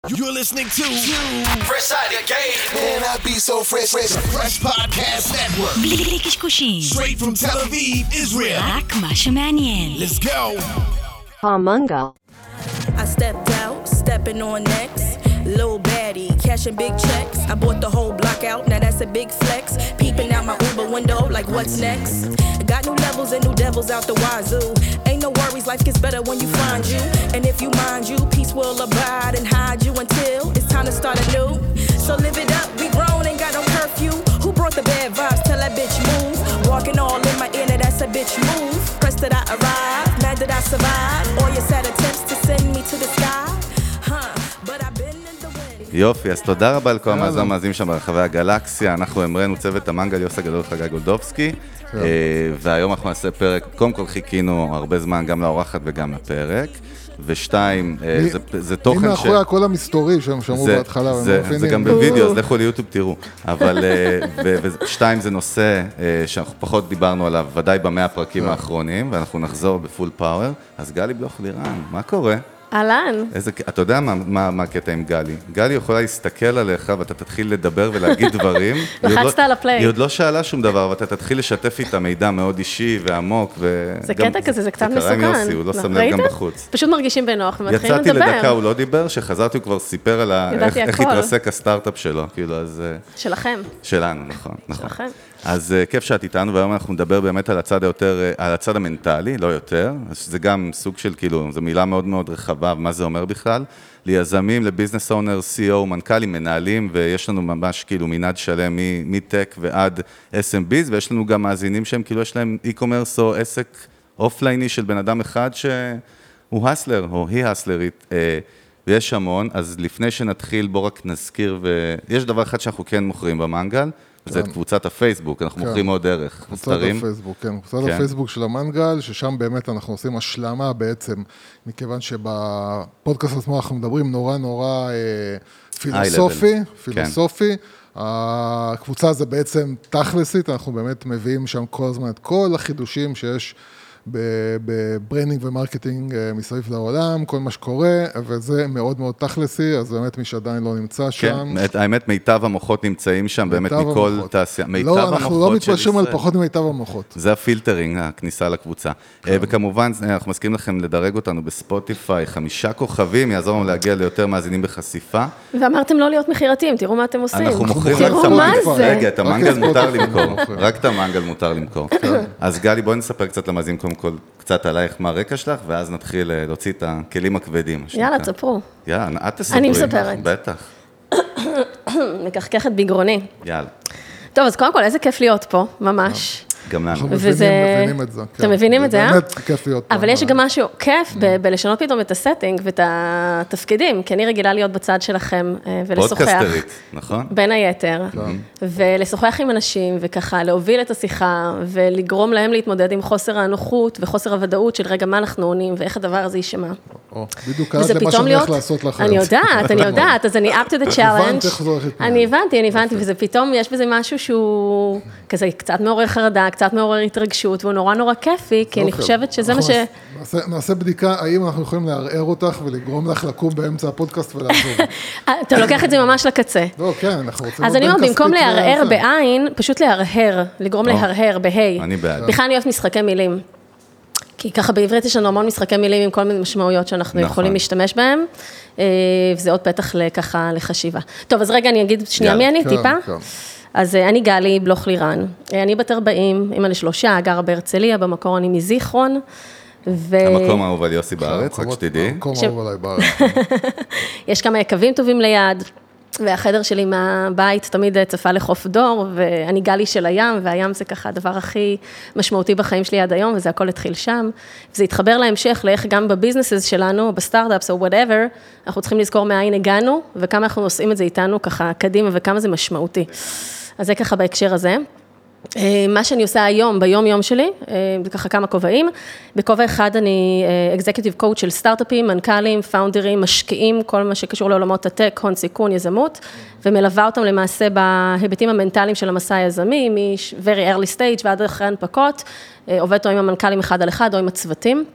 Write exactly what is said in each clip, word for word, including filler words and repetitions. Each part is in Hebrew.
You're listening to Fresh Out of Game. Man, I be so fresh, fresh. Fresh Podcast Network. בלי קשקושים. Straight from Tel Aviv, Israel. רק מה שמעניין. Let's go. Hamungal. I stepped out, stepping on necks. Lil baddie, cashing big checks. I bought the whole block out, now that's a big flex. Peeping out my Uber window, like what's next? Got new levels and new devils out the wazoo. Ain't no worries, life gets better when you find you. And if you mind you, peace will abide and hide you until it's time to start anew. So live it up, we grown, ain't got no curfew. Who brought the bad vibes? Tell that bitch move. Walking all in my inner, that's a bitch move. Pressed that I arrived, mad that I survived. All your sad attempts to send me to the sky. Huh, but I've been in the wind. יופי, אז תודה רבה לכל המאזינים שם ברחבי הגלקסיה. אנחנו אמרנו צוות המנגל, יוסי גדול חגי גולדובסקי, והיום אנחנו נעשה פרק, קודם כל חיכינו הרבה זמן גם לאורחת וגם לפרק, ושתיים, זה תוכן ש... הנה אחרי כל המסתורי שהם שמעו בהתחלה. זה גם בווידאו, אז לכו ליוטיוב תראו. אבל ושתיים זה נושא שאנחנו פחות דיברנו עליו, ודאי במאה הפרקים האחרונים, ואנחנו נחזור בפול פאוור. אז גלי בלוך-לירן, מה קורה? אהלן. אתה יודע מה, מה הקטע עם גלי? גלי יכולה להסתכל עליך ואתה תתחיל לדבר ולהגיד דברים. לחצת על הפליי. היא עוד לא שאלה שום דבר, ואתה תתחיל לשתף איתה מידע מאוד אישי ועמוק. זה קטע כזה, זה קצת מסוכן. זה קרה עם יוסי, הוא לא שם לב גם בחוץ. פשוט מרגישים בנוח ומתחילים לדבר. יצאתי לדקה, הוא לא דיבר, שחזרתי הוא כבר סיפר על איך התרסק הסטארט-אפ שלו. שלכם. שלנו, נכון. שלכם. אז כיף שאת איתנו, והיום אנחנו נדבר באמת על הצד היותר, על הצד המנטלי, לא יותר. זה גם סוג של, כאילו, זו מילה מאוד מאוד רחבה, ומה זה אומר בכלל? ליזמים, לביזנס אונר, סי או, מנכ"לים, מנהלים, ויש לנו ממש כאילו מנעד שלם מטק ועד אס אם ביז, ויש לנו גם מאזינים שהם כאילו יש להם אי-קומרס או עסק אופלייני של בן אדם אחד שהוא הסלר, או היא הסלרית, ויש המון. אז לפני שנתחיל, בוא רק נזכיר, ויש דבר אחד שאנחנו כן מוכרים במנגל, זה את קבוצת הפייסבוק, אנחנו מוכרים עוד דרך. קבוצת הפייסבוק, כן. קבוצת הפייסבוק של המנגל, ששם באמת אנחנו עושים השלמה בעצם, מכיוון שבפודקאסט עצמו אנחנו מדברים נורא נורא פילוסופי, פילוסופי. הקבוצה זה בעצם תכלסית, אנחנו באמת מביאים שם כל הזמן את כל החידושים שיש בברנינג ומרקטינג מסביב לעולם, כל מה שקורה, וזה מאוד מאוד תכלסי, אז באמת מי שעדיין לא נמצא שם. כן, האמת מיטב המוחות נמצאים שם, באמת מכל תעשייה. לא, אנחנו לא מתפשרים על פחות ממיטב המוחות. זה הפילטרינג, הכניסה לקבוצה. וכמובן, אנחנו מסכים לכם לדרג אותנו בספוטיפיי, חמישה כוכבים, יעזור לנו להגיע ליותר מאזינים בחשיפה. ואמרתם לא להיות מחירתיים, תראו מה אתם עושים. אנחנו מוכרים תראו מה זה. רגע, את המנגל מותר למכור. רק את המנגל מותר למכור. אז גלי, בואי נספר קצת למאזינים קודם כל קצת עלייך מה הרקע שלך, ואז נתחיל להוציא את הכלים הכבדים. יאללה, תספרו. יאללה, את תספרי. אני מספרת. בטח. מקחקחת בגרוני. יאללה. טוב, אז קודם כל, איזה כיף להיות פה, ממש. גם לנו. אנחנו מבינים את זה. אתם מבינים את זה, אה? באמת כיף להיות פה. אבל יש גם משהו כיף בלשנות פתאום את הסטינג ואת התפקידים, כי אני רגילה להיות בצד שלכם ולשוחח. פודקסטרית, נכון? בין היתר. ולשוחח עם אנשים, וככה להוביל את השיחה, ולגרום להם להתמודד עם חוסר הנוחות וחוסר הוודאות של רגע מה אנחנו עונים, ואיך הדבר הזה יישמע. בדיוק קראת למה שאני הולך לעשות לך. אני יודעת, אני יודעת, אז אני up to the challenge. אני הבנתי, אני הבנתי, וזה פתאום יש בזה משהו שהוא כזה קצת מעורר חרדה, קצת מעורר התרגשות, והוא נורא נורא כיפי, כי אני חושבת שזה מה ש... נעשה בדיקה, האם אנחנו יכולים לערער אותך ולגרום לך לקום באמצע הפודקאסט ולעזוב. אתה לוקח את זה ממש לקצה. לא, כן, אנחנו רוצים... אז אני אומרת, במקום לערער בעין, פשוט להרהר, לגרום להרהר בהי. אני בעד. בכלל אני אוהבת משחקי מילים. כי ככה בעברית יש לנו המון משחקי מילים עם כל מיני משמעויות שאנחנו יכולים להשתמש בהם, וזה עוד פתח ככה לחשיבה. טוב, אז רגע אני אגיד שנייה מי אני, טיפה. אז אני גלי בלוך-לירן, אני בת ארבעים, אמא לשלושה, גרה בהרצליה, במקור אני מזיכרון. המקום האהוב על יוסי בארץ, רק שתדעי. המקום האהוב עליי בארץ. יש כמה יקבים טובים ליד, והחדר שלי מהבית תמיד צפה לחוף דור, ואני גלי של הים, והים זה ככה הדבר הכי משמעותי בחיים שלי עד היום, וזה הכל התחיל שם. וזה התחבר להמשך, לאיך גם בביזנסס שלנו, בסטארט-אפס או whatever, אנחנו צריכים לזכור מאין הגענו, וכמה אנחנו עושים את זה איתנו ככה קדימה, וכמה זה משמעותי. אז זה ככה בהקשר הזה. מה שאני עושה היום, ביום יום שלי, זה ככה כמה כובעים. בכובע אחד אני אקזקיוטיב קואוץ' של סטארט-אפים, מנכ"לים, פאונדרים, משקיעים, כל מה שקשור לעולמות הטק, הון סיכון, יזמות, ומלווה אותם למעשה בהיבטים המנטליים של המסע היזמי, מ-very early stage ועד אחרי הנפקות, עובד או עם המנכ"לים אחד על אחד או עם הצוותים.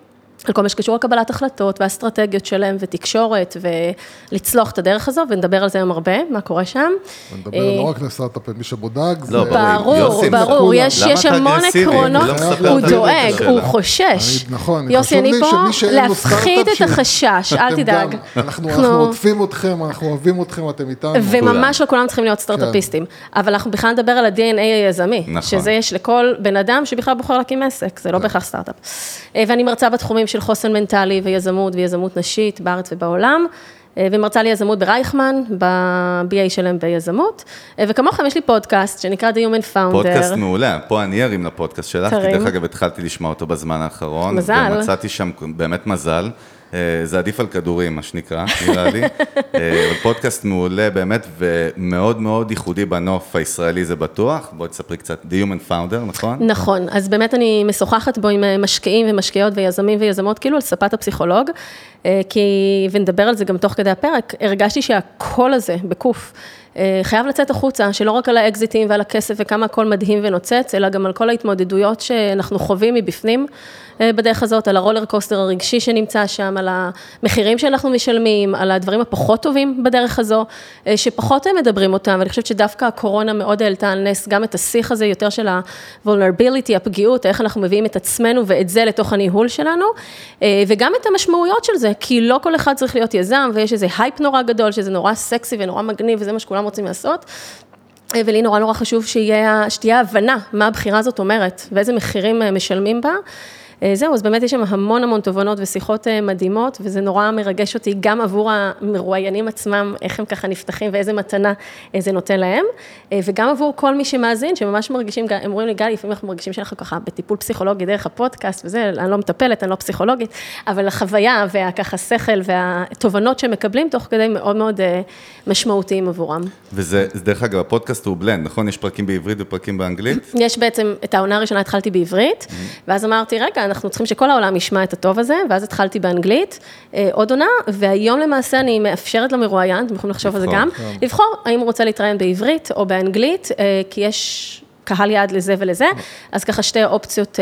על כל מה שקשור לקבלת החלטות והאסטרטגיות שלהם ותקשורת ולצלוח את הדרך הזו, ונדבר על זה היום הרבה, מה קורה שם. ונדבר לא רק לסטארט-אפים, מי שבודק. ברור, ברור, יש המון עקרונות, הוא דואג, הוא חושש. נכון, יוסי, אני פה להפחית את החשש, אל תדאג. אנחנו עוטפים אתכם, אנחנו אוהבים אתכם, אתם איתנו. וממש לא כולם צריכים להיות סטארט-אפיסטים, אבל אנחנו בכלל נדבר על ה-די אן איי היזמי, שזה יש לכל בן אדם שבכלל בוחר להקים עסק, זה לא בהכרח סטארט-אפ. ואני מרצה בתחומים של חוסן מנטלי ויזמות ויזמות נשית בארץ ובעולם, ומרצה לי יזמות ברייכמן, ב-בי איי שלהם ביזמות, וכמוכם יש לי פודקאסט שנקרא The Human Founder. פודקאסט מעולה, פה אני ארים לפודקאסט שלך, כי דרך אגב התחלתי לשמוע אותו בזמן האחרון, מזל. ומצאתי שם באמת מזל, זה עדיף על כדורים, מה שנקרא, נראה לי, פודקאסט מעולה באמת, ומאוד מאוד ייחודי בנוף הישראלי זה בטוח, בואי תספרי קצת, The Human Founder, נכון? נכון, אז באמת אני משוחחת בו עם משקיעים ומשקיעות ויזמים ויזמות, כאילו על ספת הפסיכולוג, כי, ונדבר על זה גם תוך כדי הפרק, הרגשתי שהקול הזה, בקוף, חייב לצאת החוצה, שלא רק על האקזיטים ועל הכסף וכמה הכל מדהים ונוצץ, אלא גם על כל ההתמודדויות שאנחנו חווים מבפנים בדרך הזאת, על הרולר קוסטר הרגשי שנמצא שם, על המחירים שאנחנו משלמים, על הדברים הפחות טובים בדרך הזו, שפחות הם מדברים אותם, ואני חושבת שדווקא הקורונה מאוד העלתה על נס, גם את השיח הזה יותר של ה-vulnerability, הפגיעות, איך אנחנו מביאים את עצמנו ואת זה לתוך הניהול שלנו, וגם את המשמעויות של זה, כי לא כל אחד צריך להיות יזם, ויש איזה הייפ נורא גדול, שזה נורא סקסי ונורא מגניב, וזה מה שכולם רוצים לעשות, ולי נורא נורא חשוב שתהיה, שתהיה הבנה מה הבחירה הזאת אומרת, ואיזה מחירים משלמים בה. זהו, אז באמת יש שם המון המון תובנות ושיחות מדהימות, וזה נורא מרגש אותי גם עבור המרואיינים עצמם, איך הם ככה נפתחים ואיזה מתנה זה נותן להם, וגם עבור כל מי שמאזין, שממש מרגישים, הם אומרים לי, גלי, לפעמים אנחנו מרגישים שאנחנו ככה בטיפול פסיכולוגי דרך הפודקאסט, וזה, אני לא מטפלת, אני לא פסיכולוגית, אבל החוויה והככה שכל והתובנות שמקבלים תוך כדי מאוד מאוד משמעותיים עבורם. וזה, דרך אגב, הפודקאסט הוא בלנד, נכון? יש פרקים בעברית ופרקים באנגלית? יש בעצם, את העונה הראשונה התחלתי בעברית, ואז אמרתי, רגע, אנחנו צריכים שכל העולם ישמע את הטוב הזה, ואז התחלתי באנגלית, עוד עונה, והיום למעשה אני מאפשרת למרואיין, אתם יכולים לחשוב על זה גם, לבחור האם הוא רוצה להתראיין בעברית או באנגלית, כי יש קהל יעד לזה ולזה, אז ככה שתי אופציות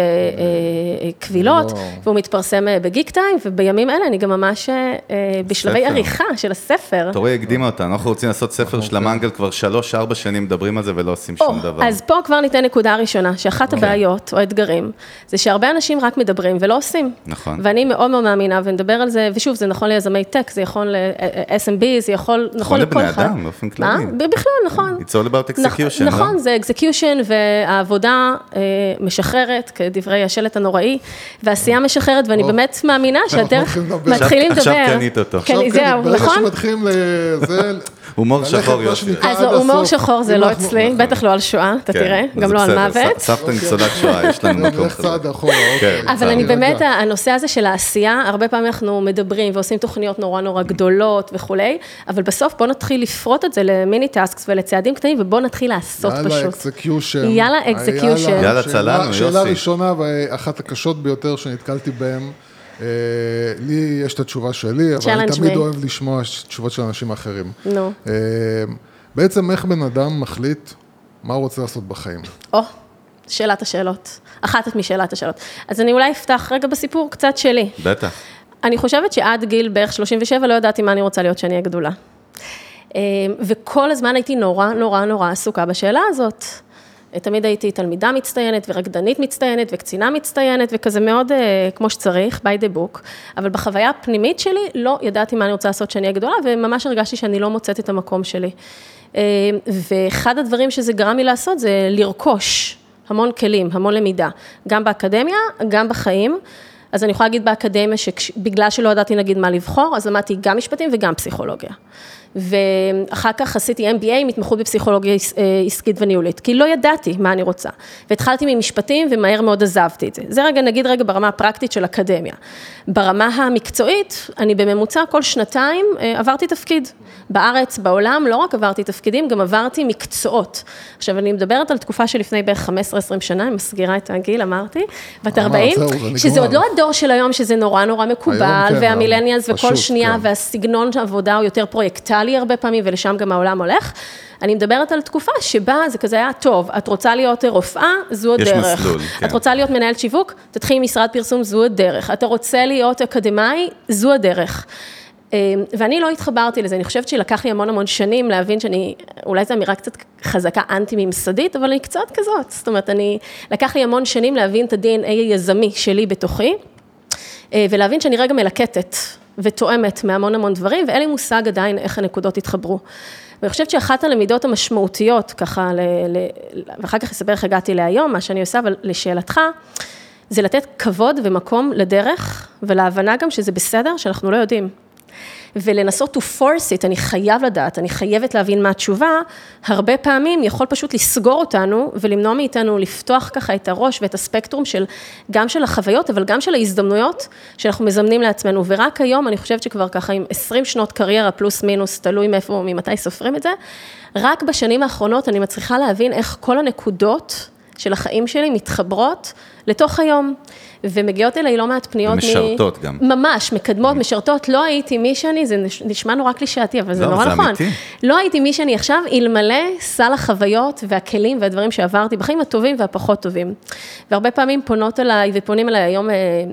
קבילות, והוא מתפרסם בגיק טיים, ובימים אלה אני גם ממש בשלבי עריכה של הספר. תורי הקדימה אותה, אנחנו רוצים לעשות ספר של המנגל, כבר שלוש, ארבע שנים מדברים על זה ולא עושים שום דבר. אז פה כבר ניתן נקודה ראשונה, שאחת הבעיות או האתגרים, זה שהרבה אנשים רק מדברים ולא עושים. נכון. ואני מאוד מאוד מאמינה, ונדבר על זה, ושוב, זה נכון ליזמי טק, זה יכול ל-אס אם בי, זה יכול, נכון לכל אחד. לבני אדם, באופן כללי. בכלל, נכון. It's all about execution, לא? נכון, זה execution והעבודה משחררת, כדברי השלט הנוראי, והעשייה משחררת, ואני באמת מאמינה שהדרך מתחילים לדבר. עכשיו קנית אותו. זהו, נכון? ברגע שמתחילים לזה... הומור שחור, יוסי. אז הומור שחור זה לא אצלי, בטח לא על שואה, אתה תראה, גם לא על מוות. סבתא ניצולת שואה, יש לנו מקום כזה. אבל אני באמת, הנושא הזה של העשייה, הרבה פעמים אנחנו מדברים ועושים תוכניות נורא נורא גדולות וכולי, אבל בסוף בוא נתחיל לפרוט את זה למיני טאסקס ולצעדים קטנים, ובוא נתחיל לעשות פשוט. יאללה אקזקיושן. יאללה אקזקיושן. יאללה צלנו, יוסי. שאלה ראשונה ואחת הקשות ביותר שנתקלתי בהם, לי יש את התשובה שלי, אבל אני תמיד אוהב לשמוע תשובות של אנשים אחרים. נו. בעצם איך בן אדם מחליט מה הוא רוצה לעשות בחיים? או, שאלת השאלות. אחת משאלת השאלות. אז אני אולי אפתח רגע בסיפור קצת שלי. בטח. אני חושבת שעד גיל בערך שלושים ושבע לא ידעתי מה אני רוצה להיות שאני אהיה גדולה. וכל הזמן הייתי נורא נורא נורא עסוקה בשאלה הזאת. תמיד הייתי תלמידה מצטיינת ורקדנית מצטיינת וקצינה מצטיינת וכזה מאוד כמו שצריך, by the book, אבל בחוויה הפנימית שלי לא ידעתי מה אני רוצה לעשות שאני אהיה גדולה, וממש הרגשתי שאני לא מוצאת את המקום שלי. ואחד הדברים שזה גרם לי לעשות זה לרכוש המון כלים, המון למידה, גם באקדמיה, גם בחיים. אז אני יכולה להגיד באקדמיה שבגלל שלא ידעתי נגיד מה לבחור, אז למדתי גם משפטים וגם פסיכולוגיה. ואחר כך עשיתי אם בי איי, מתמחות בפסיכולוגיה עסקית וניהולית, כי לא ידעתי מה אני רוצה. והתחלתי ממשפטים ומהר מאוד עזבתי את זה. זה רגע, נגיד רגע ברמה הפרקטית של אקדמיה. ברמה המקצועית, אני בממוצע כל שנתיים עברתי תפקיד. בארץ, בעולם, לא רק עברתי תפקידים, גם עברתי מקצועות. עכשיו, אני מדברת על תקופה שלפני בערך חמש עשרה עשרים שנה, אני מסגירה את הגיל, אמרתי, בת ארבעים, שזה עוד לא הדור של היום, שזה נורא נורא מקובל, והמילניאלס וכל שנייה, והסגנון העבודה הוא יותר פרויקטלי, אידיאלי הרבה פעמים, ולשם גם העולם הולך. אני מדברת על תקופה שבה זה כזה היה טוב, את רוצה להיות רופאה, זו הדרך. יש מסלול, כן. את רוצה להיות מנהלת שיווק, תתחיל עם משרד פרסום, זו הדרך. אתה רוצה להיות אקדמאי, זו הדרך. ואני לא התחברתי לזה, אני חושבת שלקח לי המון המון שנים להבין שאני, אולי זו אמירה קצת חזקה אנטי-ממסדית, אבל אני קצת כזאת, זאת אומרת, אני, לקח לי המון שנים להבין את ה-די אן איי היזמי שלי בתוכי, ולהבין שאני רגע מלקטת ותואמת מהמון המון דברים, ואין לי מושג עדיין איך הנקודות התחברו. ואני חושבת שאחת הלמידות המשמעותיות, ככה, ל, ל, ואחר כך אסבר איך הגעתי להיום, מה שאני עושה, אבל לשאלתך, זה לתת כבוד ומקום לדרך, ולהבנה גם שזה בסדר, שאנחנו לא יודעים. ולנסות to force it, אני חייב לדעת, אני חייבת להבין מה התשובה, הרבה פעמים יכול פשוט לסגור אותנו, ולמנוע מאיתנו לפתוח ככה את הראש ואת הספקטרום של, גם של החוויות, אבל גם של ההזדמנויות שאנחנו מזמנים לעצמנו, ורק היום אני חושבת שכבר ככה עם עשרים שנות קריירה, פלוס מינוס, תלוי מאיפה, ממתי סופרים את זה, רק בשנים האחרונות אני מצליחה להבין איך כל הנקודות של החיים שלי מתחברות לתוך היום, ומגיעות אליי לא מעט פניות. משרתות גם. ממש, מקדמות, משרתות, לא הייתי מי שאני, זה נשמע נורא קלישאתי, אבל זה נורא נכון. לא הייתי מי שאני עכשיו, אלמלא סל החוויות והכלים והדברים שעברתי בחיים הטובים והפחות טובים. והרבה פעמים פונות אליי, ופונים אליי היום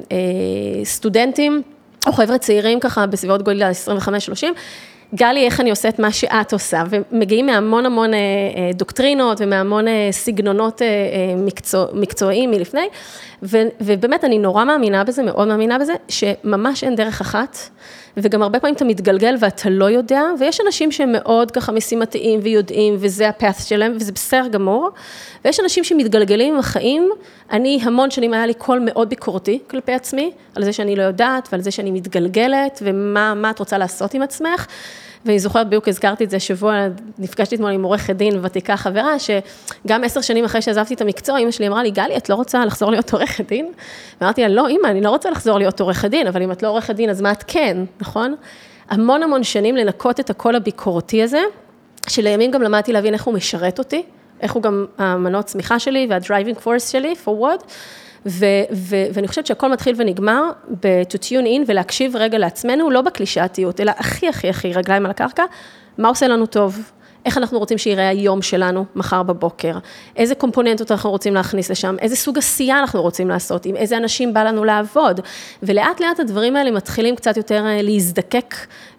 סטודנטים, או חבר'ה צעירים ככה, בסביבות גודל עשרים וחמש שלושים, גלי, איך אני עושה את מה שאת עושה, ומגיעים מהמון המון דוקטרינות, ומהמון סגנונות מקצוע, מקצועיים מלפני, ובאמת אני נורא מאמינה בזה, מאוד מאמינה בזה, שממש אין דרך אחת, וגם הרבה פעמים אתה מתגלגל ואתה לא יודע, ויש אנשים שהם מאוד ככה משימתיים ויודעים, וזה הפאת' שלהם, וזה בסדר גמור, ויש אנשים שמתגלגלים עם החיים, אני המון שנים היה לי קול מאוד ביקורתי כלפי עצמי, על זה שאני לא יודעת, ועל זה שאני מתגלגלת, ומה מה את רוצה לעשות עם עצמך, ואני זוכרת, בדיוק הזכרתי את זה, שבוע נפגשתי אתמול עם עורכת דין ותיקה חברה, שגם עשר שנים אחרי שעזבתי את המקצוע, אמא שלי אמרה לי, גלי, את לא רוצה לחזור להיות עורכת דין? ואמרתי לה, לא, אמא, אני לא רוצה לחזור להיות עורכת דין, אבל אם את לא עורכת דין, אז מה את כן, נכון? המון המון שנים לנקות את הקול הביקורתי הזה, שלימים גם למדתי להבין איך הוא משרת אותי, איך הוא גם המנוע צמיחה שלי וה-driving force שלי, forward, ו- ו- ואני חושבת שהכל מתחיל ונגמר ב-to tune in ולהקשיב רגע לעצמנו, לא בקלישאתיות, אלא הכי הכי הכי רגליים על הקרקע, מה עושה לנו טוב, איך אנחנו רוצים שיראה היום שלנו מחר בבוקר, איזה קומפוננטות אנחנו רוצים להכניס לשם, איזה סוג עשייה אנחנו רוצים לעשות, עם איזה אנשים בא לנו לעבוד, ולאט לאט הדברים האלה מתחילים קצת יותר להזדקק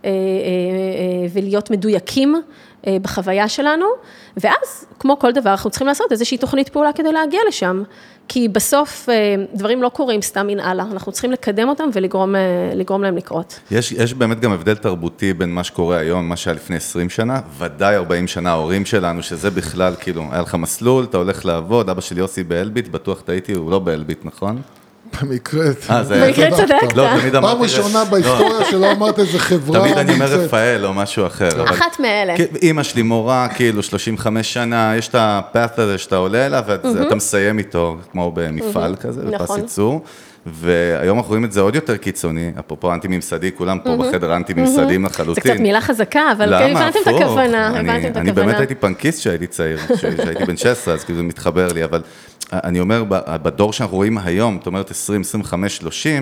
ולהיות מדויקים בחוויה שלנו, ואז, כמו כל דבר, אנחנו צריכים לעשות איזושהי תוכנית פעולה כדי להגיע לשם, כי בסוף דברים לא קורים סתם מן הלאה, אנחנו צריכים לקדם אותם ולגרום לגרום להם לקרות. יש, יש באמת גם הבדל תרבותי בין מה שקורה היום, מה שהיה לפני עשרים שנה, ודאי ארבעים שנה ההורים שלנו, שזה בכלל, כאילו, היה לך מסלול, אתה הולך לעבוד, אבא שלי יוסי באלביט, בטוח טעיתי, הוא לא באלביט, נכון? במקרה, במקרה צדקת. פעם ראשונה בהיסטוריה שלא אמרת איזה חברה. תמיד אני אומר רפאל או משהו אחר. אחת מאלה. אמא שלי מורה, כאילו שלושים וחמש שנה, יש את הפאת' הזה שאתה עולה אליו, ואתה מסיים איתו, כמו במפעל כזה, בפס ייצור, והיום אנחנו רואים את זה עוד יותר קיצוני, אפרופו אנטי-ממסדי, כולם פה בחדר אנטי-ממסדים לחלוטין. זה קצת מילה חזקה, אבל הבנתם את הכוונה. אני באמת הייתי פנקיסט שהייתי צעיר, שהייתי בן שש עשרה, אז כאילו זה מתחבר לי, אבל אני אומר, בדור שאנחנו רואים היום, זאת אומרת עשרים, עשרים וחמש, שלושים,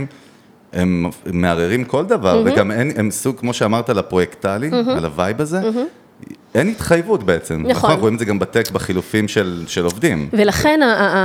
הם מערערים כל דבר, וגם הם סוג, כמו שאמרת, לפרויקטלי, על הווייב הזה, אין התחייבות בעצם. נכון. אנחנו רואים את זה גם בטק בחילופים של, של עובדים. ולכן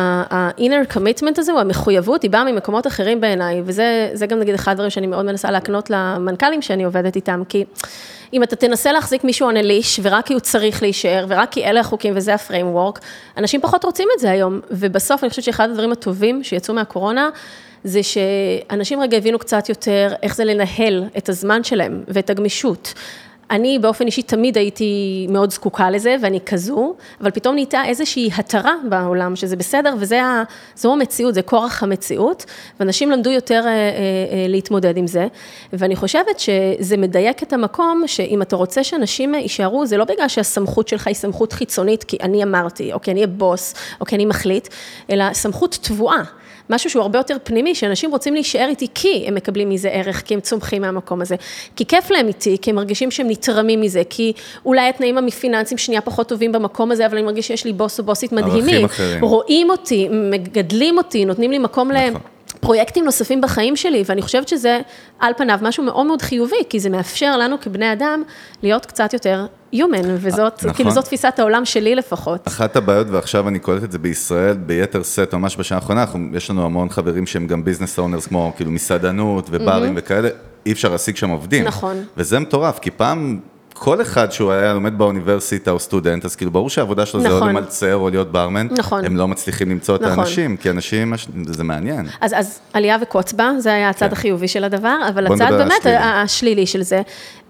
ה-inner commitment הזה, המחויבות, היא באה ממקומות אחרים בעיניי, וזה זה גם נגיד אחד הדברים שאני מאוד מנסה להקנות למנכ"לים שאני עובדת איתם, כי אם אתה תנסה להחזיק מישהו on a leash, ורק כי הוא צריך להישאר, ורק כי אלה החוקים וזה הפריימוורק, אנשים פחות רוצים את זה היום, ובסוף אני חושבת שאחד הדברים הטובים שיצאו מהקורונה, זה שאנשים רגע הבינו קצת יותר איך זה לנהל את הזמן שלהם ואת הגמישות. אני באופן אישי תמיד הייתי מאוד זקוקה לזה, ואני כזו, אבל פתאום נהייתה איזושהי התרה בעולם, שזה בסדר, וזו המציאות, זה כורח המציאות, ואנשים למדו יותר אה, אה, להתמודד עם זה, ואני חושבת שזה מדייק את המקום, שאם אתה רוצה שאנשים יישארו, זה לא בגלל שהסמכות שלך היא סמכות חיצונית, כי אני אמרתי, או כי אני הבוס, או כי אני מחליט, אלא סמכות תבואה. משהו שהוא הרבה יותר פנימי, שאנשים רוצים להישאר איתי כי הם מקבלים מזה ערך, כי הם צומחים מהמקום הזה, כי כיף להם איתי, כי הם מרגישים שהם נתרמים מזה, כי אולי התנאים המפיננסיים שנייה פחות טובים במקום הזה, אבל אני מרגיש שיש לי בוס או בוסית מדהימים, רואים אותי, מגדלים אותי, נותנים לי מקום פרויקטים נוספים בחיים שלי, ואני חושבת שזה על פניו משהו מאוד מאוד חיובי, כי זה מאפשר לנו כבני אדם להיות קצת יותר human, וזאת, נכון. כאילו זאת תפיסת העולם שלי לפחות. אחת הבעיות, ועכשיו אני קולט את זה בישראל, ביתר סט, ממש בשנה האחרונה, יש לנו המון חברים שהם גם ביזנס אונרס, כמו כאילו מסעדנות וברים mm-hmm. וכאלה, אי אפשר להשיג שם עובדים. נכון. וזה מטורף, כי פעם... כל אחד שהוא היה לומד באוניברסיטה או סטודנט, אז כאילו ברור שהעבודה שלו נכון. זה או למלצר או להיות ברמן, נכון. הם לא מצליחים למצוא נכון. את האנשים, כי אנשים, זה מעניין. אז, אז עלייה וקוצבה, זה היה הצד כן. החיובי של הדבר, אבל הצד באמת השלילי. השלילי של זה,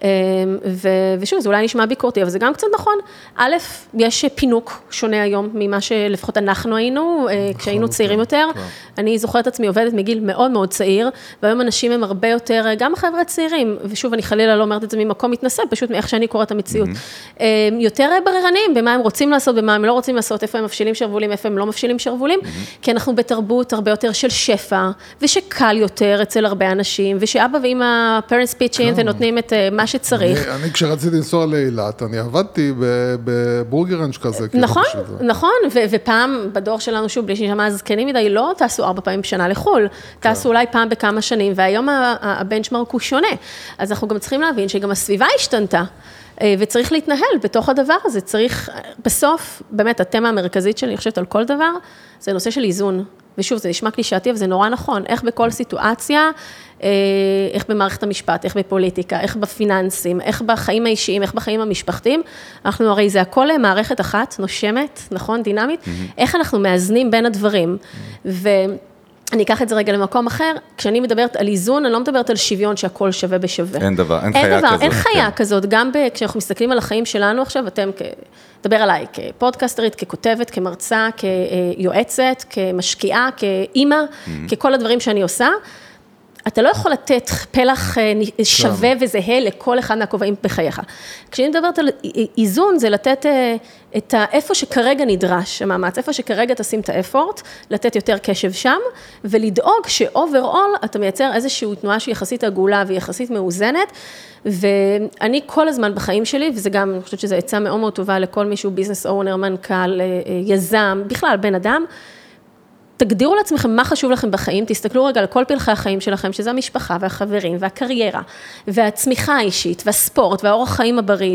ו, ושוב, זה אולי נשמע ביקורתי, אבל זה גם קצת נכון. א', יש פינוק שונה היום ממה שלפחות אנחנו היינו, נכון, כשהיינו צעירים יותר. נכון. אני זוכרת עצמי עובדת מגיל מאוד מאוד צעיר, והיום אנשים הם הרבה יותר, גם חבר'ה צעירים, ושוב, אני חלילה לא אומרת את זה ממקום מתנשא, פשוט מאיך שאני קוראת המציאות. Mm-hmm. יותר בררנים, במה הם רוצים לעשות, במה הם לא רוצים לעשות, איפה הם מפשילים שרבולים, איפה הם לא מפשילים שרבולים, mm-hmm. כי אנחנו בתרבות הרבה יותר של שפע, ושקל יותר אצל הרבה אנשים, ושאבא ואמא parents pitching ונותנים את מה שצריך. אני, אני כשרציתי לנסוע לאילת, אני עבדתי בבורגראנץ' כזה. נכון, נכון, ו- ופעם בדור שלנו, שוב, בלי ששמע זקנים מדי, לא תעשו ארבע פעמים בשנה לחול, תעשו אולי פעם בכמה שנים, והיום הבנצ'מרק הוא שונה. אז אנחנו גם צריכים להבין שגם הסביבה השתנתה, וצריך להתנהל בתוך הדבר הזה, צריך, בסוף, באמת, התמה המרכזית שלי, אני חושבת על כל דבר, זה נושא של איזון. ושוב, זה נשמע קלישאתי, אבל זה נורא נכון. איך בכל סיטואציה, איך במערכת המשפט, איך בפוליטיקה, איך בפיננסים, איך בחיים האישיים, איך בחיים המשפחתיים, אנחנו הרי זה הכל מערכת אחת, נושמת, נכון, דינמית, איך אנחנו מאזנים בין הדברים. ו... אני אקח את זה רגע למקום אחר, כשאני מדברת על איזון, אני לא מדברת על שוויון שהכל שווה בשווה. אין דבר, אין חיה דבר, כזאת. אין חיה כן. כזאת, גם כשאנחנו מסתכלים על החיים שלנו עכשיו, אתם, דבר עליי, כפודקאסטרית, ככותבת, כמרצה, כיועצת, כמשקיעה, כאימא, mm-hmm. ככל הדברים שאני עושה, אתה לא יכול לתת פלח שווה וזהה לכל אחד מהכובעים בחייך. כשאני מדברת על איזון, זה לתת את איפה שכרגע נדרש המאמץ, איפה שכרגע תשים את האפורט, לתת יותר קשב שם, ולדאוג שאוברול אתה מייצר איזושהי תנועה שהיא יחסית עגולה ויחסית מאוזנת, ואני כל הזמן בחיים שלי, וזה גם, אני חושבת שזו עצה מאוד מאוד טובה לכל מישהו, ביזנס אונר, מנכ"ל, יזם, בכלל בן אדם, תגדירו לעצמכם מה חשוב לכם בחיים, תסתכלו רגע על כל פלחי החיים שלכם, שזה המשפחה והחברים והקריירה, והצמיחה האישית, והספורט, והאורח חיים הבריא,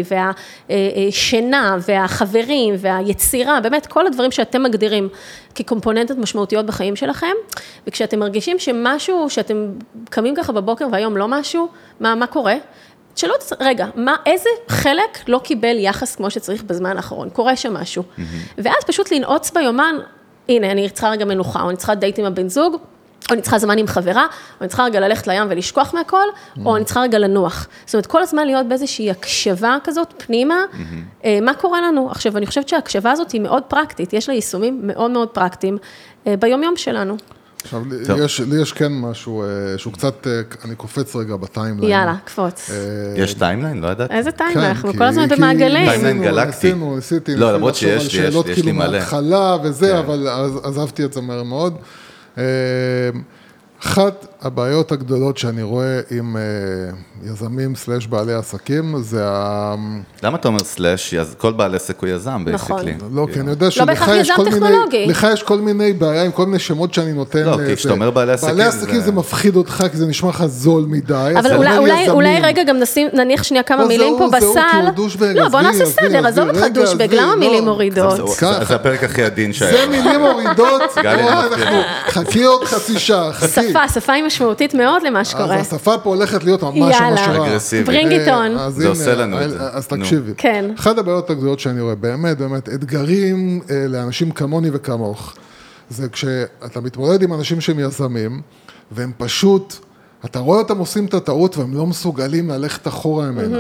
והשינה, והחברים, והיצירה, באמת כל הדברים שאתם מגדירים כקומפוננטות משמעותיות בחיים שלכם, וכשאתם מרגישים שמשהו, שאתם קמים ככה בבוקר והיום לא משהו, מה, מה קורה? שלא, רגע, מה, איזה חלק לא קיבל יחס כמו שצריך בזמן האחרון? קורה שם משהו. Mm-hmm. ואז פשוט לנעוץ ביומן, הנה, אני צריכה רגע מנוחה, או אני צריכה דייט עם הבן זוג, או אני צריכה זמן עם חברה, או אני צריכה רגע ללכת לים ולשכוח מהכל, או אני צריכה רגע לנוח. זאת אומרת, כל הזמן להיות באיזושהי הקשבה כזאת, פנימה, מה קורה לנו? עכשיו, אני חושבת שההקשבה הזאת היא מאוד פרקטית, יש לה יישומים מאוד מאוד פרקטיים ביום-יום שלנו. עכשיו, לי יש, לי יש כן משהו שהוא קצת, אני קופץ רגע בטיימליין. יאללה, קפוץ. יש טיימליין? לא יודעת? איזה טיימליין? אנחנו כל הזמן במעגלים. טיימליין גלקטי. ניסיתי, לא, למרות שיש לי, יש לי מלא. מההתחלה וזה, אבל עזבתי את זה מהר מאוד. אחת הבעיות הגדולות שאני רואה עם יזמים סלש בעלי עסקים, זה ה... למה אתה אומר סלש? כל בעל עסק הוא יזם, נכון. לא, כי אני יודע שלך יש כל מיני, לך יש כל מיני בעיה עם כל מיני שמות שאני נותן. לא, כי כשאתה אומר בעלי עסקים... בעלי עסקים זה מפחיד אותך, כי זה נשמע לך זול מדי. אבל אולי רגע גם נניח שנייה כמה מילים פה בסל. לא, בוא נעשה סדר, עזוב אותך דושבג, למה מילים מורידות? זה הפרק הכי עדין שהיה. זה מילים מורידות, חכי עוד חצי שעה, חכי. שפה, שפה היא משמעותית מאוד למה שקורה. אז השפה פה הולכת להיות ממש ממש רעה. Bring it on. זה עושה לנו את זה. אז תקשיבי. כן. אחת הבעיות הגדולות שאני רואה, באמת, באמת, אתגרים לאנשים כמוני וכמוך, זה כשאתה מתמודד עם אנשים שהם יזמים, והם פשוט, אתה רואה אותם עושים את הטעות, והם לא מסוגלים ללכת אחורה ממנה.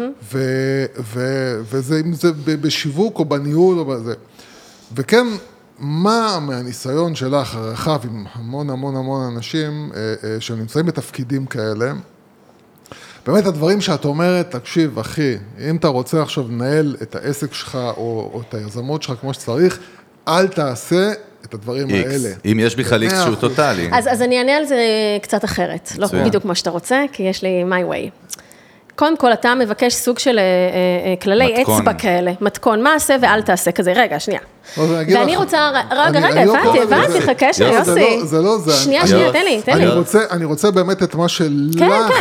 וזה אם זה בשיווק או בניהול או בזה. וכן, מה מהניסיון שלך הרחב עם המון המון המון אנשים שנמצאים בתפקידים כאלה, באמת הדברים שאת אומרת, תקשיב אחי, אם אתה רוצה עכשיו לנהל את העסק שלך או, או את היזמות שלך כמו שצריך, אל תעשה את הדברים X. האלה. אם יש בכלל איקס שהוא טוטלי. אז, אז אני אענה על זה קצת אחרת, לא בדיוק כמו שאתה רוצה, כי יש לי my way. קודם כל, אתה מבקש סוג של כללי אצבע כאלה, מתכון, מה עשה ואל תעשה כזה, רגע, שנייה. ואני רוצה, רגע, רגע, הבנתי, הבנתי, חכה שנייה, יוסי. זה לא זה. שנייה, שנייה, תן לי, תן לי. אני רוצה באמת את מה שלך,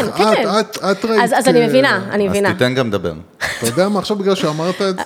את, את ראית. אז אני מבינה, אני מבינה. אז תיתן גם דבר. אתה יודע מה עכשיו בגלל שאמרת את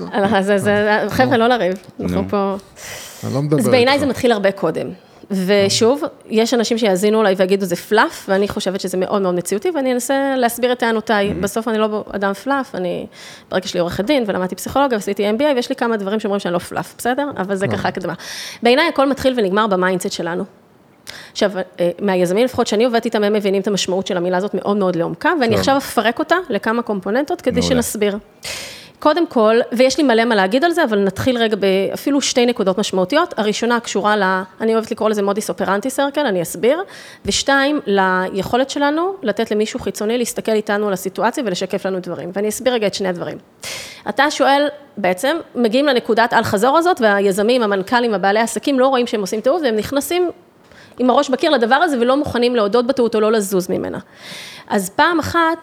זה? חבר'ה, לא לריב, אנחנו פה. אני לא מדבר. אז בעיניי זה מתחיל הרבה קודם. ושוב, יש אנשים שיאזינו אולי ויגידו זה פלאף, ואני חושבת שזה מאוד מאוד מציאותי, ואני אנסה להסביר את טענותיי. בסוף אני לא אדם פלאף, אני ברגע שלי עורכת דין, ולמדתי פסיכולוגיה, ועשיתי אם בי איי, ויש לי כמה דברים שאומרים שאני לא פלאף, בסדר? אבל זה ככה הקדמה. בעיניי הכל מתחיל ונגמר במיינדסט שלנו. עכשיו, מהיזמים לפחות שאני עובדת איתם, הם מבינים את המשמעות של המילה הזאת מאוד מאוד לעומקה, ואני עכשיו אפרק אותה לכמה קומפוננטות כדי שנסביר. קודם כל, ויש לי מלא מה להגיד על זה, אבל נתחיל רגע באפילו שתי נקודות משמעותיות. הראשונה קשורה ל, אני אוהבת לקרוא לזה מודיס אופרנטי סרקל, אני אסביר. ושתיים, ליכולת שלנו לתת למישהו חיצוני להסתכל איתנו על הסיטואציה ולשקף לנו דברים. ואני אסביר רגע את שני הדברים. אתה שואל, בעצם, מגיעים לנקודת על חזור הזאת, והיזמים, המנכ"לים, הבעלי העסקים לא רואים שהם עושים טעות, והם נכנסים עם הראש בקיר לדבר הזה, ולא מוכנים להודות בטעות או לא לזוז ממנה. אז פעם אחת,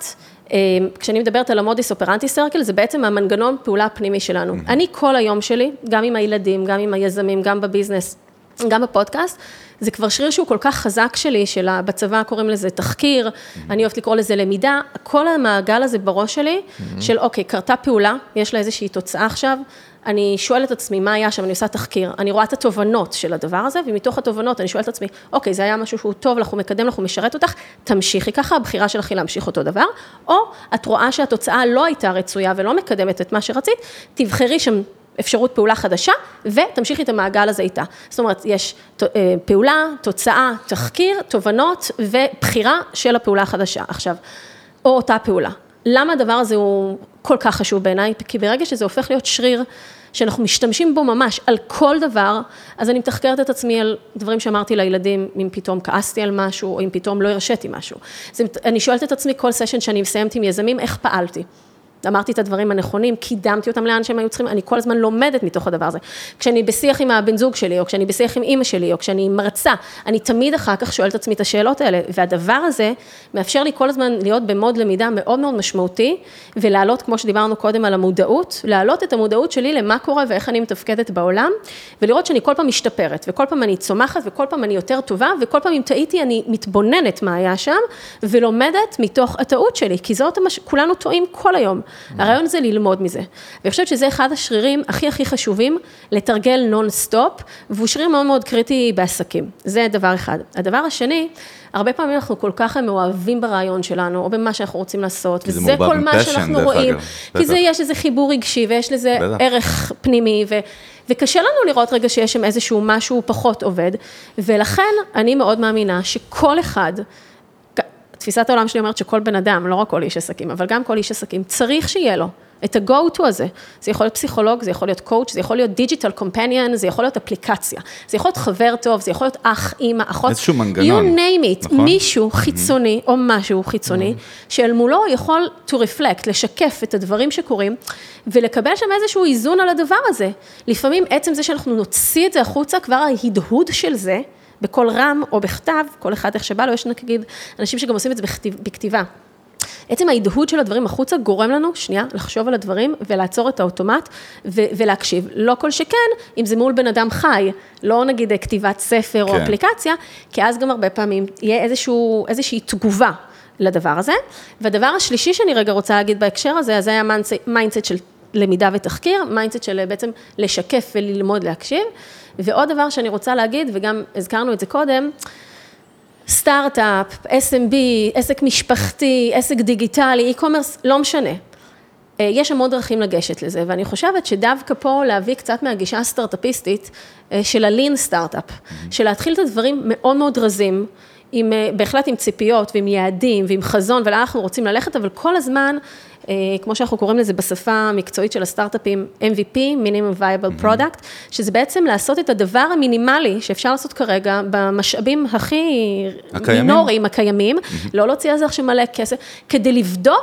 כשאני מדברת על המודיס אופרנטי סרקל, זה בעצם המנגנון פעולה הפנימי שלנו. אני כל היום שלי, גם עם הילדים, גם עם היזמים, גם בביזנס, גם בפודקאסט, זה כבר שריר שהוא כל כך חזק שלי, שבצבא קוראים לזה תחקיר, אני אוהבת לקרוא לזה למידה, כל המעגל הזה בראש שלי, של אוקיי, קרתה פעולה, יש לה איזושהי תוצאה עכשיו, אני שואלת את עצמי, מה היה שם, אני עושה תחקיר, אני רואה את התובנות של הדבר הזה, ומתוך התובנות אני שואלת את עצמי, אוקיי, זה היה משהו שהוא טוב לך, הוא מקדם לך, הוא משרת אותך, תמשיכי ככה, הבחירה שלך היא להמשיך אותו דבר, או את רואה שהתוצאה לא הייתה רצויה ולא מקדמת את מה שרצית, תבחרי שם אפשרות פעולה חדשה, ותמשיכי את המעגל הזה איתה. זאת אומרת, יש פעולה, תוצאה, תחקיר, תובנות, ובחירה של הפעולה החדשה. עכשיו, או אותה פעולה. למה הדבר הזה הוא כל כך חשוב בעיניי? כי ברגע שזה הופך להיות שריר, שאנחנו משתמשים בו ממש על כל דבר, אז אני מתחקרת את עצמי על דברים שאמרתי לילדים, אם פתאום כעסתי על משהו, או אם פתאום לא הרשיתי משהו. אז אני שואלת את עצמי כל סשן שאני מסיימת עם יזמים, איך פעלתי? אמרתי את הדברים הנכונים, קידמתי אותם לאן שהם היו צריכים, אני כל הזמן לומדת מתוך הדבר הזה. כשאני בשיח עם הבן זוג שלי, או כשאני בשיח עם אמא שלי, או כשאני מרצה, אני תמיד אחר כך שואלת את עצמי את השאלות האלה, והדבר הזה מאפשר לי כל הזמן להיות במוד למידה מאוד מאוד משמעותי, ולהעלות, כמו שדיברנו קודם על המודעות, להעלות את המודעות שלי למה קורה ואיך אני מתפקדת בעולם, ולראות שאני כל פעם משתפרת, וכל פעם אני צומחת, וכל פעם אני יותר טובה, וכל פעם אם טעיתי אני מתבוננת מה היה שם, ולומדת מתוך הטעות שלי, כי זאת המש... כולנו טועים כל היום. הרעיון זה ללמוד מזה. ואני חושבת שזה אחד השרירים הכי הכי חשובים לתרגל נון-סטופ, והוא שריר מאוד מאוד קריטי בעסקים. זה דבר אחד. הדבר השני, הרבה פעמים אנחנו כל כך מאוהבים ברעיון שלנו, או במה שאנחנו רוצים לעשות, וזה כל מה שאנחנו רואים. כי זה, יש לזה חיבור רגשי, ויש לזה ערך פנימי, ו... וקשה לנו לראות רגע שיש שם איזשהו משהו פחות עובד, ולכן אני מאוד מאמינה שכל אחד, תפיסת העולם שלי אומרת שכל בן אדם, לא רק כל איש עסקים, אבל גם כל איש עסקים, צריך שיהיה לו את ה-go-to הזה. זה יכול להיות פסיכולוג, זה יכול להיות קואוץ', זה יכול להיות דיג'יטל קומפניאן, זה יכול להיות אפליקציה, זה יכול להיות חבר טוב, זה יכול להיות אח, אמא, אחות. איזשהו מנגנון. You name it, נכון? מישהו חיצוני או משהו חיצוני, שאל מולו יכול to reflect, לשקף את הדברים שקורים, ולקבל שם איזשהו איזון על הדבר הזה. לפעמים עצם זה שאנחנו נוציא את זה החוצה, כבר ההדהוד של זה, בכל רם או בכתב, כל אחד איך שבא לו, יש נגיד אנשים שגם עושים את זה בכתיב, בכתיבה. עצם ההדהוד של הדברים החוצה גורם לנו, שנייה, לחשוב על הדברים ולעצור את האוטומט ו- ולהקשיב. לא כל שכן, אם זה מול בן אדם חי, לא נגיד כתיבת ספר כן. או אפליקציה, כי אז גם הרבה פעמים יהיה איזשהו, איזושהי תגובה לדבר הזה. והדבר השלישי שאני רגע רוצה להגיד בהקשר הזה, אז זה היה מיינדסט של למידה ותחקיר, מיינדסט של בעצם לשקף וללמוד להקשיב. ועוד דבר שאני רוצה להגיד, וגם הזכרנו את זה קודם, סטארט-אפ, אס אם בי, עסק משפחתי, עסק דיגיטלי, e-commerce, לא משנה. יש המון דרכים לגשת לזה, ואני חושבת שדווקא פה להביא קצת מהגישה הסטארט-אפיסטית של הלין סטארט-אפ, של להתחיל את הדברים מאוד מאוד רזים, עם, בהחלט עם ציפיות ועם יעדים ועם חזון, ולאן אנחנו רוצים ללכת, אבל כל הזמן, כמו שאנחנו קוראים לזה בשפה המקצועית של הסטארט-אפים, אם וי פי, Minimum Viable Product, שזה בעצם לעשות את הדבר המינימלי שאפשר לעשות כרגע במשאבים הכי מינוריים, הקיימים, לא להוציא על זה עכשיו מלא כסף, כדי לבדוק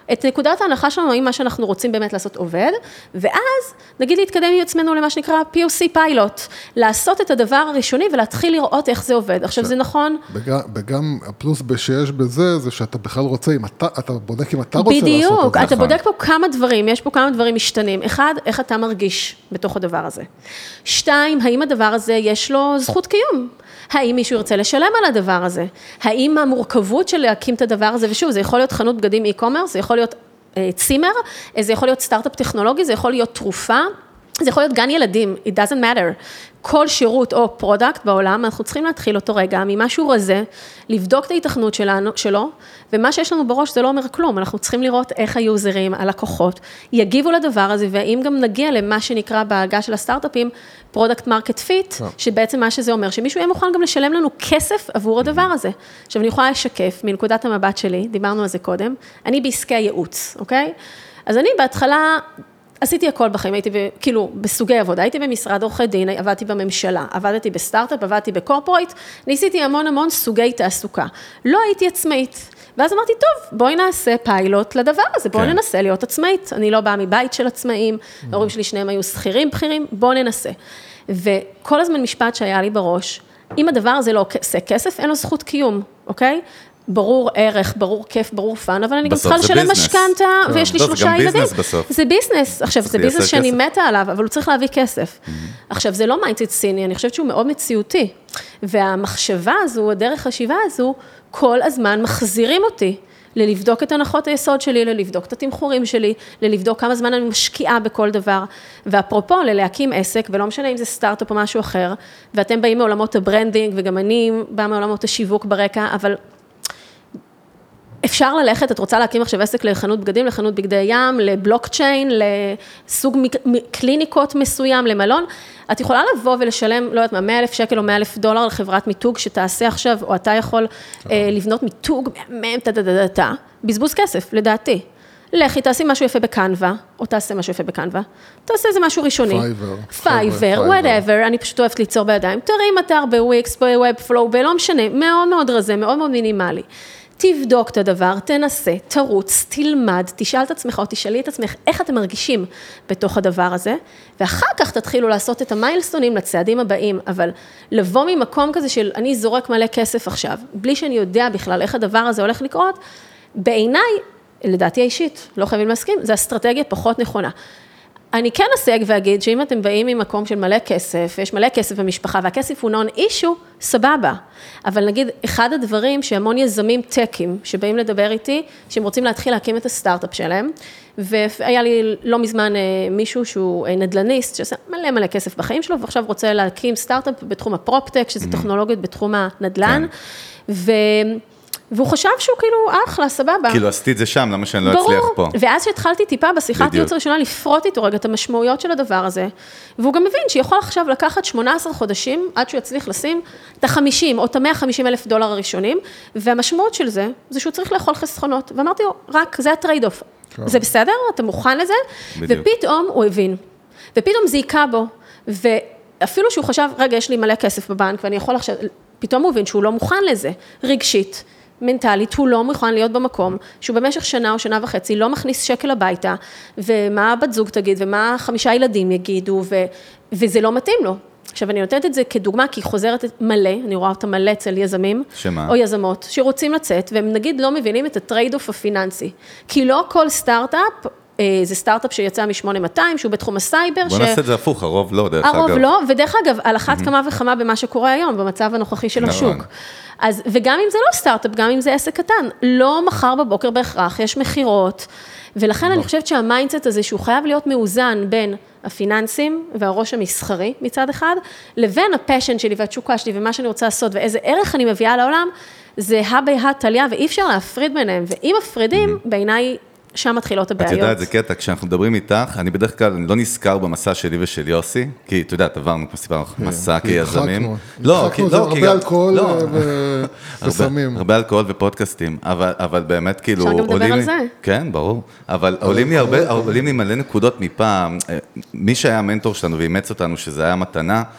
את נקודת ההנחה שלנו, האם מה שאנחנו רוצים באמת לעשות עובד, ואז נגיד להתקדם עם עצמנו למה שנקרא פי או סי פיילוט, לעשות את הדבר הראשוני ולהתחיל לראות איך זה עובד. עכשיו זה נכון? וגם הפלוס שיש בזה, זה שאתה בכלל רוצה, אתה בודק אם אתה רוצה לעשות את זה. בדיוק, אתה בודק פה כמה דברים, יש פה כמה דברים משתנים. אחד, איך אתה מרגיש בתוך הדבר הזה. שתיים, האם הדבר הזה יש לו זכות קיום? האם מישהו ירצה לשלם על הדבר הזה? האם המורכבות של להקים את הדבר הזה, ושוב, זה יכול להיות חנות בגדים e-commerce, זה יכול להיות אה, צימר, זה יכול להיות סטארט-אפ טכנולוגי, זה יכול להיות תרופה, זה יכול להיות גן ילדים, it doesn't matter. כל שירות או פרודקט בעולם, אנחנו צריכים להתחיל אותו רגע ממשהו רזה, לבדוק את ההתכנות שלנו, שלו, ומה שיש לנו בראש זה לא אומר כלום, אנחנו צריכים לראות איך היוזרים, הלקוחות, יגיבו לדבר הזה, והאם גם נגיע למה שנקרא בהגה של הסטארט-אפים, פרודקט מרקט פיט, שבעצם מה שזה אומר, שמישהו יהיה מוכן גם לשלם לנו כסף עבור הדבר הזה. עכשיו, אני יכולה לשקף מנקודת המבט שלי, דיברנו על זה קודם, אני בעסקי הייעוץ, אוקיי? אז אני בהתחלה עשיתי הכל בחיים, הייתי כאילו בסוגי עבודה, הייתי במשרד עורכי דין, עבדתי בממשלה, עבדתי בסטארט-אפ, עבדתי בקורפורייט, ניסיתי המון המון סוגי תעסוקה. לא הייתי עצמאית. ואז אמרתי, טוב, בואי נעשה פיילוט לדבר הזה, בואי כן. ננסה להיות עצמאית. אני לא באה מבית של עצמאים, ההורים שלי שניהם היו שכירים בכירים, בואו ננסה. וכל הזמן משפט שהיה לי בראש, אם הדבר הזה לא עושה כסף, אין לו זכות קיום, אוקיי? ברור ערך, ברור כיף, ברור פן, אבל אני גם צריכה לשלם משכנתה, ויש לי שלושה ילדים. זה ביזנס, עכשיו, זה ביזנס שאני מתה עליו, אבל הוא צריך להביא כסף. עכשיו, זה לא מיינדסט סיני, אני חושבת שהוא מאוד מציאותי, והמחשבה הזו, הדרך חשיבה הזו, כל הזמן מחזירים אותי, ללבדוק את הנחות היסוד שלי, ללבדוק את התמחורים שלי, ללבדוק כמה זמן אני משקיעה בכל דבר, ואפרופו, ללהקים עסק, ולא משנה אם זה סטארט-אפ או משהו אחר, ואתם באים מעולמות הברנדינג, וגם אני באה מעולמות השיווק ברקע, אבל אפשר ללכת, את רוצה להקים עכשיו עסק לחנות בגדים, לחנות בגדי ים, לבלוקצ'יין, לסוג קליניקות מסוים, למלון, את יכולה לבוא ולשלם, לא יודעת מה, מאה אלף שקל או מאה אלף דולר לחברת מיתוג שתעשה עכשיו, או אתה יכול לבנות מיתוג, מהם, תדדדדדה, בזבוז כסף, לדעתי. לכי, תעשי משהו יפה בקנווה, או תעשה משהו יפה בקנווה, תעשה איזה משהו ראשוני. פייבר. פייבר, whatever, אני פשוט אוהבת ליצור בידיים, תרים אתר בוויקס, בוובפלואו, בלא משנה, מאוד מאוד רזה, מאוד מאוד מינימלי. תבדוק את הדבר, תנסה, תרוץ, תלמד, תשאל את עצמך או תשאלי את עצמך איך אתם מרגישים בתוך הדבר הזה, ואחר כך תתחילו לעשות את המיילסטונים לצעדים הבאים, אבל לבוא ממקום כזה של אני זורק מלא כסף עכשיו, בלי שאני יודע בכלל איך הדבר הזה הולך לקרות, בעיניי, לדעתי האישית, לא חייבים להסכים, זה אסטרטגיה פחות נכונה. אני כן אסייג ואגיד שאם אתם באים ממקום של מלא כסף, יש מלא כסף במשפחה, והכסף הוא נון אישו, סבבה. אבל נגיד, אחד הדברים שהמון יזמים טקים, שבאים לדבר איתי, שהם רוצים להתחיל להקים את הסטארט-אפ שלהם, והיה לי לא מזמן מישהו שהוא נדלניסט, שעושה מלא מלא כסף בחיים שלו, ועכשיו רוצה להקים סטארט-אפ בתחום הפרופטק, שזה טכנולוגיות בתחום הנדלן, ו... והוא חשב שהוא כאילו אחלה, סבבה. כאילו עשיתי את זה שם, למה שאני לא אצליח פה. ואז שהתחלתי טיפה בשיחת ייעוץ הראשונה לפרוט איתו רגע את המשמעויות של הדבר הזה, והוא גם מבין שיכול עכשיו לקחת שמונה עשרה חודשים, עד שהוא יצליח לשים את ה-חמישים או את ה-מאה וחמישים אלף דולר הראשונים, והמשמעות של זה, זה שהוא צריך לאכול חסכונות. ואמרתי לו, רק זה הטרייד אוף. זה בסדר? אתה מוכן לזה? ופתאום הוא הבין. ופתאום זה יקע בו. ואפילו שהוא חשב, רגע, יש לי מלא כסף בבנק, ואני יכול עכשיו, פתאום הוא הבין שהוא לא מוכן לזה. רגשית, מנטלית, הוא לא מוכן להיות במקום, שהוא במשך שנה או שנה וחצי לא מכניס שקל הביתה, ומה בת זוג תגיד, ומה חמישה ילדים יגידו, ו, וזה לא מתאים לו. עכשיו, אני נותנת את זה כדוגמה, כי היא חוזרת מלא, אני רואה אותה מלא אצל יזמים, שמה? או יזמות, שרוצים לצאת, והם נגיד לא מבינים את הטרייד-אוף הפיננסי. כי לא כל סטארט-אפ, זה סטארט-אפ שיצא מ-שמונה מאתיים, שהוא בתחום הסייבר. בוא נעשה את זה הפוך, הרוב לא, דרך אגב. הרוב לא, ודרך אגב, על אחת כמה וכמה במה שקורה היום, במצב הנוכחי של השוק. אז, וגם אם זה לא סטארט-אפ, גם אם זה עסק קטן, לא מחר בבוקר בהכרח, יש מחירות, ולכן אני חושבת שהמיינדסט הזה, שהוא חייב להיות מאוזן בין הפיננסים והראש המסחרי מצד אחד, לבין הפשן שלי והתשוקה שלי ומה שאני רוצה לעשות, ואיזה ערך אני מביאה לעולם, זה הבי הטליה, ואי אפשר להפריד ביניהם, ואם מפרידים, בעיניי, שם מתחילות הבעיות. את יודעת, זה קטע, כשאנחנו מדברים איתך, אני בדרך כלל, אני לא נזכר במסע שלי ושל יוסי, כי אתה יודע, עברנו כמו סיפר מסע כיזמים. לא, כי לא, הרבה אלכוהול וסמים. הרבה אלכוהול ופודקאסטים, אבל באמת כאילו, אפשר גם לדבר על זה. כן, ברור. אבל עולים לי הרבה, עולים לי מלא נקודות מפעם, מי שהיה המנטור שלנו ואימץ אותנו, שזה היה מתנה,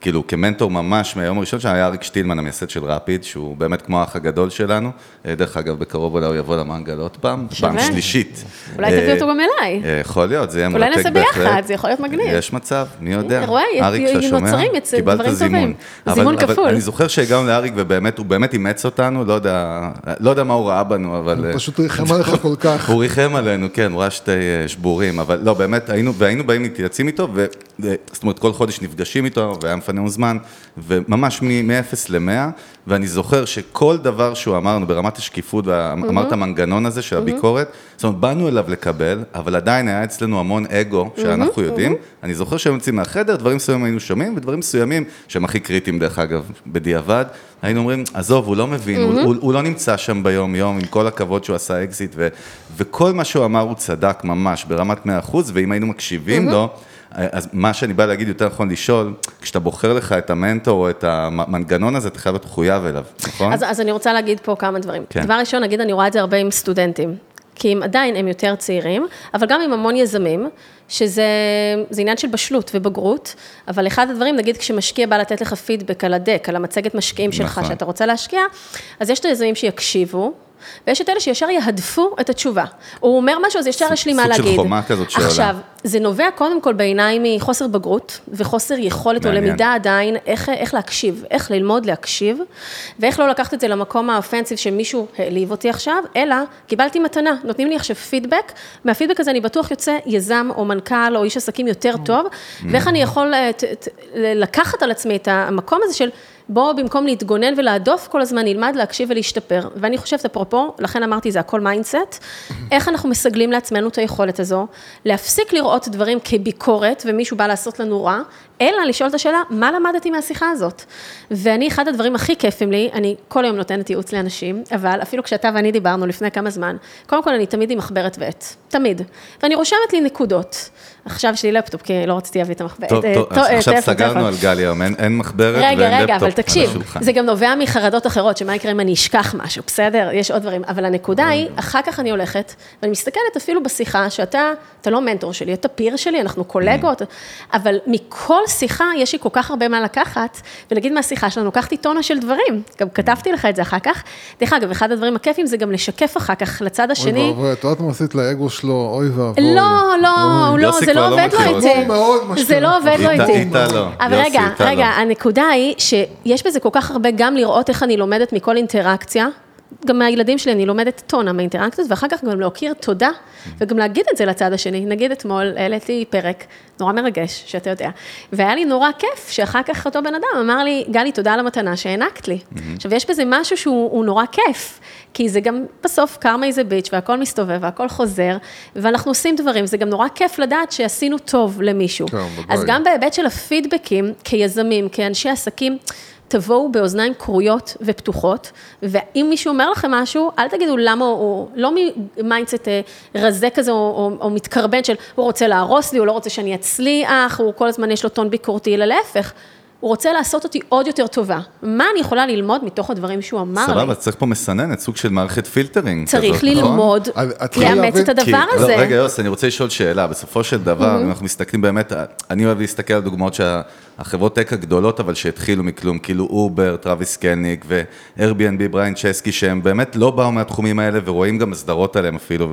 כאילו כמנטור ממש מהיום הראשון שהיה היה אריק שטילמן, המייסד של רפיד, שהוא באמת כמו האח הגדול שלנו, דרך אגב, בקרוב אולי הוא יבוא למנגל עוד פעם, פעם שלישית. אולי תביא אותו גם אליי. יכול להיות, זה יהיה אולי מרתק נעשה ביחד, זה יכול להיות מגניב. יש מצב, מי יודע. רואה, נוצרים דברים טובים. זימון כפול. אני זוכר שהגענו לאריק ובאמת, הוא באמת אימץ אותנו, לא יודע, לא יודע מה הוא ראה בנו, אבל... הוא פשוט ריחם עליך כל כך. הוא ריחם עלינו, כן, הוא ראה שתי שבורים, אבל לא, באמת, היינו, והיינו באים להתייעצים איתו, זאת אומרת, כל חודש נפגשים איתו, והיה מפנינו זמן, וממש מ-אפס ל-מאה, ואני זוכר שכל דבר שהוא אמרנו, ברמת השקיפות, ואמרת המנגנון הזה של הביקורת, זאת אומרת, באנו אליו לקבל, אבל עדיין היה אצלנו המון אגו, שאנחנו יודעים, אני זוכר שהם יוצאים מהחדר, דברים מסוימים היינו שומעים, ודברים מסוימים, שהם הכי קריטיים דרך אגב, בדיעבד, היינו אומרים, עזוב, הוא לא מבין, הוא, הוא, הוא לא נמצא שם ביום יום, עם כל הכבוד שהוא עשה אקזיט, ו, וכל מה שהוא אמר הוא צדק ממש, ברמת מאה אחוז, ואם היינו מקשיבים לו, אז מה שאני בא להגיד יותר נכון לשאול, כשאתה בוחר לך את המנטור או את המנגנון הזה, אתה חייב להיות מחויב אליו, נכון? אז, אז אני רוצה להגיד פה כמה דברים. כן. דבר ראשון, נגיד, אני רואה את זה הרבה עם סטודנטים, כי הם עדיין הם יותר צעירים, אבל גם עם המון יזמים, שזה זה עניין של בשלות ובגרות, אבל אחד הדברים, נגיד, כשמשקיע בא לתת לך פידבק על הדק, על המצגת משקיעים שלך, נכון. שאתה רוצה להשקיע, אז יש את היזמים שיקשיבו, ויש את אלה שישר יהדפו את התשובה. הוא אומר משהו, אז ישר יש לי מה להגיד. סוג של חומה כזאת שעולה. עכשיו, זה נובע קודם כל בעיניי מחוסר בגרות, וחוסר יכולת או למידה עדיין, איך, איך להקשיב, איך ללמוד להקשיב, ואיך לא לקחת את זה למקום האופנסיב שמישהו העליב אותי עכשיו, אלא קיבלתי מתנה, נותנים לי עכשיו פידבק, מהפידבק הזה אני בטוח יוצא יזם או מנכ"ל או איש עסקים יותר טוב, ואיך אני יכול ת, ת, לקחת על עצמי את המקום הזה של בוא במקום להתגונן ולהדוף כל הזמן, נלמד להקשיב ולהשתפר. ואני חושבת, אפרופו, לכן אמרתי, זה הכל מיינדסט, איך אנחנו מסגלים לעצמנו את היכולת הזו, להפסיק לראות דברים כביקורת, ומישהו בא לעשות לנו רע, אלא לשאול את השאלה, מה למדתי מהשיחה הזאת? ואני, אחד הדברים הכי כיפים לי, אני כל היום נותנת ייעוץ לאנשים, אבל אפילו כשאתה ואני דיברנו לפני כמה זמן, קודם כל אני תמיד עם מחברת ועט, תמיד. ואני רושמת לי נקודות. עכשיו שלי לפטופ, כי לא רציתי להביא את המחברת. טוב, טוב, עכשיו סגרנו על גלי היום, אין מחברת ואין לפטופ. רגע, רגע, אבל תקשיב, זה גם נובע מחרדות אחרות, שמה יקרה אם אני אשכח משהו, בסדר? יש עוד דברים, אבל הנקודה היא, אחר כך אני הולכת, ואני מסתכלת אפילו בשיחה, שאתה, אתה לא מנטור שלי, אתה פיר שלי, אנחנו קולגות, אבל מכל שיחה יש לי כל כך הרבה מה לקחת, ונגיד מהשיחה שלנו, לקחתי טונה של דברים, גם כתבתי לך את זה אחר כך, דרך אגב, אחד הדברים הכיפים זה גם לשקף אחר כך לצד השני. אוי ואבוי, אתה עוד מעשית לאגו שלו, אוי ואבוי. לא, לא, לא, זה לא עובד לו איתי. זה לא עובד לו איתי. אבל רגע, רגע, הנקודה היא שיש בזה כל כך הרבה גם לראות איך אני לומדת מכל אינטראקציה, גם מהילדים שלי אני לומדת טונה מאינטראקציות, ואחר כך גם להוקיר תודה, וגם להגיד את זה לצד השני. נגיד אתמול, העליתי פרק נורא מרגש, שאתה יודע, והיה לי נורא כיף, שאחר כך אותו בן אדם אמר לי, גלי, תודה על המתנה שהענקת לי. עכשיו, יש בזה משהו שהוא נורא כיף, כי זה גם בסוף קרמה איזה ביץ', והכל מסתובב, והכל חוזר, ואנחנו עושים דברים, זה גם נורא כיף לדעת שעשינו טוב למישהו. אז גם בהיבט של הפידבקים, כיזמים, כאנשי עסקים, תבואו באוזניים קרויות ופתוחות, ואם מישהו אומר לכם משהו, אל תגידו למה הוא, לא מיינדסט רזה כזה, או, או, או מתקרבן של, הוא רוצה להרוס לי, הוא לא רוצה שאני אצליח, הוא כל הזמן יש לו טון ביקורתי, אלא להפך, הוא רוצה לעשות אותי עוד יותר טובה. מה אני יכולה ללמוד מתוך הדברים שהוא אמר לי? סבבה, צריך פה מסננת, סוג של מערכת פילטרינג. צריך ללמוד, לאמץ את הדבר הזה. רגע, יוס, אני רוצה לשאול שאלה. בסופו של דבר, אנחנו מסתכלים באמת, אני אוהב להסתכל על דוגמאות שהחברות טק הגדולות, אבל שהתחילו מכלום, כאילו אובר, טרוויס קלניק ו-Airbnb, בריין צ'סקי, שהם באמת לא באו מהתחומים האלה, ורואים גם הסדרות עליהם אפילו,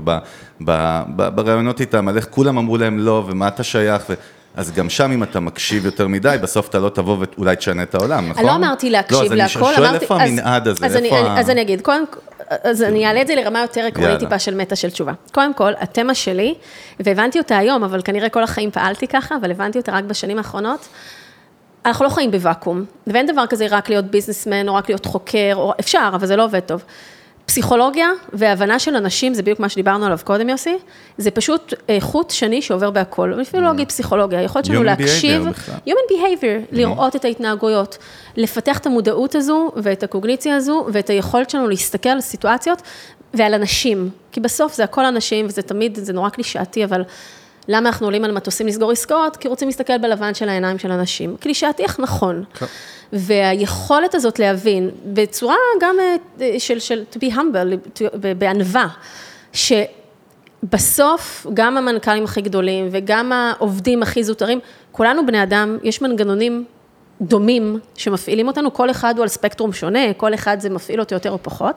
וברעיונות איתם, על איך כולם אמרו להם לא, ומה אתה שייך, אז גם שם, אם אתה מקשיב יותר מדי, בסוף אתה לא תבוא ואולי תשנה את העולם, נכון? לא אמרתי להקשיב להכל, לא, אז אני שואל איפה המנעד הזה, אז אני אגיד, אז אני אעלה את זה לרמה יותר עקרונית טיפה של מטה של תשובה. קודם כל, התמה שלי, והבנתי אותה היום, אבל כנראה כל החיים פעלתי ככה, אבל הבנתי אותה רק בשנים האחרונות, אנחנו לא חיים בוואקום, ואין דבר כזה רק להיות ביזנסמן, או רק להיות חוקר, או אפשר, אבל זה לא עובד טוב. פסיכולוגיה והבנה של אנשים, זה בדיוק מה שדיברנו עליו קודם, יוסי, זה פשוט חוט שני שעובר בהכל, אפילו לא אגיד פסיכולוגיה, יכול להיות שלנו להקשיב, human behavior, לראות את ההתנהגויות, לפתח את המודעות הזו, ואת הקוגניציה הזו, ואת היכולת שלנו להסתכל על סיטואציות, ועל אנשים, כי בסוף זה הכל אנשים, וזה תמיד, זה נורא קלישאתי, אבל למה אנחנו עולים על מטוסים לסגור עסקאות? כי רוצים להסתכל בלבן של העיניים של אנשים, קלישאתי איך נכון. והיכולת הזאת להבין, בצורה גם של, של to be humble, בענווה, שבסוף גם המנכ"לים הכי גדולים, וגם העובדים הכי זוטרים, כולנו בני אדם, יש מנגנונים דומים שמפעילים אותנו, כל אחד הוא על ספקטרום שונה, כל אחד זה מפעיל אותו יותר או פחות,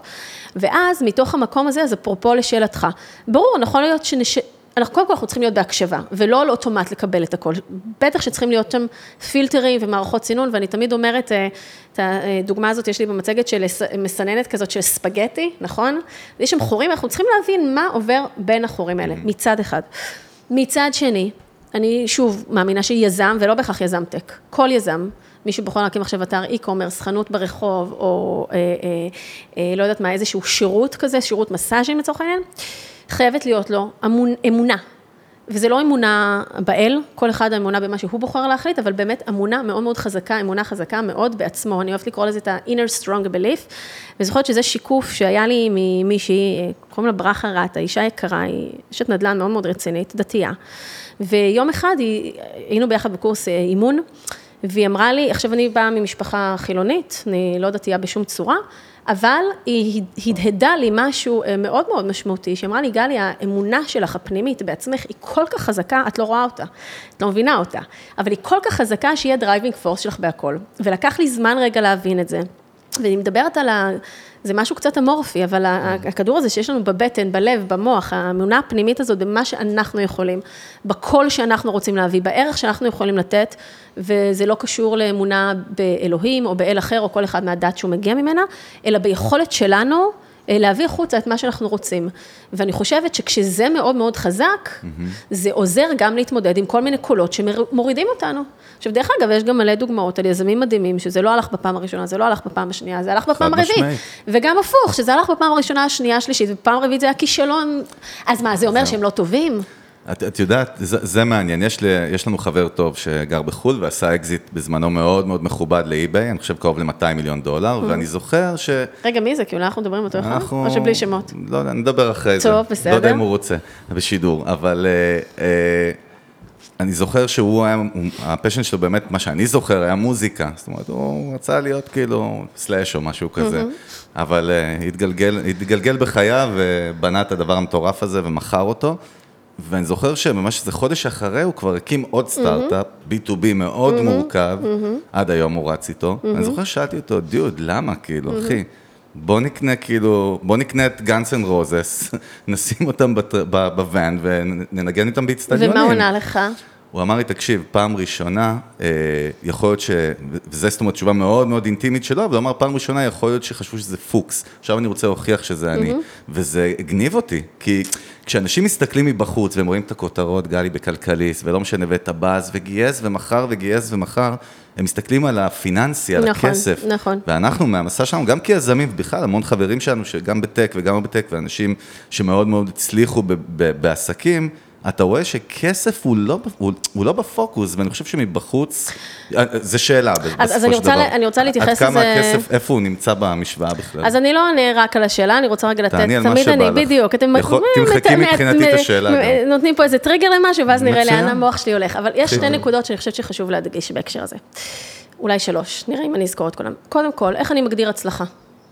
ואז מתוך המקום הזה, אז אפרופו לשאלתך, ברור, יכול להיות שנש... אנחנו קודם כל אנחנו צריכים להיות בהקשבה, ולא על אוטומט לקבל את הכל. בטח שצריכים להיות שם פילטרים ומערכות סינון, ואני תמיד אומרת, את הדוגמה הזאת יש לי במצגת של מסננת כזאת של ספגטי, נכון? יש שם חורים, אנחנו צריכים להבין מה עובר בין החורים האלה, מצד אחד. מצד שני, אני שוב מאמינה שיזם, ולא בהכרח יזם טק, כל יזם, מי שבוחר להקים עכשיו אתר אי-קומרס, חנות ברחוב, או אה, אה, אה, לא יודעת מה, איזשהו שירות כזה, שירות מסאז'ים לצורך העניין, חייבת להיות לו אמונה, אמונה, וזה לא אמונה באל, כל אחד האמונה במה שהוא בוחר להחליט, אבל באמת אמונה מאוד מאוד חזקה, אמונה חזקה מאוד בעצמו, אני אוהבת לקרוא לזה את ה-inner strong belief, וזוכרת שזה שיקוף שהיה לי ממישהי, קוראים לה ברכה רט, האישה יקרה, היא אשת נדל"ן מאוד מאוד רצינית, דתייה, ויום אחד היא, היינו ביחד בקורס אימון, והיא אמרה לי, עכשיו אני באה ממשפחה חילונית, אני לא דתייה בשום צורה, אבל היא הדהדה לי משהו מאוד מאוד משמעותי, שאמרה לי, גלי, האמונה שלך הפנימית בעצמך היא כל כך חזקה, את לא רואה אותה, את לא מבינה אותה, אבל היא כל כך חזקה שהיא הדרייבינג פורס שלך בהכל, ולקח לי זמן רגע להבין את זה, ואני מדברת על ה... זה משהו קצת אמורפי, אבל הכדור הזה שיש לנו בבטן, בלב, במוח, האמונה הפנימית הזאת, במה שאנחנו יכולים, בכל שאנחנו רוצים להביא, בערך שאנחנו יכולים לתת, וזה לא קשור לאמונה באלוהים, או באל אחר, או כל אחד מהדת שהוא מגיע ממנה, אלא ביכולת שלנו, להביא חוצה את מה שאנחנו רוצים. ואני חושבת שכשזה מאוד מאוד חזק, זה עוזר גם להתמודד עם כל מיני קולות שמורידים אותנו. עכשיו, דרך אגב, יש גם מלא דוגמאות על יזמים מדהימים, שזה לא הלך בפעם הראשונה, זה לא הלך בפעם השנייה, זה הלך בפעם הרביעית. וגם הפוך, שזה הלך בפעם הראשונה, השנייה, השלישית, ובפעם הרביעית זה היה כישלון. אז מה, זה אומר שהם לא טובים? את, את יודעת, זה, זה מעניין, יש, לי, יש לנו חבר טוב שגר בחול ועשה אקזיט בזמנו מאוד מאוד מכובד לאי-ביי, אני חושב קרוב ל-מאתיים מיליון דולר, ואני זוכר ש... רגע, מי זה? כי אולי אנחנו מדברים אותו אחד? או שבלי שמות? לא יודע, נדבר אחרי זה. טוב, בסדר. לא יודע אם הוא רוצה, בשידור, אבל אה, אה, אני זוכר שהוא היה, הפשן שלו באמת, מה שאני זוכר, היה מוזיקה, זאת אומרת, הוא רצה להיות כאילו סלאש או משהו כזה, אבל אה, התגלגל, התגלגל בחייו ובנה את הדבר המטורף הזה ומכר אותו, ואני זוכר שממש איזה חודש אחרי, הוא כבר הקים עוד סטארט-אפ, בי טו בי מאוד מורכב, עד היום הוא רץ איתו, ואני זוכר ששאלתי אותו, דיוד, למה כאילו, אחי? בוא נקנה כאילו, בוא נקנה את גאנס אנד רוזס, נשים אותם בוואן, וננגן איתם באצטדיונים. ומה עונה לך? הוא אמר לי, תקשיב, פעם ראשונה, יכול להיות ש... וזה זאת אומרת תשובה מאוד מאוד אינטימית שלו, אבל הוא אמר, פעם ראשונה יכול להיות שחשבו שזה פוקס. עכשיו אני רוצה להוכיח שזה אני. וזה הגניב אותי, כי כשאנשים מסתכלים מבחוץ, והם רואים את הכותרות, גלי בכלכליסט, ולא משנה, ואת הבאז, וגייס ומחר, וגייס ומחר, הם מסתכלים על הפיננסי, על הכסף. נכון. ואנחנו מהמסע שלנו, גם כיזמים, בכלל, המון חברים שלנו, שגם בטק וגם לא בטק, ואנשים שמאוד מאוד הצליחו בעסקים, אתה רואה שכסף הוא לא, הוא, הוא לא בפוקוס, ואני חושב שמבחוץ, זה שאלה בסופו אז, אז אני רוצה, של דבר. אני רוצה להתייחס לזה... עד כמה הכסף, איפה הוא נמצא במשוואה בכלל? אז אני לא עונה רק על השאלה, אני רוצה רגע לתת, תעני על מה שבא לך. בדיוק, אתם יכול, תמחקים מבחינתי את השאלה גם. נותנים פה איזה טריגר למשהו, ואז נראה לאן המוח שלי הולך, אבל יש שתי נקודות שאני חושבת שחשוב להדגיש בהקשר הזה. אולי שלוש, נראה אם אני אזכור את כולם. קודם כל, איך אני מגדיר הצלחה?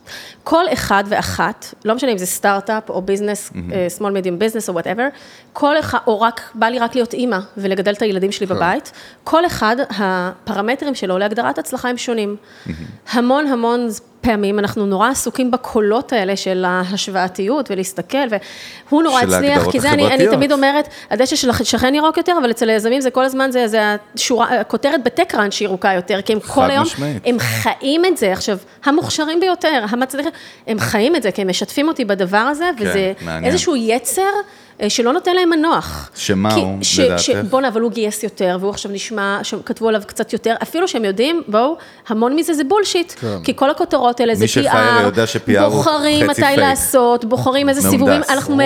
כל אחד ואחת, לא משנה אם זה סטארט-אפ או ביזנס, small medium business או whatever, כל אחד, או רק, בא לי רק להיות אימא ולגדל את הילדים שלי בבית, כל אחד, הפרמטרים שלו להגדרת הצלחה הם שונים. המון המון פעמים אנחנו נורא עסוקים בקולות האלה של ההשוואתיות ולהסתכל, והוא נורא הצליח, כי זה אני, אני תמיד אומרת, הדשא של שכן ירוק יותר, אבל אצל היזמים זה כל הזמן, זה, זה השורה, הכותרת בטקראנץ' שהיא ירוקה יותר, כי הם כל היום, הם חיים את זה, עכשיו, המוכשרים ביותר, המצליחים, הם חיים את זה, כי הם משתפים אותי בדבר הזה, וזה איזשהו יצר, שלא נותן להם מנוח. שמה הוא, לדעתך? בוא אבל הוא גייס יותר, והוא עכשיו נשמע, שכתבו עליו קצת יותר, אפילו שהם יודעים, בואו, המון מזה זה בולשיט, כי כל הכותרות האלה זה פי אר, בוחרים מתי לעשות, בוחרים איזה סיבובים,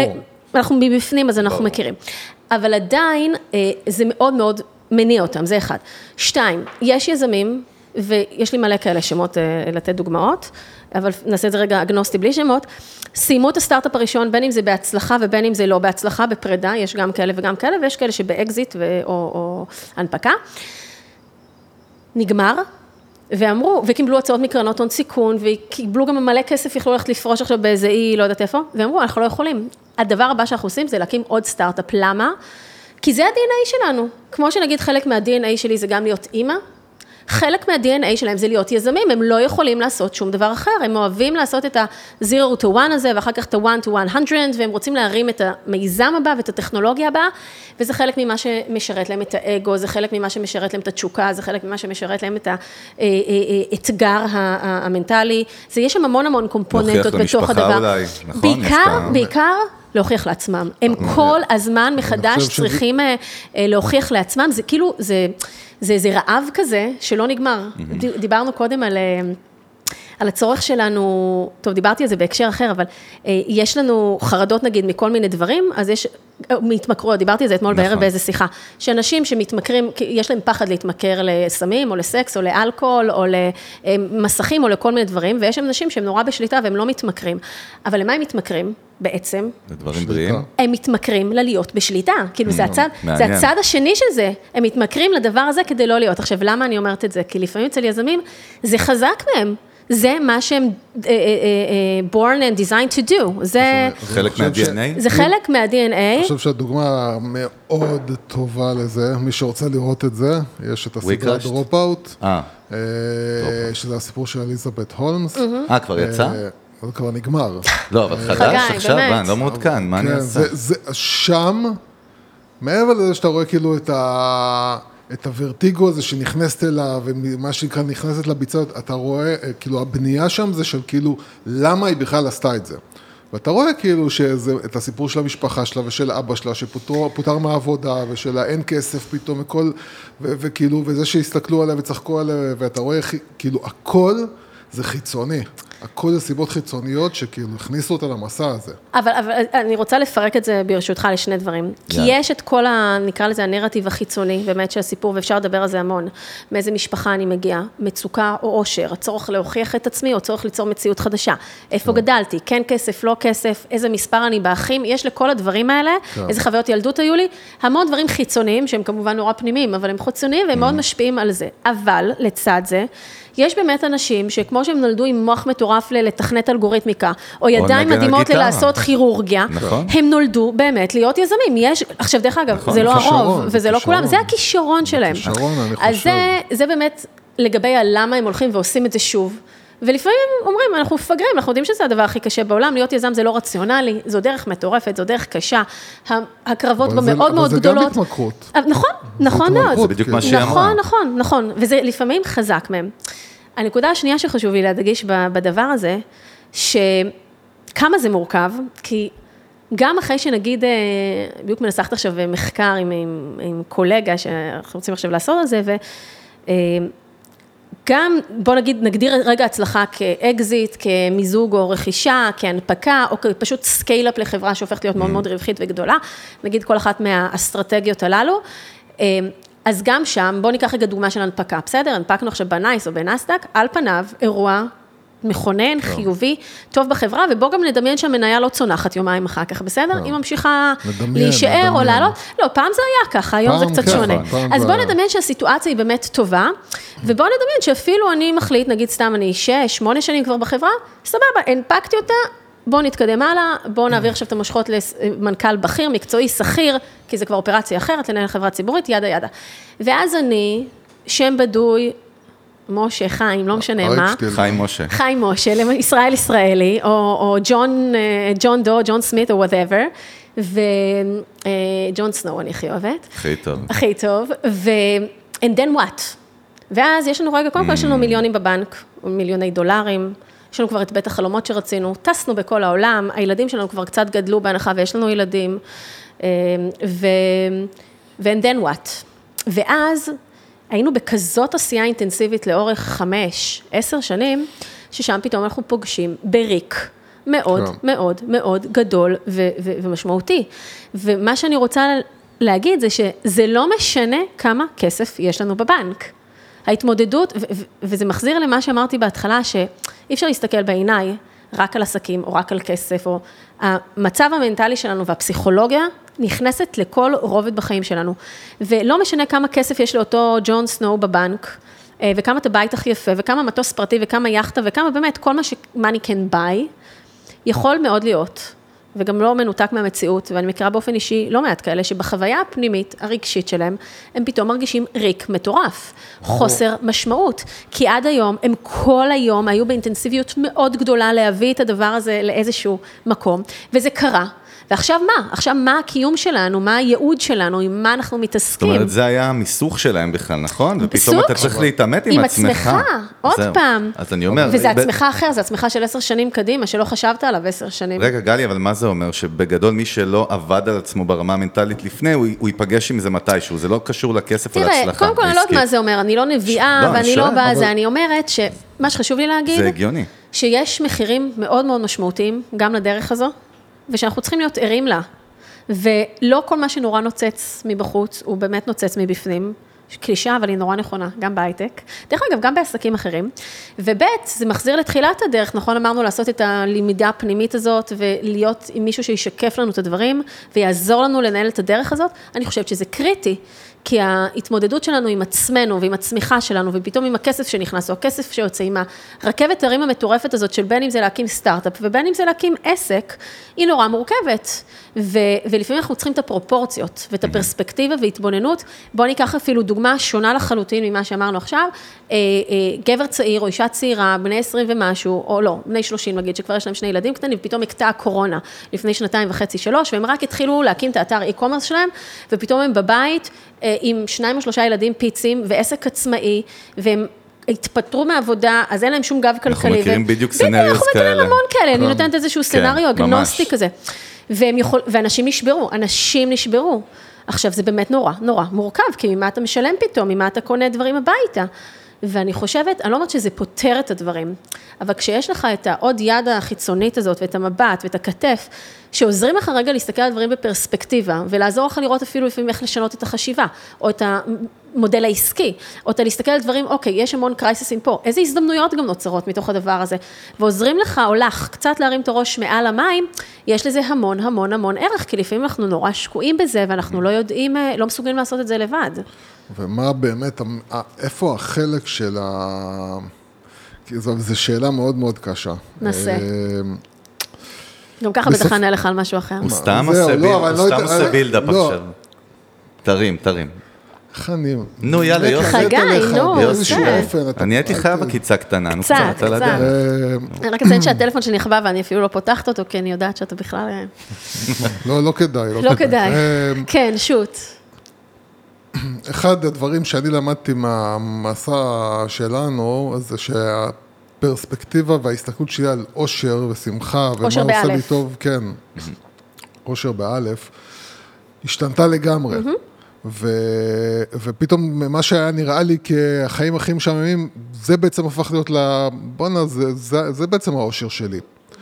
אנחנו מבפנים, אז אנחנו מכירים. אבל עדיין, זה מאוד מאוד מניע אותם, זה אחד. שתיים, יש יזמים, ויש לי מלא כאלה שמות לתת דוגמאות, אבל נעשה את זה רגע אגנוסטי בלי שמות, סיימו את הסטארט-אפ הראשון, בין אם זה בהצלחה ובין אם זה לא בהצלחה, בפרידה, יש גם כאלה וגם כאלה, ויש כאלה שבאקזיט ו- או, או הנפקה. נגמר, ואמרו, וקיבלו הצעות מקרנות הון סיכון, וקיבלו גם מלא כסף, יכלו ללכת לפרוש עכשיו באיזה אי, לא יודעת איפה, ואמרו, אנחנו לא יכולים. הדבר הבא שאנחנו עושים זה להקים עוד סטארט-אפ. למה? כי זה ה-די אן איי שלנו. כמו שנגיד חלק מה-די אן איי שלי זה גם להיות אימא, חלק מה-די אן איי שלהם זה להיות יזמים, הם לא יכולים לעשות שום דבר אחר, הם אוהבים לעשות את ה-zero to one הזה, ואחר כך את ה-one to one hundred, והם רוצים להרים את המיזם הבא ואת הטכנולוגיה הבאה, וזה חלק ממה שמשרת להם את האגו, זה חלק ממה שמשרת להם את התשוקה, זה חלק ממה שמשרת להם את האתגר המנטלי, זה יש שם המון המון קומפוננטות בתוך הדבר. אולי, נכון? בעיקר, בעיקר, להוכיח לעצמם. הם כל הזמן מחדש צריכים להוכיח לעצמם, זה כאילו, זה... זה איזה רעב כזה שלא נגמר. דיברנו קודם על, על הצורך שלנו, טוב, דיברתי על זה בהקשר אחר, אבל יש לנו חרדות נגיד מכל מיני דברים, אז יש, מתמכרויות, דיברתי על זה אתמול בערב באיזה שיחה, שאנשים שמתמכרים, יש להם פחד להתמכר לסמים, או לסקס, או לאלכוהול, או למסכים, או לכל מיני דברים, ויש אנשים שהם נורא בשליטה, והם לא מתמכרים. אבל למה הם מתמכרים? בעצם, לדברים בריאים. הם מתמכרים ללהיות בשליטה, כאילו זה הצד, זה הצד השני של זה, הם מתמכרים לדבר הזה כדי לא להיות. עכשיו, למה אני אומרת את זה? כי לפעמים אצל יזמים, זה חזק מהם, זה מה שהם born and designed to do, זה חלק מה-די אן איי? זה חלק מה-די אן איי. אני חושב שהדוגמה מאוד טובה לזה, מי שרוצה לראות את זה, יש את הסדרה Dropout, שזה הסיפור של אליזבת הולמס. אה, כבר יצא? זה כבר נגמר. לא, אבל חדש עכשיו, אני לא מעודכן, מה אני אעשה? שם, מעבר לזה שאתה רואה כאילו את הוורטיגו הזה שנכנסת אליו, ומה שנקרא נכנסת לביצה, אתה רואה, כאילו הבנייה שם זה של כאילו, למה היא בכלל עשתה את זה? ואתה רואה כאילו שזה, את הסיפור של המשפחה שלה ושל אבא שלה, שפוטר מהעבודה, ושל האין כסף פתאום, וכל, וכאילו, וזה שהסתכלו עליה וצחקו עליה, ואתה רואה כאילו הכל, זה חיצוני. הכל זה סיבות חיצוניות שכאילו הכניסו אותה למסע הזה. אבל, אבל אני רוצה לפרק את זה ברשותך לשני דברים. כי יש את כל ה, נקרא לזה הנרטיב החיצוני, באמת של הסיפור, ואפשר לדבר על זה המון. מאיזה משפחה אני מגיעה, מצוקה או עושר, הצורך להוכיח את עצמי, או צורך ליצור מציאות חדשה. איפה גדלתי, כן כסף, לא כסף, איזה מספר אני באחים, יש לכל הדברים האלה, איזה חוויות ילדות היו לי, המון דברים חיצוניים, שהם כמובן נורא פנימיים, אבל הם חיצוניים והם מאוד משפיעים על זה. אבל, לצד זה, יש באמת אנשים שכמו שהם נולדו עם מוח מטורף לתכנת אלגוריתמיקה, או ידיים מדהימות לעשות כירורגיה, הם נולדו באמת להיות יזמים. יש, עכשיו דרך אגב, זה לא הרוב, וזה לא כולם, זה הכישרון שלהם. אז זה באמת לגבי למה הם הולכים ועושים את זה שוב. ולפעמים אומרים, אנחנו מפגרים, אנחנו יודעים שזה הדבר הכי קשה בעולם, להיות יזם זה לא רציונלי, זו דרך מטורפת, זו דרך קשה, הקרבות בה מאוד מאוד גדולות. אבל זה גם התמכרות. נכון, נכון מאוד. זה בדיוק מה שהיא אמרה. נכון, נכון, נכון, וזה לפעמים חזק מהם. הנקודה השנייה שחשוב לי להדגיש בדבר הזה, שכמה זה מורכב, כי גם אחרי שנגיד, בדיוק מנסחת עכשיו מחקר עם, עם, עם קולגה, שאנחנו רוצים עכשיו לעשות על זה, ו... גם, בוא נגיד, נגדיר רגע הצלחה כאקזיט, כמיזוג או רכישה, כהנפקה, או פשוט סקייל-אפ לחברה שהופכת להיות מאוד מאוד רווחית וגדולה, נגיד כל אחת מהאסטרטגיות הללו. אז גם שם, בוא ניקח רגע דוגמה של הנפקה, בסדר? הנפקנו עכשיו בנייס או בנסדק, על פניו, אירוע מכונן, חיובי, טוב בחברה, ובוא גם נדמיין שהמניה לא צונחת יומיים אחר כך, בסדר? היא ממשיכה להישאר או לעלות. לא, פעם זה היה ככה, היום זה קצת שונה. אז בוא נדמיין שהסיטואציה היא באמת טובה, ובוא נדמיין שאפילו אני מחליט, נגיד סתם אני שש, שמונה שנים כבר בחברה, סבבה, הנפקתי אותה, בוא נתקדם הלאה, בוא נעביר עכשיו את המושכות למנכ"ל בכיר, מקצועי, שכיר, כי זה כבר אופרציה אחרת, לנהל חברה ציבורית, ידה ידה. ואז אני, שם בדוי, משה, חיים, לא משנה מה. חיים משה. חיים משה, ישראל ישראלי, או, או ג'ון, ג'ון דו, ג'ון סמית, או whatever, וג'ון סנואו, אני הכי אוהבת. הכי טוב. הכי טוב, ו... and then what? ואז יש לנו רגע, קודם כל יש לנו מיליונים בבנק, מיליוני דולרים, יש לנו כבר את בית החלומות שרצינו, טסנו בכל העולם, הילדים שלנו כבר קצת גדלו בהנחה, ויש לנו ילדים, ו... ו- and then what? ואז היינו בכזאת עשייה אינטנסיבית לאורך חמש, עשר שנים, ששם פתאום אנחנו פוגשים בריק מאוד, מאוד, מאוד גדול ו- ו- ומשמעותי. ומה שאני רוצה להגיד זה שזה לא משנה כמה כסף יש לנו בבנק. ההתמודדות, ו- ו- וזה מחזיר למה שאמרתי בהתחלה, שאי אפשר להסתכל בעיניי רק על עסקים או רק על כסף, או המצב המנטלי שלנו והפסיכולוגיה נכנסת לכל רובד בחיים שלנו. ולא משנה כמה כסף יש לאותו ג'ון סנואו בבנק, וכמה את הבית הכי יפה, וכמה מטוס פרטי, וכמה יחטה, וכמה באמת כל מה ש-money can buy, יכול מאוד להיות וגם לא מנותק מהמציאות, ואני מכירה באופן אישי לא מעט כאלה, שבחוויה הפנימית הרגשית שלהם, הם פתאום מרגישים ריק מטורף, חוסר משמעות, כי עד היום, הם כל היום היו באינטנסיביות מאוד גדולה להביא את הדבר הזה לאיזשהו מקום, וזה קרה. ועכשיו מה? עכשיו מה הקיום שלנו, מה הייעוד שלנו, עם מה אנחנו מתעסקים? זאת אומרת, זה היה המיסוך שלהם בכלל, נכון? ופתאום אתה צריך להתאמת עם עצמך. עם עצמך, עוד פעם. אז אני אומר... וזה עצמך אחר, זה עצמך של עשר שנים קדימה, שלא חשבת עליו עשר שנים. רגע, גלי, אבל מה זה אומר? שבגדול מי שלא עבד על עצמו ברמה המנטלית לפני, הוא ייפגש עם זה מתישהו, זה לא קשור לכסף או להצלחה. תראה, קודם כל אני לא יודעת מה זה אומר, אני לא נביאה, ואני לא באה זה, אני אומרת שמה שחשוב לי להגיד, זה הגיוני. שיש מחירים מאוד מאוד משמעותיים, גם לדרך הזו, ושאנחנו צריכים להיות ערים לה. ולא כל מה שנורא נוצץ מבחוץ, הוא באמת נוצץ מבפנים, קלישה, אבל היא נורא נכונה, גם בהייטק. דרך אגב, גם בעסקים אחרים. ובית, זה מחזיר לתחילת הדרך, נכון, אמרנו לעשות את הלמידה הפנימית הזאת, ולהיות עם מישהו שישקף לנו את הדברים, ויעזור לנו לנהל את הדרך הזאת. אני חושבת שזה קריטי, כי ההתמודדות שלנו עם עצמנו, ועם הצמיחה שלנו, ופתאום עם הכסף שנכנס, או הכסף שיוצא, עם הרכבת הרים המטורפת הזאת, של בין אם זה להקים סטארט-אפ, ובין אם זה להקים עסק, היא נורא מורכבת. ו- ולפעמים אנחנו צריכים את הפרופורציות, ואת הפרספקטיבה והתבוננות. בואו ניקח אפילו דוגמה שונה לחלוטין ממה שאמרנו עכשיו, גבר צעיר או אישה צעירה, בני עשרים ומשהו, או לא, בני שלושים נגיד, שכבר יש להם שני ילדים קטנים, ופתאום הקטע הקורונה, לפני שנתיים וחצי, שלוש, והם רק התחילו להקים את האתר אי-קומרס שלהם, ופתאום הם בבית, עם שניים או שלושה ילדים פיצים, ועסק עצמאי, והם התפטרו מהעבודה, אז אין להם שום גב כלכלי. אנחנו מכירים בדיוק סנריוס כאלה. אנחנו מכירים המון כאלה, אני נותנת איזשהו סנריו אגנוסטי כזה. ואנשים נשברו, אנשים נשברו. עכשיו, זה באמת נורא, נורא מורכב, כי ממה אתה משלם פתאום, ממה אתה קונה דברים הביתה. ואני חושבת, אני לא אומרת שזה פותר את הדברים, אבל כשיש לך את העוד יד החיצונית הזאת, ואת המבט, ואת הכתף, שעוזרים לך רגע להסתכל על דברים בפרספקטיבה, ולעזור לך לראות אפילו לפעמים איך לשנות את החשיבה, או את המודל העסקי, או אתה להסתכל על דברים, אוקיי, יש המון קרייסיסים פה, איזה הזדמנויות גם נוצרות מתוך הדבר הזה, ועוזרים לך או לך קצת להרים את הראש מעל המים, יש לזה המון המון המון ערך, כי לפעמים אנחנו נורא שקועים בזה, ואנחנו לא יודעים, לא מסוגלים לעשות את זה לבד. ומה באמת, איפה החלק של ה... זו שאלה מאוד מאוד קשה. נסה. גם ככה בטח ענה לך על משהו אחר. הוא סתם עושה בילדאפ עכשיו. תרים, תרים. איך אני... נו, יאללה, יוסי. חגי, נו, יוסי. אני הייתי חייב בקיצה קטנה. קצת, קצת. אני רק אציין שהטלפון שלי נכבה, ואני אפילו לא פותחת אותו, כי אני יודעת שאתה בכלל... לא, לא כדאי. לא כדאי. כן, שוט. אחד הדברים שאני למדתי מהמסע שלנו, זה שהפרספקטיבה וההסתכלות שלי על אושר ושמחה, ומה עושה לי טוב, כן, אושר באלף, השתנתה לגמרי. ופתאום מה שהיה נראה לי כהחיים הכי משעממים, זה בעצם הפך להיות לבונה, זה בעצם האושר שלי.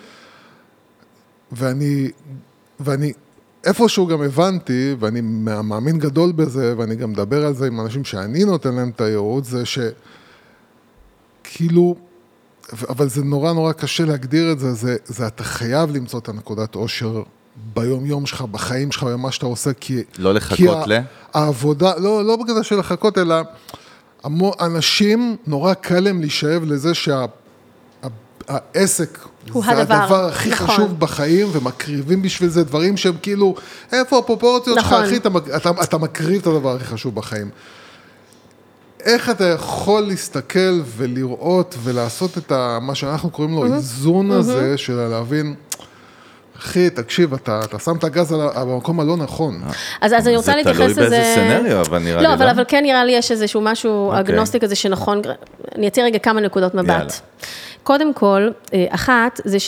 ואני, ואני, איפשהו גם הבנתי, ואני מאמין גדול בזה, ואני גם מדבר על זה עם אנשים שאני נותן להם את הייעוד, זה שכאילו, אבל זה נורא נורא קשה להגדיר את זה, זה, זה אתה חייב למצוא את הנקודת אושר ביום יום שלך, בחיים שלך, במה שאתה עושה, כי... לא לחכות ל... העבודה, לא, לא בגלל של לחכות, אלא אנשים נורא קל להם להישאב לזה שה... העסק זה הדבר הכי חשוב בחיים, ומקריבים בשביל זה דברים שהם כאילו, איפה הפרופורציות שלך, אחי, אתה מקריב את הדבר הכי חשוב בחיים. איך אתה יכול להסתכל ולראות ולעשות את מה שאנחנו קוראים לו איזון הזה, של להבין, אחי, תקשיב, אתה שם את הגז במקום הלא נכון. אז אני רוצה להתייחס לזה... זה תלוי באיזה סנריו, אבל נראה לי לא. לא, אבל כן נראה לי יש איזשהו משהו אגנוסטי כזה שנכון, אני אציע רגע כמה נקודות מבט. קודם כל, אחת, זה ש...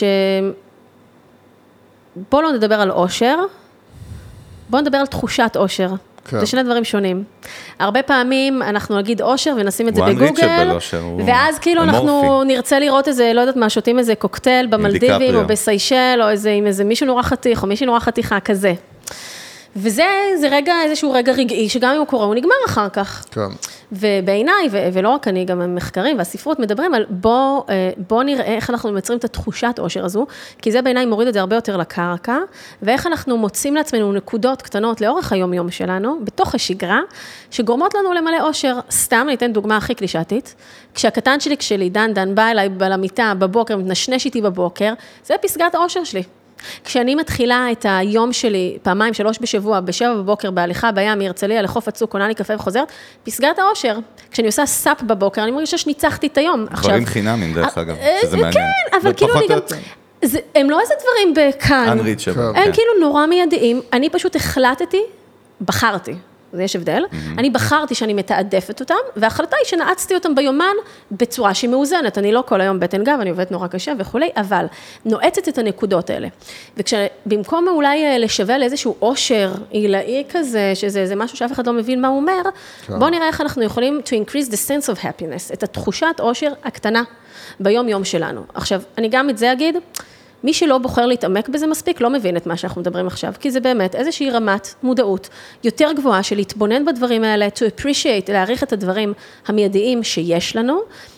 בואו לא נדבר על אושר, בואו נדבר על תחושת אושר. כן. זה שני דברים שונים. הרבה פעמים אנחנו נגיד אושר ונשים את זה בגוגל, ואז כאילו אנחנו נרצה לראות איזה, לא יודעת מה, שותים איזה קוקטייל במלדיבים או בסיישל, או איזה, עם איזה מישהו נורא חתיך, או מישהו נורא חתיכה כזה. וזה זה רגע, איזשהו רגע רגעי, שגם אם הוא קורה, הוא נגמר אחר כך. כן. ובעיניי, ו- ולא רק אני, גם המחקרים והספרות מדברים על בוא, בוא נראה איך אנחנו מייצרים את התחושת אושר הזו, כי זה בעיניי מוריד את זה הרבה יותר לקרקע, ואיך אנחנו מוצאים לעצמנו נקודות קטנות לאורך היום-יום שלנו, בתוך השגרה, שגורמות לנו למלא אושר. סתם, ניתן דוגמה הכי קלישתית, כשהקטן שלי, כשלי, דן, דן, בא אליי למיטה בבוקר, מתנשנש איתי בבוקר, זה פסגת האושר שלי. כשאני מתחילה את היום שלי, פעמיים, שלוש בשבוע, בשבע בבוקר, בהליכה בים, מהרצליה, לחוף הצוק, קונה לי קפה וחוזרת, פסגת האושר. כשאני עושה סאפ בבוקר, אני מרגישה שניצחתי את היום. דברים חינמים, דרך אגב, שזה מעניין. כן, אבל כאילו אני גם... הם לא איזה דברים בכאן. הם כאילו נורא מיידיים. אני פשוט החלטתי, בחרתי. זה יש הבדל. אני בחרתי שאני מתעדפת אותם, וההחלטה היא שנעצתי אותם ביומן בצורה שהיא מאוזנת. אני לא כל היום בטן גב, אני עובדת נורא קשה וכולי, אבל נועצת את הנקודות האלה. וכשבמקום אולי לשווה לאיזשהו עושר עילאי כזה, שזה משהו שאף אחד לא מבין מה הוא אומר, בואו נראה איך אנחנו יכולים to increase the sense of happiness, את התחושת עושר הקטנה ביום יום שלנו. עכשיו, אני גם את זה אגיד, מי שלא בוחר להתעמק בזה מספיק, לא מבין את מה שאנחנו מדברים עכשיו, כי זה באמת איזושהי רמת מודעות יותר גבוהה של להתבונן בדברים האלה, to appreciate, להעריך את הדברים המיידיים שיש לנו.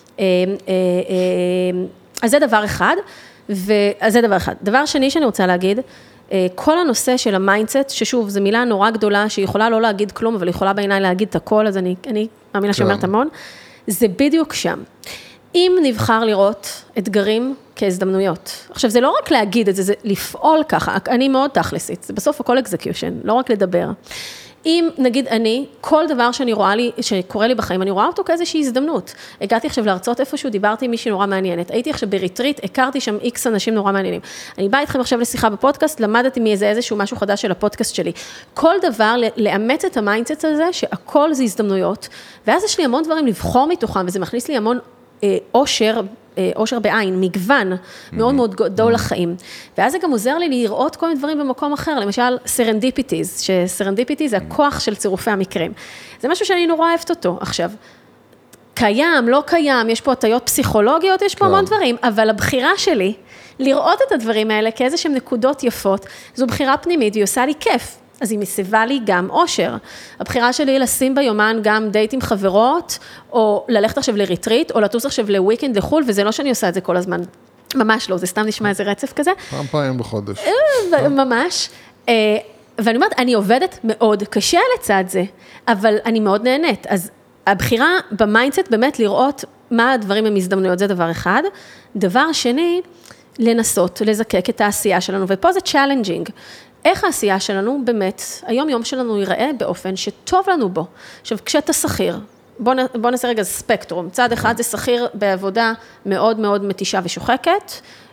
אז זה דבר אחד, אז זה דבר אחד. דבר שני שאני רוצה להגיד, כל הנושא של המיינדסט, ששוב, זו מילה נורא גדולה, שהיא יכולה לא להגיד כלום, אבל היא יכולה בעיניי להגיד את הכל, אז אני, אני מאמינה שאומרת המון, זה בדיוק שם. אם נבחר לראות אתגרים כהזדמנויות. עכשיו, זה לא רק להגיד את זה, זה לפעול ככה. אני מאוד תכלסית, זה בסוף הכל אקזקיושן, לא רק לדבר. אם נגיד אני, כל דבר שאני רואה לי, שקורה לי בחיים, אני רואה אותו כאיזושהי הזדמנות. הגעתי עכשיו להרצות איפשהו, דיברתי עם מישהי נורא מעניינת. הייתי עכשיו בריטריט, הכרתי שם איקס אנשים נורא מעניינים. אני באה איתכם עכשיו לשיחה בפודקאסט, למדתי מאיזה איזשהו משהו חדש של הפודקאסט שלי. כל דבר, לאמץ את המיינדסט הזה, שהכל זה הזדמנויות. ואז יש לי המון דברים לבחור מתוכם, וזה מכניס לי המון אושר, אושר בעין, מגוון, מאוד מאוד גדול לחיים. ואז זה גם עוזר לי לראות כל מיני דברים במקום אחר, למשל סרנדיפיטיז, שסרנדיפיטיז זה הכוח של צירופי המקרים. זה משהו שאני נורא אוהבת אותו. עכשיו, קיים, לא קיים, יש פה הטיות פסיכולוגיות, יש פה המון דברים, אבל הבחירה שלי, לראות את הדברים האלה כאיזשהם נקודות יפות, זו בחירה פנימית, והיא עושה לי כיף. אז היא מסיבה לי גם אושר. הבחירה שלי היא לשים ביומן גם דייט עם חברות, או ללכת עכשיו לריטריט, או לטוס עכשיו לוויקנד לחול, וזה לא שאני עושה את זה כל הזמן. ממש לא, זה סתם נשמע איזה רצף כזה. פעם פעם בחודש. ממש. ואני אומרת, אני עובדת מאוד קשה לצד זה, אבל אני מאוד נהנית. אז הבחירה במיינדסט באמת לראות מה הדברים הם הזדמנויות, זה דבר אחד. דבר שני, לנסות, לזקק את העשייה שלנו, ופה זה צ'אלנג'ינג. איך העשייה שלנו באמת, היום יום שלנו ייראה באופן שטוב לנו בו. עכשיו, כשאתה שכיר, בוא, בוא נעשה רגע ספקטרום. צד אחד זה שכיר בעבודה מאוד מאוד מתישה ושוחקת,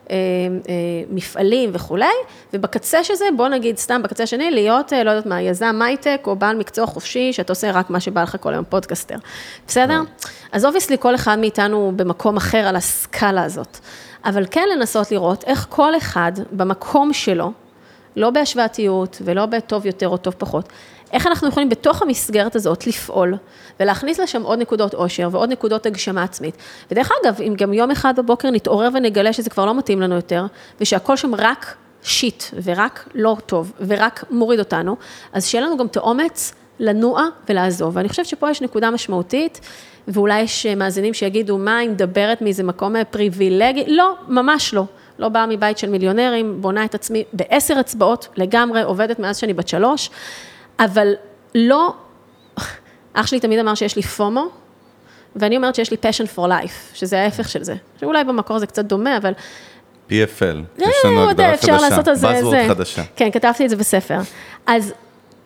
מפעלים וכולי, ובקצה שזה, בוא נגיד סתם בקצה השני, להיות, לא יודעת מה, יזם מייטק או בעל מקצוע חופשי, שאתה עושה רק מה שבא לך כל היום פודקאסטר. בסדר? אז אובייסלי כל אחד מאיתנו במקום אחר על הסקאלה הזאת. אבל כן לנסות לראות איך כל אחד במקום שלו, לא בהשוואתיות ולא בטוב יותר או טוב פחות, איך אנחנו יכולים בתוך המסגרת הזאת לפעול, ולהכניס לשם עוד נקודות עושר, ועוד נקודות הגשמה עצמית. ודרך אגב, אם גם יום אחד בבוקר נתעורר ונגלה שזה כבר לא מתאים לנו יותר, ושהכל שם רק שיט, ורק לא טוב, ורק מוריד אותנו, אז שיהיה לנו גם את האומץ לנוע ולעזוב. ואני חושבת שפה יש נקודה משמעותית, ואולי יש מאזינים שיגידו, מה, אם מדברת מאיזה מקום פריבילגי? לא, ממש לא. לא באה מבית של מיליונרים, בונה את עצמי בעשר אצבעות, לגמרי, עובדת מאז שאני בת שלוש, אבל לא, אח שלי תמיד אמר שיש לי פומו, ואני אומרת שיש לי passion for life, שזה ההפך של זה. שאולי במקור זה קצת דומה, אבל... פי אף אל, יש לנו הגדרה חדשה, buzzword חדשה. כן, כתבתי את זה בספר. אז,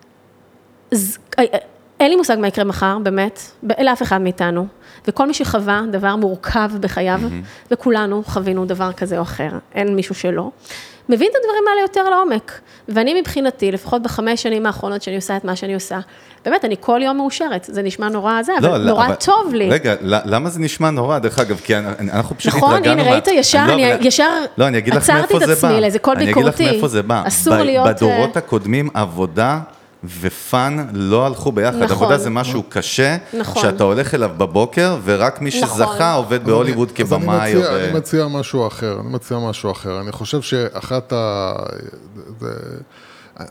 אין לי מושג מה יקרה מחר, באמת, לאף אחד מאיתנו, וכל מי שחווה דבר מורכב בחייו, וכולנו חווינו דבר כזה או אחר, אין מישהו שלא, מבין את הדברים האלה יותר לעומק, ואני מבחינתי, לפחות בחמש שנים האחרונות שאני עושה את מה שאני עושה, באמת, אני כל יום מאושרת, זה נשמע נורא זה, אבל נורא טוב לי. רגע, למה זה נשמע נורא, דרך אגב, כי אנחנו פשוט התרגלנו... נכון, הנה, ראית ישר, אני ישר עצרתי את עצמי לאיזה קול ביקורתי. אני אגיד לך מאיפה זה בא. בדורות הקודמים, עבודה ופן לא הלכו ביחד. עבודה זה משהו קשה, שאתה הולך אליו בבוקר, ורק מי שזכה עובד בהוליווד כבמאי. אני מציע משהו אחר, אני מציע משהו אחר. אני חושב שאחת ה...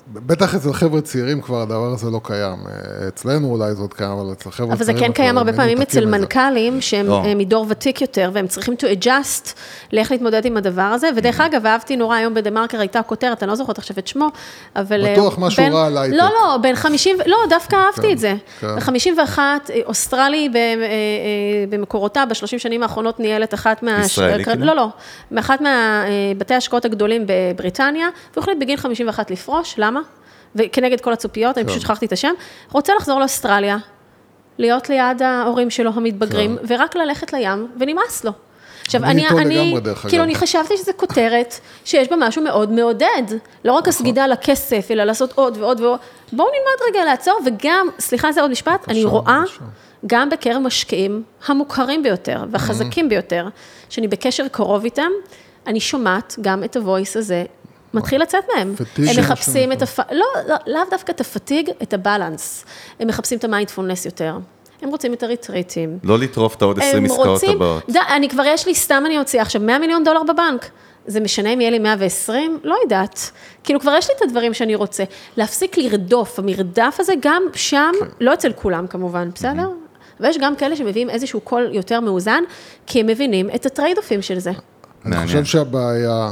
בטח אצל חבר'ה צעירים כבר הדבר הזה לא קיים. אצלנו אולי זאת קיים, אבל אצל חבר'ה צעירים... אבל זה כן קיים הרבה פעמים אצל מנכ"לים, שהם מדור ותיק יותר, והם צריכים to adjust לאיך להתמודד עם הדבר הזה, ודרך אגב, אהבתי נורא, היום בדה-מרקר הייתה כותרת, אני לא זוכרת עכשיו את שמו, אבל... בטוח משהו רע על הייטק. לא, לא, בין חמישים... לא, דווקא אהבתי את זה. ב-חמישים ואחת, אוסטרלי במקורותה, בשלושים שנים האחרונות ניהלת אחת מה... ישראלי, כאילו? לא, לא, מאחת מהבתי השקעות הגדולים בבריטניה, והוחלט בגיל חמישים ואחת לפרוש, למה? וכנגד כל הציפיות, אני פשוט שכחתי את השם, רוצה לחזור לאוסטרליה, להיות ליד ההורים שלו המתבגרים, ורק ללכת לים, ונמאס לו. עכשיו, אני, אני, כאילו, אני חשבתי שזה כותרת, שיש בה משהו מאוד מעודד, לא רק הסגידה לכסף, אלא לעשות עוד ועוד ועוד, בואו נלמד רגע לעצור, וגם, סליחה, זה עוד משפט, אני רואה, גם בקרב משקיעים המוכרים ביותר, והחזקים ביותר, שאני בקשר קרוב איתם, אני שומעת גם את הוויס הזה, מתחיל לצאת מהם. הם מחפשים את הפ... לא, לאו דווקא את הפתיג, את הבלנס. הם מחפשים את המיינדפולנס יותר. הם רוצים את הריטריטים. לא לטרוף את העוד עשרים עסקאות הבאות. אני כבר יש לי, סתם אני הוציאה עכשיו מאה מיליון דולר בבנק. זה משנה אם יהיה לי מאה ועשרים? לא יודעת. כאילו כבר יש לי את הדברים שאני רוצה. להפסיק לרדוף. המרדף הזה גם שם, לא אצל כולם כמובן, בסדר? ויש גם כאלה שמביאים איזשהו קול יותר מאוזן, כי הם מבינים את הטרייד-אופים של זה. אני חושב שהבעיה,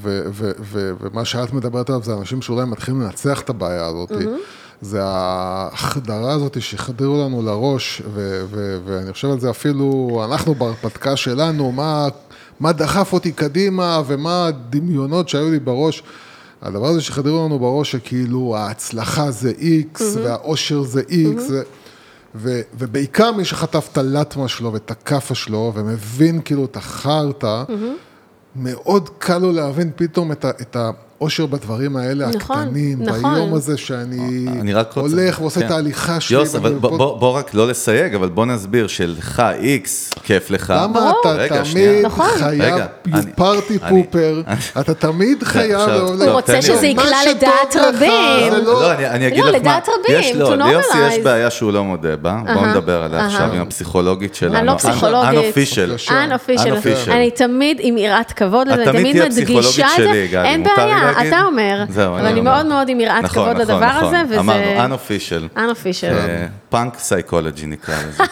ומה שאת מדברת עליו, זה אנשים שאולי מתחילים לנצח את הבעיה הזאת, זה ההחדרה הזאת שחדרו לנו לראש, ואני חושב על זה אפילו, אנחנו בהרפתקה שלנו, מה דחף אותי קדימה, ומה הדמיונות שהיו לי בראש, הדבר הזה שחדרו לנו בראש, שכאילו ההצלחה זה X, והאושר זה X, ובעיקר מי שחטף את הלטמה שלו, ואת הכפה שלו, ומבין כאילו את החרטה, מאוד קל לו להבין פתאום את האושר בדברים האלה הקטנים, ביום הזה שאני הולך ועושה את ההליכה שלי. יוס, אבל בוא רק לא לסייג, אבל בוא נסביר שלך איקס, כיף לך. למה אתה תמיד חייב, פארטי פופר, אתה תמיד חייב... הוא רוצה שזה יקלה לדעת רבים. לא, אני אגיד לך מה, יש לו, ליוסי יש בעיה שהוא לא מודה בה, בואו נדבר עליה עכשיו עם הפסיכולוגית שלנו. אני לא פסיכולוגית. Unofficial. אני תמיד עם יראת כבוד לזה, אני תמיד מדגישה את זה, אין בעיה, אתה אומר, אבל אני מאוד מאוד עם יראת כבוד לדבר הזה, וזה... אמרנו, unofficial. unofficial. פאנק סייקולוגי נקרא לזה.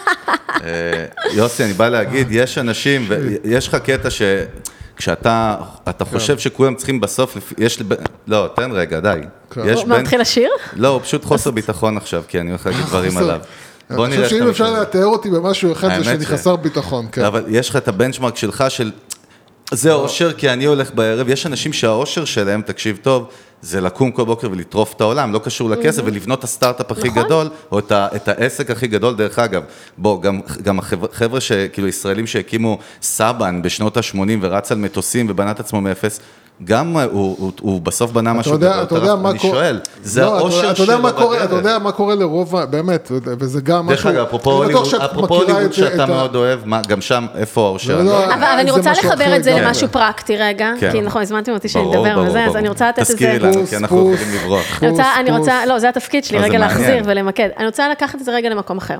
יוסי, אני בא להגיד, יש אנשים, ויש לך קטע ש... כשאתה חושב שכולם צריכים בסוף, יש... לא, תן רגע, די. מה, מתחיל לשיר? לא, הוא פשוט חוסר ביטחון עכשיו, כי אני הולך להגיד דברים עליו. אני חושב שאם אפשר לתאר אותי במשהו אחד, זה שאני חסר ביטחון, כן. אבל יש לך את הבנצ'מרק שלך של... זה האושר, כי אני הולך בערב, יש אנשים שהאושר שלהם, תקשיב טוב, זה לקום כל בוקר ולטרוף את העולם, לא קשור לכסף, ולבנות את הסטארט-אפ הכי גדול, או את העסק הכי גדול, דרך אגב. בוא, גם החבר'ה, כאילו ישראלים שהקימו סבן בשנות ה-שמונים, ורץ על מטוסים ובנה את עצמו מאפס, גם הוא בסוף בנה משהו גדול, אני שואל, זה האושר שלו בדרך. אתה יודע מה קורה לרוב, באמת, וזה גם משהו... דרך אגב, אפרופו הוליווד שאתה מאוד אוהב, גם שם, איפה האושר? אבל אני רוצה לחבר את זה למשהו פרקטי רגע, כי נכון, הזמנתם אותי שאני אדבר על זה, אז אני רוצה לתת את זה... תזכירי לנו, כי אנחנו יכולים לברוח. אני רוצה, לא, זה התפקיד שלי, רגע להחזיר ולמקד. אני רוצה לקחת את זה רגע למקום אחר.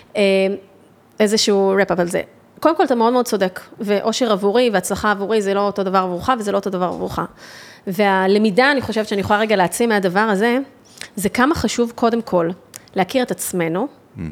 איזשהו רפ-אפ על זה. קודם כל, אתה מאוד מאוד צודק, ואושר עבורי והצלחה עבורי זה לא אותו דבר עבורך, וזה לא אותו דבר עבורך. והלמידה, אני חושבת שאני יכולה רגע להציע מהדבר הזה, זה כמה חשוב קודם כל להכיר את עצמנו,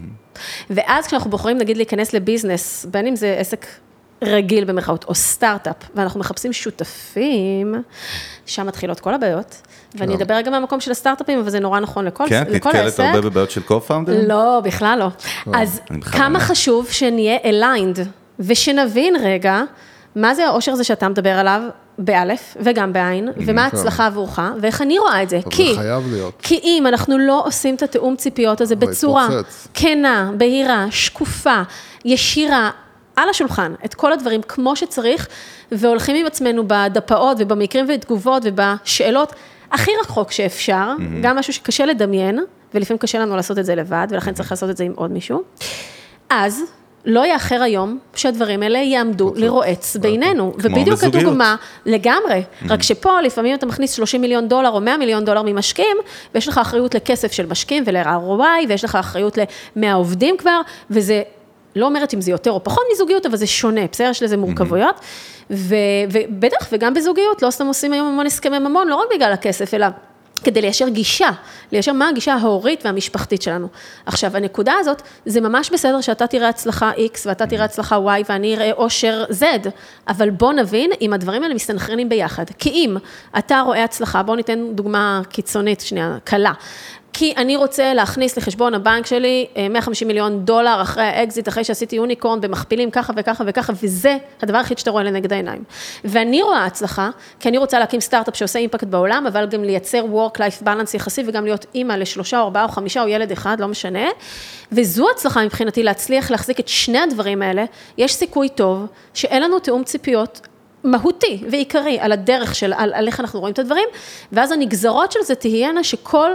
ואז כשאנחנו בוחרים, נגיד, להיכנס לביזנס, בין אם זה עסק רגיל במרכאות, או סטארט-אפ, ואנחנו מחפשים שותפים, שם מתחילות כל הבעיות, ואני אדבר גם מהמקום של הסטארט-אפים, אבל זה נורא נכון לכל עסק. כן, נתקלת הרבה בבעיות של קו-פאונדר? לא, בכלל לא. אז כמה חשוב שנהיה aligned, ושנבין רגע, מה זה האושר הזה שאתה מדבר עליו, באלף וגם בעין, ומה ההצלחה עבורך, ואיך אני רואה את זה. כי, כי אם אנחנו לא עושים את התאום ציפיות הזה בצורה כנה, בהירה, שקופה, ישירה, על השולחן, את כל הדברים כמו שצריך, והולכים עם עצמנו בדפאות ובמקרים ובתגובות ובשאלות הכי רחוק שאפשר, גם משהו שקשה לדמיין, ולפעמים קשה לנו לעשות את זה לבד, ולכן צריך לעשות את זה עם עוד מישהו. אז לא יאחר היום שהדברים האלה יעמדו לרועץ בינינו, ובדיוק הדוגמה לגמרי, רק שפה לפעמים אתה מכניס שלושים מיליון דולר או מאה מיליון דולר ממשקיעים, ויש לך אחריות לכסף של משקיעים ול-אר או איי, ויש לך אחריות ל-מאה עובדים כבר, וזה לא אומרת אם זה יותר או פחות מזוגיות, אבל זה שונה, בסדר, יש לזה מורכבויות, ובטח, וגם בזוגיות, לא סתם עושים היום המון הסכמי ממון, לא רק בגלל הכסף, אלא כדי ליישר גישה, ליישר מה הגישה ההורית והמשפחתית שלנו. עכשיו, הנקודה הזאת, זה ממש בסדר שאתה תראה הצלחה X ואתה תראה הצלחה Y ואני אראה אושר Z, אבל בוא נבין אם הדברים האלה מסתנכרנים ביחד. כי אם אתה רואה הצלחה, בוא ניתן דוגמה קיצונית, שנייה, קלה. כי אני רוצה להכניס לחשבון הבנק שלי מאה וחמישים מיליון דולר אחרי האקזיט, אחרי שעשיתי יוניקורן במכפילים ככה וככה וככה, וזה הדבר הכי שאתה רואה לנגד העיניים. ואני רואה הצלחה, כי אני רוצה להקים סטארט-אפ שעושה אימפקט בעולם, אבל גם לייצר work-life balance יחסי, וגם להיות אימא לשלושה או ארבעה או חמישה או ילד אחד, לא משנה. וזו הצלחה מבחינתי להצליח להחזיק את שני הדברים האלה. יש סיכוי טוב שאין לנו תאום ציפיות מהותי ועיקרי על הדרך של, על, על איך אנחנו רואים את הדברים, ואז הנגזרות של זה תהיינה שכל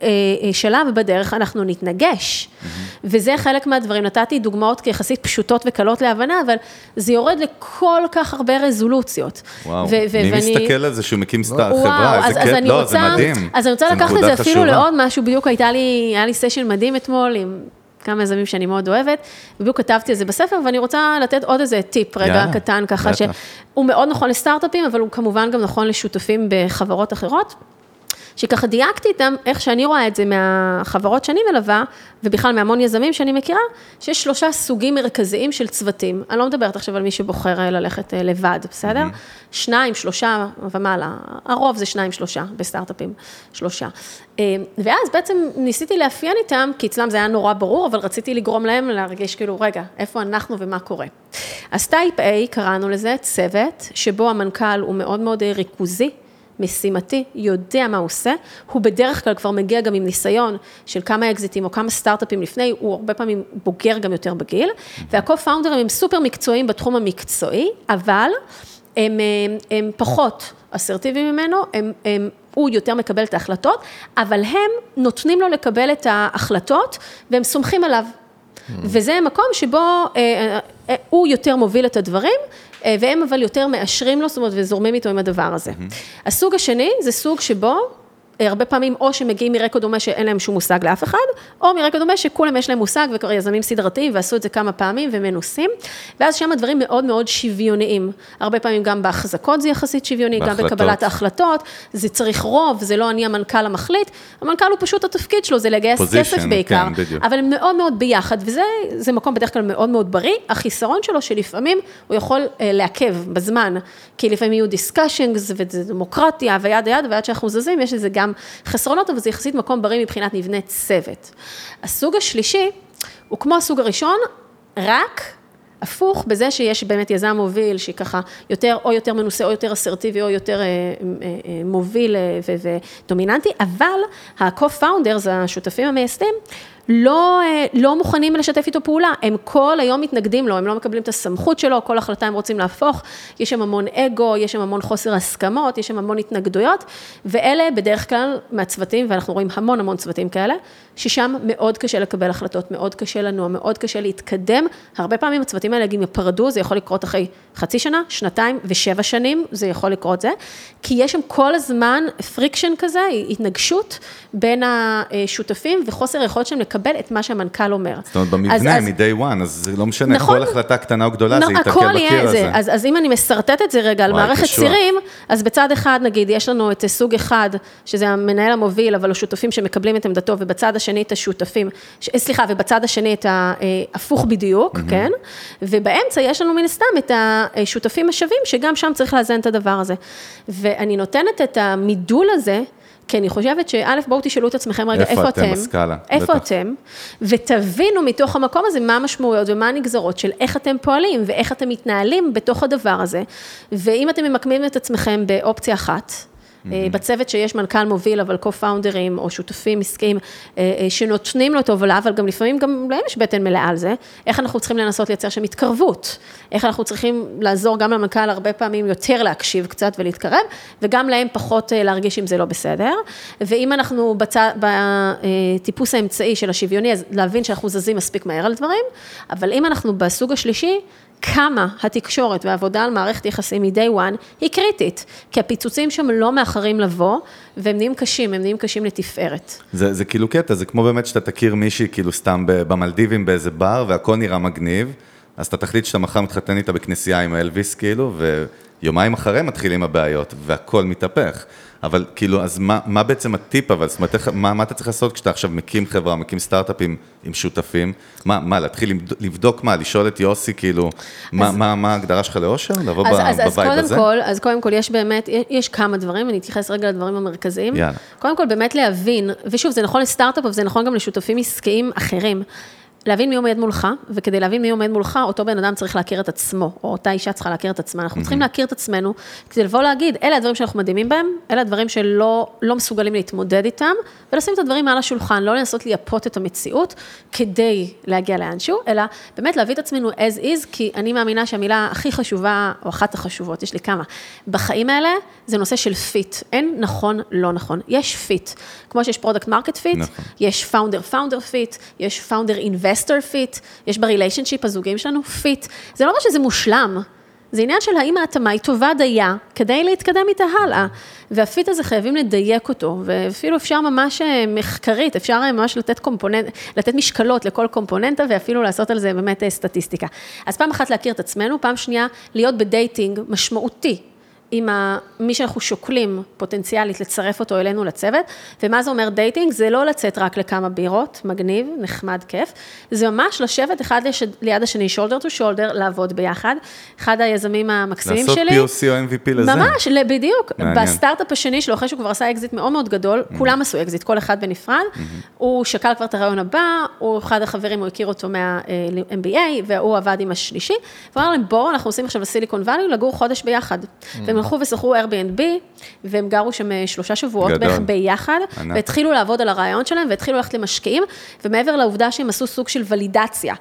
שלב בדרך אנחנו נתנגש, וזה חלק מהדברים, נתתי דוגמאות כיחסית פשוטות וקלות להבנה, אבל זה יורד לכל כך הרבה רזולוציות. וואו, מי מסתכל על זה שהוא מקים חברה, איזה כיף, לא, זה מדהים. אז אני רוצה לקחת את זה אפילו לעוד משהו, בדיוק הייתה לי, היה לי סשן מדהים אתמול, עם כמה יזמים שאני מאוד אוהבת, ובדיוק כתבתי את זה בספר, ואני רוצה לתת עוד איזה טיפ רגע קטן, ככה שהוא מאוד נכון לסטארט-אפים, אבל הוא כמובן גם נכון לשותפים בחברות אחרות, שככה דייקתי איתם, איך שאני רואה את זה מהחברות שאני מלווה, ובכלל מהמון יזמים שאני מכירה, שיש שלושה סוגים מרכזיים של צוותים. אני לא מדברת עכשיו על מי שבוחר ללכת לבד, בסדר? Mm-hmm. שניים, שלושה ומעלה. הרוב זה שניים, שלושה בסטארט-אפים, שלושה. ואז בעצם ניסיתי לאפיין איתם, כי אצלם זה היה נורא ברור, אבל רציתי לגרום להם להרגיש כאילו, רגע, איפה אנחנו ומה קורה. אז טייפ A, קראנו לזה, צוות, שבו המנכ"ל הוא מאוד מאוד ריכוזי, משימתי, יודע מה הוא עושה, הוא בדרך כלל כבר מגיע גם עם ניסיון של כמה אקזיטים או כמה סטארט-אפים לפני, הוא הרבה פעמים בוגר גם יותר בגיל, והקו-פאונדרים הם סופר מקצועיים בתחום המקצועי, אבל הם, הם פחות אסרטיביים ממנו, הם, הם, הוא יותר מקבל את ההחלטות, אבל הם נותנים לו לקבל את ההחלטות, והם סומכים עליו. וזה מקום שבו אה, אה, הוא יותר מוביל את הדברים, והם אבל יותר מאשרים לו, זאת אומרת, וזורמים איתו עם הדבר הזה. Mm-hmm. הסוג השני, זה סוג שבו, הרבה פעמים או שמגיעים מרקע דומה שאין להם שום מושג לאף אחד, או מרקע דומה שכולם יש להם מושג, וכבר יזמים סדרתיים, ועשו את זה כמה פעמים ומנוסים, ואז שם הדברים מאוד מאוד שוויוניים. הרבה פעמים גם בהחזקות זה יחסית שוויוני, בהחלטות. גם בקבלת ההחלטות, זה צריך רוב, זה לא אני המנכ"ל המחליט, המנכ"ל הוא פשוט התפקיד שלו, זה לגייס position, כסף בעיקר, כן, אבל הם מאוד מאוד ביחד, וזה זה מקום בדרך כלל מאוד מאוד בריא, החיסרון שלו שלפעמים הוא יכול אה, לעכב בזמן, כי לפעמים יהיו discussions ודמוקרטיה ויד יד, ויד שאנחנו זזים, יש לזה גם חסרונות, אבל זה יחסית מקום בריא מבחינת מבנה צוות. הסוג השלישי, הוא כמו הסוג הראשון, רק הפוך בזה שיש באמת יזם מוביל, שככה יותר, או יותר מנוסה, או יותר אסרטיבי, או יותר אה, אה, מוביל ודומיננטי, אבל ה-co-founders, השותפים המייסדים, לא, לא מוכנים לשתף איתו פעולה, הם כל היום מתנגדים לו, הם לא מקבלים את הסמכות שלו, כל החלטה הם רוצים להפוך, יש שם המון אגו, יש שם המון חוסר הסכמות, יש שם המון התנגדויות, ואלה בדרך כלל מהצוותים, ואנחנו רואים המון המון צוותים כאלה, ששם מאוד קשה לקבל החלטות, מאוד קשה לנוע, מאוד קשה להתקדם, הרבה פעמים הצוותים האלה גם יפרדו, זה יכול לקרות אחרי חצי שנה, שנתיים ושבע שנים, זה יכול לקרות זה, כי יש שם כל הזמן פריקשן כזה, התנגשות בין השותפים וחוסר היכולת שלהם לקבל את מה שהמנכ"ל אומר. זאת אומרת, במבנה, מ-day one, אז זה לא משנה, כל החלטה קטנה או גדולה, זה יתעכל בקיר הזה. אז אם אני מסרטט את זה רגע על מערכת צירים, אז בצד אחד, נגיד, יש לנו את סוג אחד, שזה המנהל המוביל, אבל השותפים שמקבלים את עמדתו, ובצד השני את השותפים, סליחה, ובצד השני את ההפוך בדיוק, כן? ובאמצע יש לנו מן הסתם את השותפים השווים, שגם שם צריך לאזן את הדבר הזה. ואני נותנת את המידול הזה, כי אני חושבת שא' בואו תשאלו את עצמכם רגע, איפה אתם? איפה אתם? איפה אתם? ותבינו מתוך המקום הזה מה המשמעויות ומה הנגזרות של איך אתם פועלים ואיך אתם מתנהלים בתוך הדבר הזה. ואם אתם ממקמים את עצמכם באופציה אחת, בצוות שיש מנכ"ל מוביל, אבל co-founders או שותפים עסקיים, שנותנים לו את הובלה, אבל גם לפעמים גם להם יש בטן מלאה על זה, איך אנחנו צריכים לנסות לייצר שם התקרבות, איך אנחנו צריכים לעזור גם למנכ"ל הרבה פעמים יותר להקשיב קצת ולהתקרב, וגם להם פחות להרגיש אם זה לא בסדר, ואם אנחנו בטיפוס האמצעי של השוויוני, אז להבין שאנחנו זזים מספיק מהר על דברים, אבל אם אנחנו בסוג השלישי, כמה התקשורת והעבודה על מערכת יחסים מ-day one היא קריטית, כי הפיצוצים שם לא מאחרים לבוא, והם נהיים קשים, הם נהיים קשים לתפארת. זה, זה כאילו קטע, זה כמו באמת שאתה תכיר מישהי כאילו סתם במלדיבים באיזה בר, והכל נראה מגניב, אז אתה תחליט שאתה מחר מתחתן איתה בכנסייה עם אלוויס כאילו, ויומיים אחרי מתחילים הבעיות, והכל מתהפך. אבל כאילו, אז מה, מה בעצם הטיפ, אבל זאת אומרת, מה, מה אתה צריך לעשות כשאתה עכשיו מקים חברה, מקים סטארט-אפים עם שותפים? מה, מה, להתחיל לבדוק מה, לשאול את יוסי, כאילו, מה, מה, מה ההגדרה שלך לאושר? לבוא בווייב הזה? כל, אז קודם כל, יש באמת, יש כמה דברים, אני אתייחס רגע לדברים המרכזיים. יאללה. קודם כל, באמת להבין, ושוב, זה נכון לסטארט-אפ, אבל זה נכון גם לשותפים עסקיים אחרים. להבין מי עומד מולך, וכדי להבין מי עומד מולך, אותו בן אדם צריך להכיר את עצמו, או אותה אישה צריכה להכיר את עצמה. אנחנו צריכים להכיר את עצמנו, כדי לבוא להגיד, אלה הדברים שאנחנו מדהימים בהם, אלה הדברים שלא לא מסוגלים להתמודד איתם, ולשים את הדברים מעל השולחן, לא לנסות לייפות את המציאות, כדי להגיע לאנשהו, אלא באמת להביא את עצמנו as is, כי אני מאמינה שהמילה הכי חשובה, או אחת החשובות, יש לי כמה, בחיים האלה, זה נושא של פיט. אין נכון, לא נכון. יש פיט. כמו שיש פרודקט מרקט פיט, יש פאונדר פאונדר פיט, יש פאונדר אינבסטור פיט, יש בריליישנשיפ הזוגים שלנו פיט. זה לא אומר שזה מושלם, זה עניין של האם ההתאמה היא טובה דייה, כדי להתקדם איתה הלאה. והפיט הזה חייבים לדייק אותו, ואפילו אפשר ממש מחקרית, אפשר ממש לתת קומפוננט, לתת משקלות לכל קומפוננטה, ואפילו לעשות על זה באמת סטטיסטיקה. אז פעם אחת להכיר את עצמנו, פעם שנייה להיות בדייטינג משמעותי, עם מי שאנחנו שוקלים פוטנציאלית לצרף אותו אלינו לצוות, ומה זה אומר דייטינג? זה לא לצאת רק לכמה בירות, מגניב, נחמד, כיף, זה ממש לשבת אחד ליד השני, shoulder to shoulder, לעבוד ביחד, אחד היזמים המקסימים שלי. לעשות פי או סי או אם וי פי לזה. ממש, בדיוק, בסטארט-אפ השני שלו, אחרי שהוא כבר עשה אקזיט מאוד מאוד גדול, כולם עשו אקזיט, כל אחד בנפרד, הוא שקל כבר את הרעיון הבא, הוא אחד החברים, הוא הכיר אותו מה-אם בי איי, והוא עבד עם השלישי, והוא אמר להם, בואו, אנחנו עושים עכשיו לסיליקון ואלי, לגור חודש ביחד. והם הלכו ושכרו Airbnb, והם גרו שם שלושה שבועות בערך ביחד, והתחילו לעבוד על הרעיון שלהם, והתחילו ללכת למשקיעים, ומעבר לעובדה שהם עשו סוג של ולידציה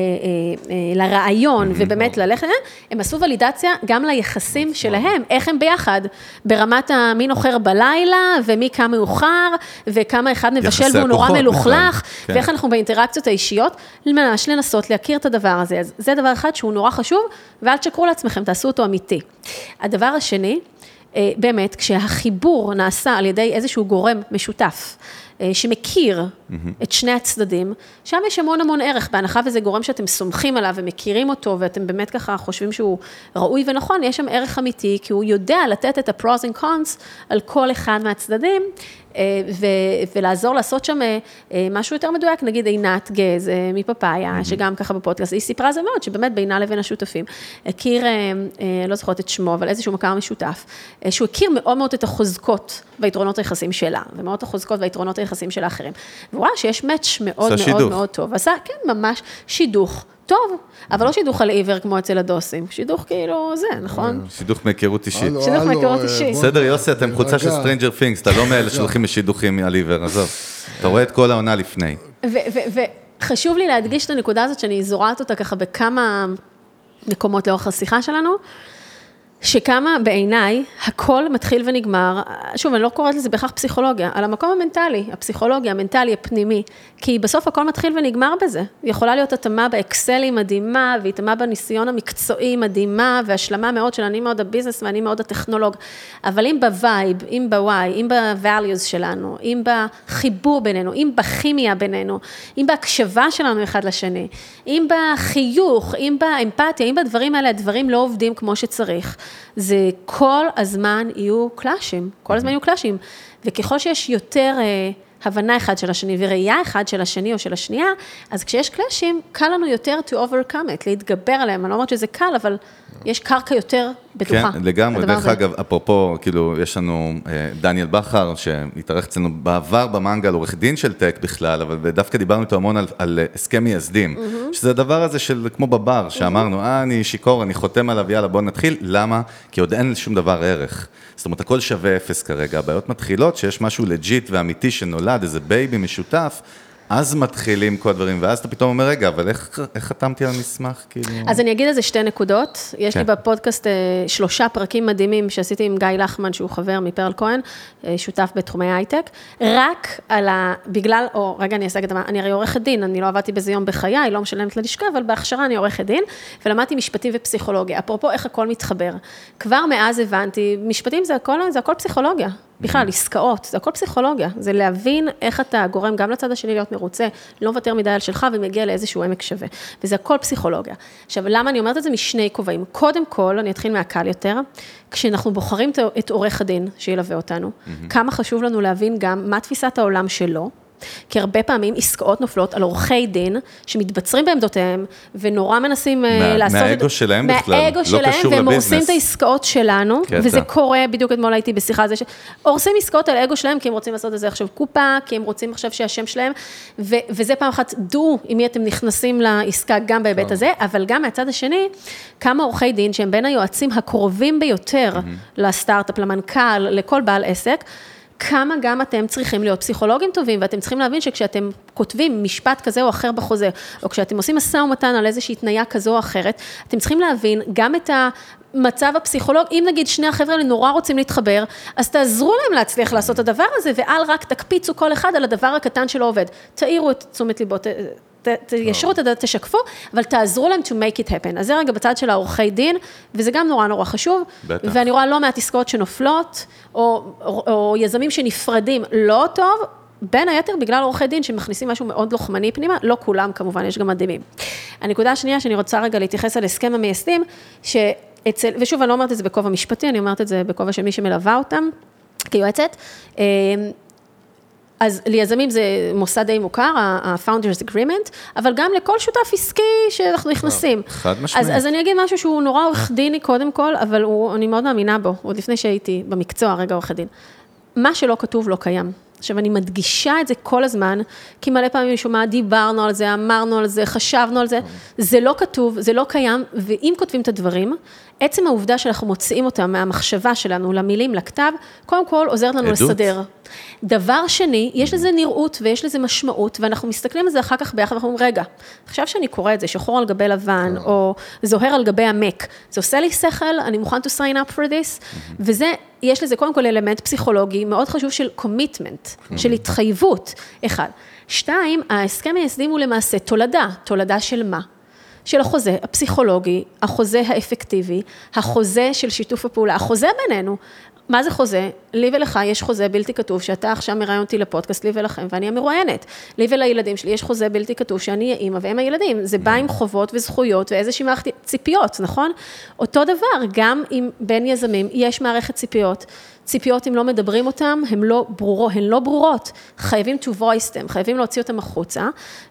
לרעיון, ובאמת ללכת, הם עשו ולידציה גם ליחסים שלהם, איך הם ביחד, ברמת מי נוחר בלילה, ומי כמה מאוחר, וכמה אחד מבשל והוא נורא מלוכלך, ואיך אנחנו באינטראקציות האישיות, ממש לנסות להכיר את הדבר הזה. אז זה דבר אחד שהוא נורא חשוב, ואל תשקרו לעצמכם, תעשו אותו אמיתי. הדבר השני, באמת, כשהחיבור נעשה על ידי איזשהו גורם משותף, שמכיר את שני הצדדים, שם יש המון המון ערך, בהנחה וזה גורם שאתם סומכים עליו ומכירים אותו, ואתם באמת ככה חושבים שהוא ראוי ונכון, יש שם ערך אמיתי, כי הוא יודע לתת את ה-pros and cons על כל אחד מהצדדים, ולעזור לעשות שם משהו יותר מדויק, נגיד עינת גז מפפאיה, שגם ככה בפודקאסט, היא סיפרה זה מאוד, שבאמת בינה לבין השותפים, הכיר, לא זוכרת את שמו, אבל איזשהו מכר משותף, שהוא הכיר מאוד מאוד את החוזקות והיתרונות היחסים שלה, ומאוד החוזקות והיתרונות היחסים של האחרים. והוא ראה שיש מאץ' מאוד מאוד מאוד טוב. עשה, כן, ממש שידוך. טוב, אבל לא שידוך על עיוור כמו אצל הדוסים, שידוך כאילו זה, נכון? שידוך מהיכרות אישית. שידוך מהיכרות אישית. בסדר, יוסי, אתם חוצה של סטרנג'ר פינגס, אתה לא מאלה שהולכים לשידוכים על עיוור, עזוב. אתה רואה את כל העונה לפני. וחשוב לי להדגיש את הנקודה הזאת, שאני זורעת אותה ככה בכמה מקומות לאורך השיחה שלנו, שכמה בעיניי הכל מתחיל ונגמר, שוב, אני לא קוראת לזה בהכרח פסיכולוגיה, על המקום המנטלי, הפסיכולוגיה, המנטלי, הפנימי, כי בסוף הכל מתחיל ונגמר בזה. יכולה להיות התאמה באקסלי מדהימה, והתאמה בניסיון המקצועי מדהימה, והשלמה מאוד של אני מאוד הביזנס ואני מאוד הטכנולוג. אבל אם בווייב, אם בוואי, אם בvalues שלנו, אם בחיבור בינינו, אם בכימיה בינינו, אם בהקשבה שלנו אחד לשני, אם בחיוך, אם באמפתיה, אם בדברים האלה, הדברים לא עובדים כמו שצריך. זה כל הזמן יהיו קלאשים, כל הזמן יהיו קלאשים, וככל שיש יותר אה, הבנה אחד של השני, וראייה אחד של השני או של השנייה, אז כשיש קלאשים, קל לנו יותר to overcome it, להתגבר עליהם, אני לא אומרת שזה קל, אבל יש קרקע יותר בטוחה. כן, לגמרי, דרך אגב, אפרופו, כאילו, יש לנו דניאל בחר, שהתארח אצלנו בעבר במנגל, עורך דין של טק בכלל, אבל דווקא דיברנו איתו המון על, על הסכם מייסדים, שזה הדבר הזה של, כמו בבר, שאמרנו, אה, אני שיקור, אני חותם עליו, יאללה, בוא נתחיל, למה? כי עוד אין שום דבר ערך. זאת אומרת, הכל שווה אפס כרגע, הבעיות מתחילות, שיש משהו לג'יט ואמיתי שנולד, איזה בייבי משותף, אז מתחילים כל הדברים, ואז אתה פתאום אומר, רגע, אבל איך, איך חתמתי על מסמך? כאילו... אז אני אגיד איזה שתי נקודות. יש כן. לי בפודקאסט שלושה פרקים מדהימים שעשיתי עם גיא לחמן, שהוא חבר מפרל כהן, שותף בתחומי הייטק, רק על ה... בגלל, או רגע, אני אעשה את זה, אני הרי עורכת דין, אני לא עבדתי בזה יום בחיי, לא משלמת ללשכה, אבל בהכשרה אני עורכת דין, ולמדתי משפטים ופסיכולוגיה. אפרופו איך הכל מתחבר. כבר מאז הבנתי, משפטים זה הכל, זה הכל פסיכולוגיה. בכלל, עסקאות, זה הכל פסיכולוגיה, זה להבין איך אתה גורם גם לצד השני להיות מרוצה, לא מוותר מדי על שלך ומגיע לאיזשהו עמק שווה, וזה הכל פסיכולוגיה. עכשיו, למה אני אומרת את זה משני כובעים? קודם כל, אני אתחיל מהקל יותר, כשאנחנו בוחרים את עורך הדין שילווה אותנו, כמה חשוב לנו להבין גם מה תפיסת העולם שלו, כי הרבה פעמים עסקאות נופלות על עורכי דין, שמתבצרים בעמדותיהם, ונורא מנסים מה, לעשות... מהאגו שלהם בכלל, מהאגו לא שלהם, קשור והם לביזנס. הורסים את העסקאות שלנו, קטע. וזה קורה, בדיוק אתמול הייתי בשיחה הזה, הורסים עסקאות על האגו שלהם, כי הם רוצים לעשות את זה עכשיו קופה, כי הם רוצים עכשיו שהשם שלהם, ו- וזה פעם אחת, דו, אם אתם נכנסים לעסקה גם בהיבט הזה, אבל גם מהצד השני, כמה עורכי דין, שהם בין היועצים הקרובים ביותר לסטארט-אפ, למנכ"ל, לכל בעל עסק, כמה גם אתם צריכים להיות פסיכולוגים טובים, ואתם צריכים להבין שכשאתם כותבים משפט כזה או אחר בחוזה, או כשאתם עושים משא ומתן על איזושהי תניה כזו או אחרת, אתם צריכים להבין גם את המצב הפסיכולוג, אם נגיד שני החבר'ה האלה נורא רוצים להתחבר, אז תעזרו להם להצליח לעשות את הדבר הזה, ואל רק תקפיצו כל אחד על הדבר הקטן שלא עובד. תאירו את תשומת ליבו, תיישרו את הדעת, תשקפו, אבל תעזרו להם to make it happen. אז זה רגע בצד של העורכי דין, וזה גם נורא נורא חשוב, בטח. ואני רואה לא מעט עסקאות שנופלות, או, או, או יזמים שנפרדים לא טוב, בין היתר בגלל עורכי דין שמכניסים משהו מאוד לוחמני פנימה, לא כולם כמובן, יש גם מדהימים. הנקודה השנייה שאני רוצה רגע להתייחס על הסכם המייסדים, שאצל, ושוב אני לא אומרת את זה בכובע משפטי, אני אומרת את זה בכובע של מי שמלווה אותם, כיועצת, אז ליזמים זה מוסד די מוכר, ה-Founders Agreement, אבל גם לכל שותף עסקי שאנחנו נכנסים. חד משמעית. אז, אז אני אגיד משהו שהוא נורא עורך דיני קודם כל, אבל הוא, אני מאוד מאמינה בו, עוד לפני שהייתי במקצוע, רגע עורך דין. מה שלא כתוב לא קיים. עכשיו, אני מדגישה את זה כל הזמן, כי מלא פעמים אני שומעת, דיברנו על זה, אמרנו על זה, חשבנו על זה, זה לא כתוב, זה לא קיים, ואם כותבים את הדברים, עצם העובדה שאנחנו מוציאים אותם מהמחשבה שלנו, למילים, לכתב, קודם כל עוזרת לנו עדות. לסדר. דבר שני, יש לזה נראות ויש לזה משמעות, ואנחנו מסתכלים על זה אחר כך ביחד, ואנחנו אומרים, רגע, עכשיו שאני קורא את זה, שחור על גבי לבן, או זוהר על גבי המק, זה עושה לי שכל, אני מוכן to sign up for this, וזה, יש לזה קודם כל אלמנט פסיכולוגי, מאוד חשוב של commitment, של התחייבות, אחד. שתיים, ההסכם מייסדים הוא למעשה תולדה, תולדה של מה? של החוזה הפסיכולוגי, החוזה האפקטיבי, החוזה של שיתוף הפעולה, החוזה בינינו. מה זה חוזה? לי ולך יש חוזה בלתי כתוב, שאתה עכשיו מראיין אותי לפודקאסט, לי ולכם, ואני המרואיינת. לי ולילדים שלי יש חוזה בלתי כתוב, שאני האמא והם הילדים. זה בא עם חובות וזכויות ואיזושהי מערכת ציפיות, נכון? אותו דבר, גם עם בין יזמים, יש מערכת ציפיות. ציפיות, אם לא מדברים אותם, הן לא ברורות, הן לא ברורות. חייבים to voice them, חייבים להוציא אותם החוצה,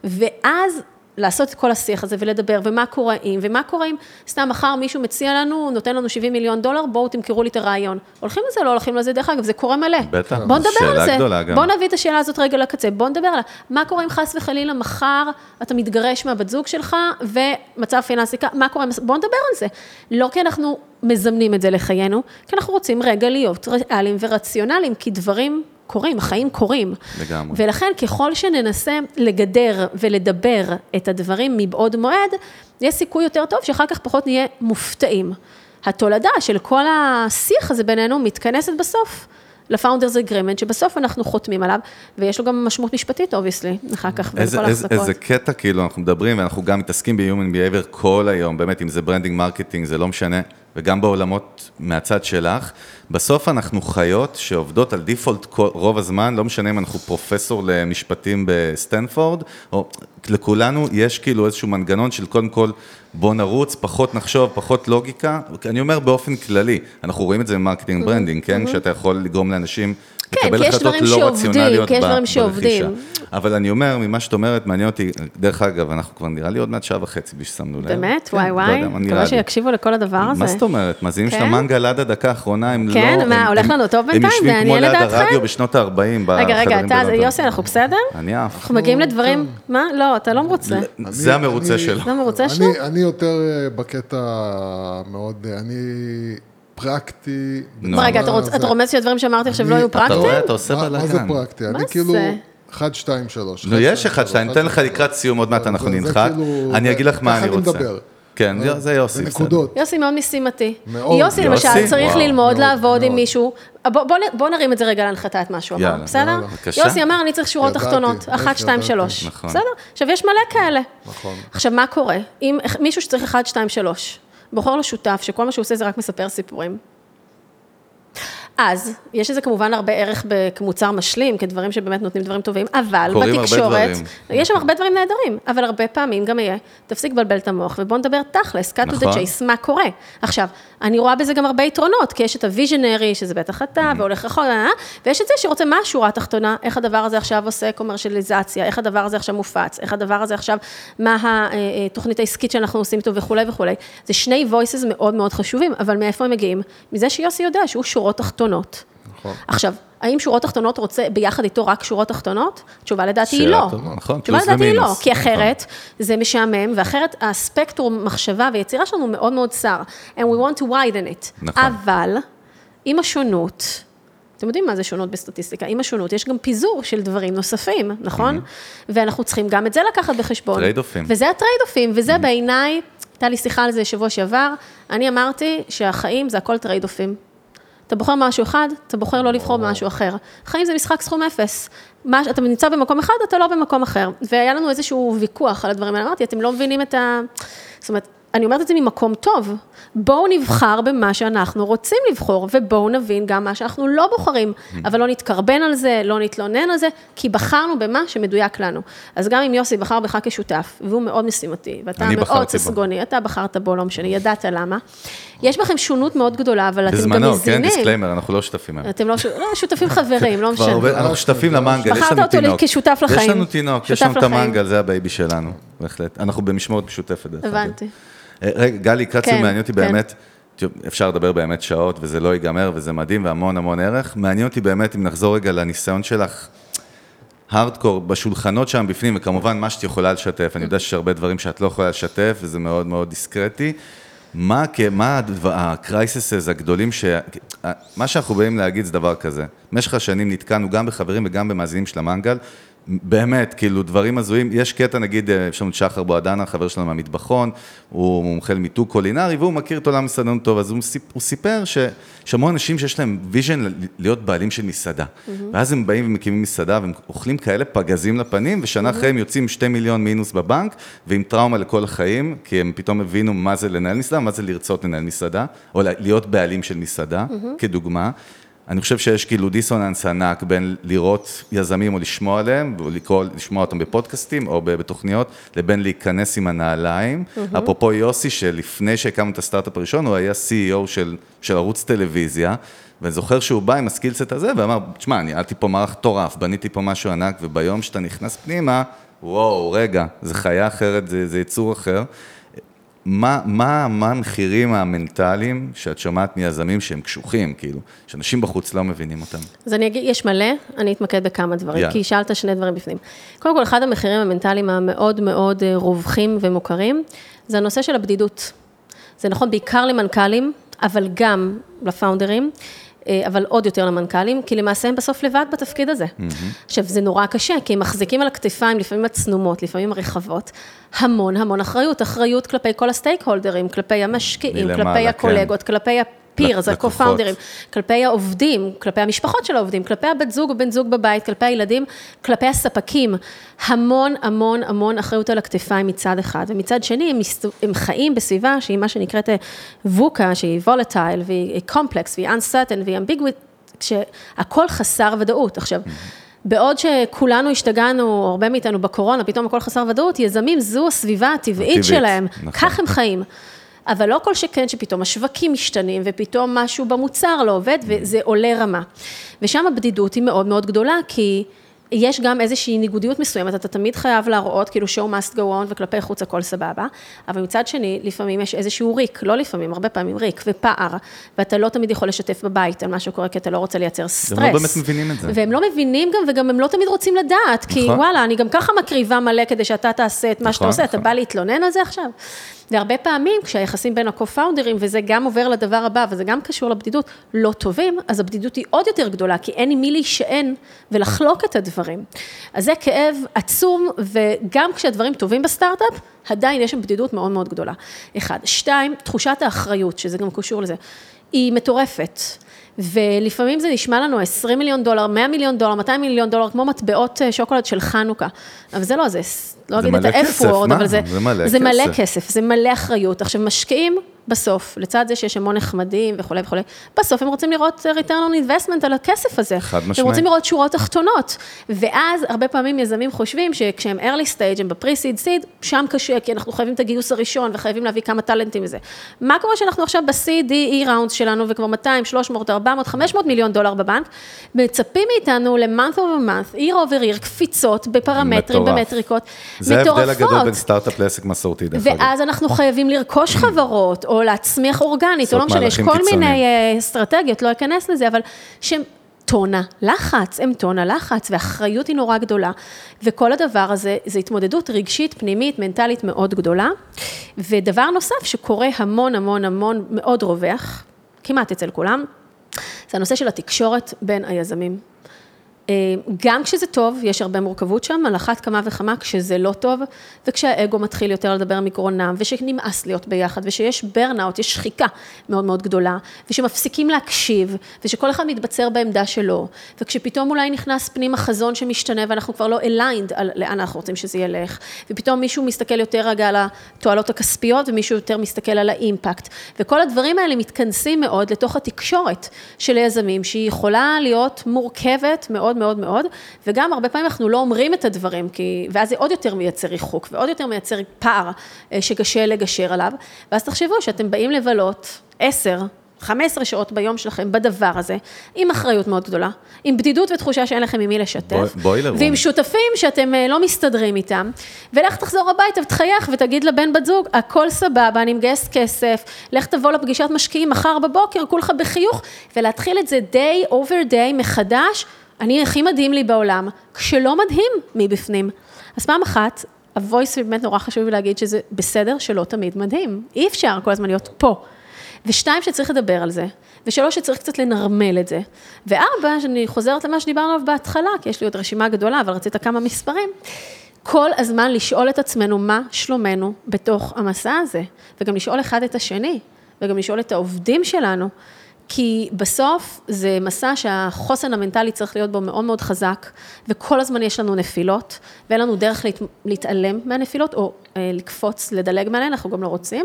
ואז לעשות את כל השיח הזה ולדבר, ומה קורה אם, ומה קורה אם, סתם מחר מישהו מציע לנו, נותן לנו שבעים מיליון דולר, בואו תמכרו לי את הרעיון. הולכים לזה, לא הולכים לזה, דרך אגב, זה קורה מלא. בטח, בואו נדבר על זה. גדולה, בואו נביא את השאלה הזאת רגע לקצה, בואו נדבר עליה. מה קורה אם חס וחלילה, מחר אתה מתגרש מהבת זוג שלך, ומצב פיננסי, מה קורה, בואו נדבר על זה. לא כי אנחנו מזמנים את זה לחיינו, כי אנחנו רוצים רגע להיות ריאליים ורציונליים, כי דברים קורים, החיים קורים. לגמרי. ולכן ככל שננסה לגדר ולדבר את הדברים מבעוד מועד, יש סיכוי יותר טוב שאחר כך פחות נהיה מופתעים. התולדה של כל השיח הזה בינינו מתכנסת בסוף ל-Founders Agreement, שבסוף אנחנו חותמים עליו, ויש לו גם משמעות משפטית, obviously, אחר כך, איזה, בכל איזה, ההחזקות. איזה קטע, כאילו, אנחנו מדברים, ואנחנו גם מתעסקים ב-Human Behavior כל היום, באמת, אם זה ברנדינג מרקטינג, זה לא משנה, וגם בעולמות מהצד שלך, בסוף אנחנו חיות שעובדות על דיפולט רוב הזמן, לא משנה אם אנחנו פרופסור למשפטים בסטנפורד, או לכולנו יש כאילו איזשהו מנגנון של קודם כל בוא נרוץ, פחות נחשוב, פחות לוגיקה, אני אומר באופן כללי, אנחנו רואים את זה במרקטינג ברנדינג, כן? שאתה יכול לגרום לאנשים לקבל החלטות לא רציונליות ברכישה. אבל אני אומר, ממה שאת אומרת, מעניין אותי, דרך אגב, אנחנו כבר נראה לי עוד מעט שעה וחצי בששמנו לב. באמת? וואי וואי, מקווה שיקשיבו לכל הדבר הזה. מה זאת אומרת? מזיעים של המנגל עד הדקה האחרונה, הם לא... כן, מה, הולך לנו טוב בינתיים, הם יושבים כמו ליד הרדיו בשנות ה-ארבעים. רגע, רגע, אתה, יוסי, אנחנו בסדר? אני אף. אנחנו מגיעים לדברים, מה? לא, אתה לא מרוצה. זה המרוצה שלו. זה המרוצה שלו? אני יותר בקטע מאוד, אני... פרקטי. רגע, אתה רומז שהדברים שאמרתי עכשיו לא היו פרקטיים? אתה רואה, אתה עושה בלגן. מה זה פרקטי? אני כאילו אחד, שתיים, שלוש. לא, יש אחד, שתיים, ניתן לך לקראת סיום, עוד מעט אנחנו ננחת. אני אגיד לך מה אני רוצה. כן, זה יוסי. בנקודות. יוסי מאוד משימתי. יוסי למשל צריך ללמוד לעבוד עם מישהו. בוא נרים את זה רגע להנחתה את מה שהוא אמר, בסדר? יוסי אמר, אני צריך שורות תחתונות, אחת, שתיים, שלוש. בסדר? עכשיו, יש מלא כאלה. עכשיו, מה קורה? אם מישהו שצריך אחת, שתיים, שלוש, בוחר לו שותף, שכל מה שהוא עושה זה רק מספר סיפורים. אז, יש לזה כמובן הרבה ערך כמוצר משלים, כדברים שבאמת נותנים דברים טובים, אבל בתקשורת, יש שם הרבה דברים נהדרים, אבל הרבה פעמים גם יהיה, תפסיק לבלבל את המוח, ובוא נדבר תכלס, cut to the chase, מה קורה. עכשיו, אני רואה בזה גם הרבה יתרונות, כי יש את הוויז'נרי, שזה בטח אתה, והולך רחוק, ויש את זה שרוצה מה השורה התחתונה, איך הדבר הזה עכשיו עושה קומרשליזציה, איך הדבר הזה עכשיו מופץ, איך הדבר הזה עכשיו, מה התוכנית העסקית שאנחנו עושים איתו וכו' וכו'. זה שני voices מאוד מאוד חשובים, אבל מאיפה הם מגיעים? מזה שיוסי יודע שהוא שורות תחתונות. נכון. עכשיו, האם שורות תחתונות רוצה ביחד איתו רק שורות תחתונות? תשובה לדעתי היא לא. נכון, תשובה לדעתי היא לא, כי אחרת זה משעמם, ואחרת הספקטרום מחשבה ויצירה שלנו מאוד מאוד צר. And we want to widen it. נכון. אבל, עם השונות, אתם יודעים מה זה שונות בסטטיסטיקה? עם השונות יש גם פיזור של דברים נוספים, נכון? ואנחנו צריכים גם את זה לקחת בחשבון. טרייד-אופים. וזה הטרייד-אופים, וזה בעיניי, הייתה לי שיחה על זה שבוע שעבר, אני אמרתי שהחיים זה הכל טרייד-אופים. אתה בוחר משהו אחד, אתה בוחר לא לבחור במשהו אחר. חיים זה משחק סכום אפס. מה, אתה נמצא במקום אחד, אתה לא במקום אחר. והיה לנו איזשהו ויכוח על הדברים האלה. אמרתי, אתם לא מבינים את ה... זאת אומרת, אני אומרת את זה ממקום טוב. בואו נבחר במה שאנחנו רוצים לבחור, ובואו נבין גם מה שאנחנו לא בוחרים, אבל לא נתקרבן על זה, לא נתלונן על זה, כי בחרנו במה שמדויק לנו. אז גם אם יוסי בחר בך כשותף, והוא מאוד משימתי, ואתה מאוד ססגוני, אתה בחרת בו, לא משנה, ידעת למה. יש בכם שונות מאוד גדולה, אבל אתם גם מזינים. בזמנו, כן, דיסקליימר, אנחנו לא שותפים. אתם לא שותפים חברים, לא משנה. אנחנו שותפים למנגל, יש לנו תינוק. כשותף לחיים. יש לנו תינוק, יש לנו את המנגל, זה הבייבי שלנו, בהחלט. אנחנו במשמורת משותפת. הבנתי. רגע, גלי, קצת מעניין אותי באמת, אפשר לדבר באמת שעות, וזה לא ייגמר, וזה מדהים, והמון המון ערך. מעניין אותי באמת, אם נחזור רגע לניסיון שלך, הארדקור, בשולחנות שם בפנים, וכמובן מה שאת יכולה לשתף, אני יודע שיש הרבה דברים שאת לא יכולה לשתף, וזה מאוד מאוד דיסקרטי. מה, מה הקרייססס הגדולים, ש... מה שאנחנו באים להגיד זה דבר כזה. במשך השנים נתקענו גם בחברים וגם במאזינים של המנגל, באמת, כאילו, דברים הזויים, יש קטע, נגיד, יש לנו שחר בועדנה, חבר שלנו מהמטבחון, הוא מומחה למיתוג קולינרי, והוא מכיר את עולם מסעדנות טוב, אז הוא, סיפ, הוא סיפר שיש המון אנשים שיש להם ויז'ן להיות בעלים של מסעדה, mm-hmm. ואז הם באים ומקימים מסעדה, והם אוכלים כאלה פגזים לפנים, ושנה mm-hmm. אחרי הם יוצאים שתי מיליון מינוס בבנק, ועם טראומה לכל החיים, כי הם פתאום הבינו מה זה לנהל מסעדה, מה זה לרצות לנהל מסעדה, או להיות בעלים של מסעדה, mm-hmm. כדוגמה. אני חושב שיש כאילו דיסוננס ענק בין לראות יזמים או לשמוע עליהם, או לקרוא, לשמוע אותם בפודקאסטים או בתוכניות, לבין להיכנס עם הנעליים. Mm-hmm. אפרופו יוסי, שלפני שהקמנו את הסטארט-אפ הראשון, הוא היה סי אי או של, של ערוץ טלוויזיה, ואני זוכר שהוא בא עם הסקילסט הזה, ואמר, תשמע, אני עלתי פה מערך טורף, בניתי פה משהו ענק, וביום שאתה נכנס פנימה, וואו, רגע, זה חיה אחרת, זה, זה יצור אחר. מה, מה, מה המחירים המנטליים שאת שומעת מיזמים שהם קשוחים, כאילו, שאנשים בחוץ לא מבינים אותם? אז אני אגיד, יש מלא, אני אתמקד בכמה דברים, yeah. כי שאלת שני דברים בפנים. קודם כל, אחד המחירים המנטליים המאוד מאוד רווחים ומוכרים, זה הנושא של הבדידות. זה נכון בעיקר למנכ"לים, אבל גם לפאונדרים, אבל עוד יותר למנכ"לים, כי למעשה הם בסוף לבד בתפקיד הזה. עכשיו, זה נורא קשה, כי הם מחזיקים על הכתפיים, לפעמים הצנומות, לפעמים הרחבות, המון המון אחריות, אחריות כלפי כל הסטייק הולדרים, כלפי המשקיעים, כלפי הקולגות, כלפי הפירס, הקו-פאונדרים, כלפי העובדים, כלפי המשפחות של העובדים, כלפי הבת זוג או בן זוג בבית, כלפי הילדים, כלפי הספקים, המון המון המון אחריות על הכתפיים מצד אחד, ומצד שני הם, מסת... הם חיים בסביבה שהיא מה שנקראת ווקה, שהיא volatile, והיא complex, והיא uncertain, והיא ambiguous, שהכל חסר ודאות. עכשיו, בעוד שכולנו השתגענו, הרבה מאיתנו בקורונה, פתאום הכל חסר ודאות, יזמים זו הסביבה הטבעית שלהם, כך הם חיים. אבל לא כל שכן שפתאום השווקים משתנים, ופתאום משהו במוצר לא עובד, וזה עולה רמה. ושם הבדידות היא מאוד מאוד גדולה, כי יש גם איזושהי ניגודיות מסוימת, אתה תמיד חייב להראות, כאילו show must go on, וכלפי חוץ הכל סבבה, אבל מצד שני, לפעמים יש איזשהו ריק, לא לפעמים, הרבה פעמים ריק ופער, ואתה לא תמיד יכול לשתף בבית על מה שקורה, כי אתה לא רוצה לייצר סטרס. הם לא באמת מבינים את זה. והם לא מבינים גם, וגם הם לא תמיד רוצים לדעת, כי וואלה, אני גם ככה מקריבה מלא כדי שאתה תעשה את מה שאתה עושה, אתה בא להתלונן על זה עכשיו. והרבה פעמים, כשהיחסים בין הקו-פאונדרים, וזה גם עובר לדבר הבא, וזה גם קשור לבדידות, לא טובים, אז הבדידות היא עוד יותר גדולה, כי אין עם מי להישען ולחלוק את הדברים. אז זה כאב עצום, וגם כשהדברים טובים בסטארט-אפ, עדיין יש שם בדידות מאוד מאוד גדולה. אחד. שתיים, תחושת האחריות, שזה גם קשור לזה, היא מטורפת. ולפעמים זה נשמע לנו עשרים מיליון דולר, מאה מיליון דולר, מאתיים מיליון דולר, כמו מטבעות שוקולד של חנוכה. אבל זה לא, זה לא אגיד את ה-F word, אבל זה, זה מלא כסף, זה מלא אחריות. עכשיו, משקיעים בסוף, לצד זה שיש המון נחמדים וכו' וכו', בסוף הם רוצים לראות return on investment על הכסף הזה. חד משמעית. הם רוצים לראות שורות תחתונות. ואז הרבה פעמים יזמים חושבים שכשהם early stage, הם בפרי-seed seed, שם קשה, כי אנחנו חייבים את הגיוס הראשון וחייבים להביא כמה טלנטים וזה. מה קורה שאנחנו עכשיו ב-C, D, E rounds שלנו וכבר מאתיים, שלוש מאות, ארבע מאות, חמש מאות מיליון דולר בבנק, מצפים מאיתנו ל-month over month, year over year, קפיצות בפרמטרים, במטריקות, זה ההבדל הגדול בין סטארט-אפ לעסק מסורתי דרך אגב. ואז אנחנו חייבים לרכוש חברות, או להצמיח אורגנית, או לא משנה, יש כל מיני אסטרטגיות, לא אכנס לזה, אבל שהם טונה לחץ, הם טונה לחץ, והאחריות היא נורא גדולה, וכל הדבר הזה, זה התמודדות רגשית, פנימית, מנטלית מאוד גדולה, ודבר נוסף שקורה המון, המון, המון, מאוד רווח, כמעט אצל כולם, זה הנושא של התקשורת בין היזמים. גם כשזה טוב, יש הרבה מורכבות שם, על אחת כמה וכמה כשזה לא טוב, וכשהאגו מתחיל יותר לדבר מגרונם, ושנמאס להיות ביחד, ושיש ברנאוט, יש שחיקה מאוד מאוד גדולה, ושמפסיקים להקשיב, ושכל אחד מתבצר בעמדה שלו, וכשפתאום אולי נכנס פנים החזון שמשתנה, ואנחנו כבר לא aligned על לאן אנחנו רוצים שזה ילך, ופתאום מישהו מסתכל יותר רגע על התועלות הכספיות, ומישהו יותר מסתכל על האימפקט, וכל הדברים האלה מתכנסים מאוד לתוך התקשורת של היזמים, שהיא יכולה להיות מורכבת מאוד מאוד מאוד, וגם הרבה פעמים אנחנו לא אומרים את הדברים, כי, ואז זה עוד יותר מייצר ריחוק, ועוד יותר מייצר פער שקשה לגשר עליו, ואז תחשבו שאתם באים לבלות עשר, חמש עשרה שעות ביום שלכם בדבר הזה, עם אחריות מאוד גדולה, עם בדידות ותחושה שאין לכם עם מי לשתף, ועם שותפים שאתם לא מסתדרים איתם, ולך תחזור הביתה ותחייך ותגיד לבן בת זוג, הכל סבבה, אני מגייס כסף, לך תבוא לפגישת משקיעים מחר בבוקר, כולך בחיוך, ולהתחיל את זה day over day מחדש, אני הכי מדהים לי בעולם, כשלא מדהים מבפנים. אז פעם אחת, הוויס באמת נורא חשוב להגיד שזה בסדר שלא תמיד מדהים. אי אפשר כל הזמן להיות פה. ושתיים שצריך לדבר על זה, ושלוש שצריך קצת לנרמל את זה. וארבע, שאני חוזרת למה שדיברנו עליו בהתחלה, כי יש לי עוד רשימה גדולה, אבל רצית כמה מספרים, כל הזמן לשאול את עצמנו מה שלומנו בתוך המסע הזה, וגם לשאול אחד את השני, וגם לשאול את העובדים שלנו, כי בסוף זה מסע שהחוסן המנטלי צריך להיות בו מאוד מאוד חזק, וכל הזמן יש לנו נפילות, ואין לנו דרך להת... להתעלם מהנפילות, או אה, לקפוץ, לדלג מעליהן, אנחנו גם לא רוצים.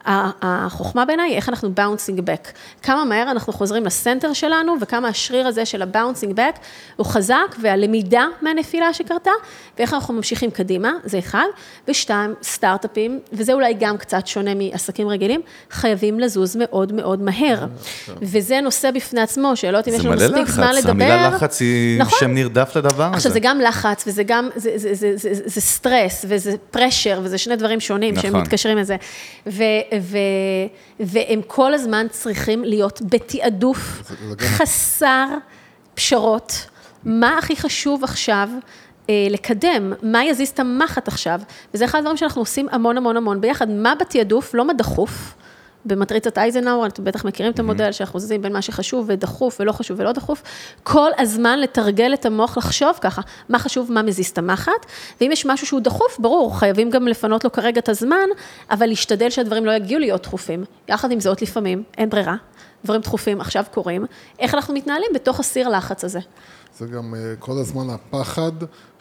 החוכמה בעיניי היא איך אנחנו bouncing back. כמה מהר אנחנו חוזרים לסנטר שלנו, וכמה השריר הזה של ה-bouncing back הוא חזק, והלמידה מהנפילה שקרתה, ואיך אנחנו ממשיכים קדימה, זה אחד, ושתיים, סטארט-אפים, וזה אולי גם קצת שונה מעסקים רגילים, חייבים לזוז מאוד מאוד מהר. וזה נושא בפני עצמו, שאלות אם יש לנו מספיק זמן לדבר. המילה לחץ היא שם נרדף לדבר הזה. עכשיו, זה גם לחץ, וזה גם, זה, זה, זה, זה, זה סטרס, וזה פרשר, וזה שני דברים שונים שהם מתקשרים לזה. ו, ו, והם כל הזמן צריכים להיות בתיעדוף חסר פשרות. מה הכי חשוב עכשיו לקדם? מה יזיז את המחט עכשיו? וזה אחד הדברים שאנחנו עושים המון המון המון ביחד. מה בתיעדוף, לא מה דחוף, במטריצת אייזנהאואר, אתם בטח מכירים את המודל שאנחנו זזים בין מה שחשוב ודחוף ולא חשוב ולא דחוף, כל הזמן לתרגל את המוח לחשוב ככה, מה חשוב, מה מזיז את המחט, ואם יש משהו שהוא דחוף, ברור, חייבים גם לפנות לו כרגע את הזמן, אבל להשתדל שהדברים לא יגיעו להיות דחופים. יחד עם זאת לפעמים, אין ברירה, דברים דחופים עכשיו קורים, איך אנחנו מתנהלים בתוך הסיר לחץ הזה. זה גם כל הזמן הפחד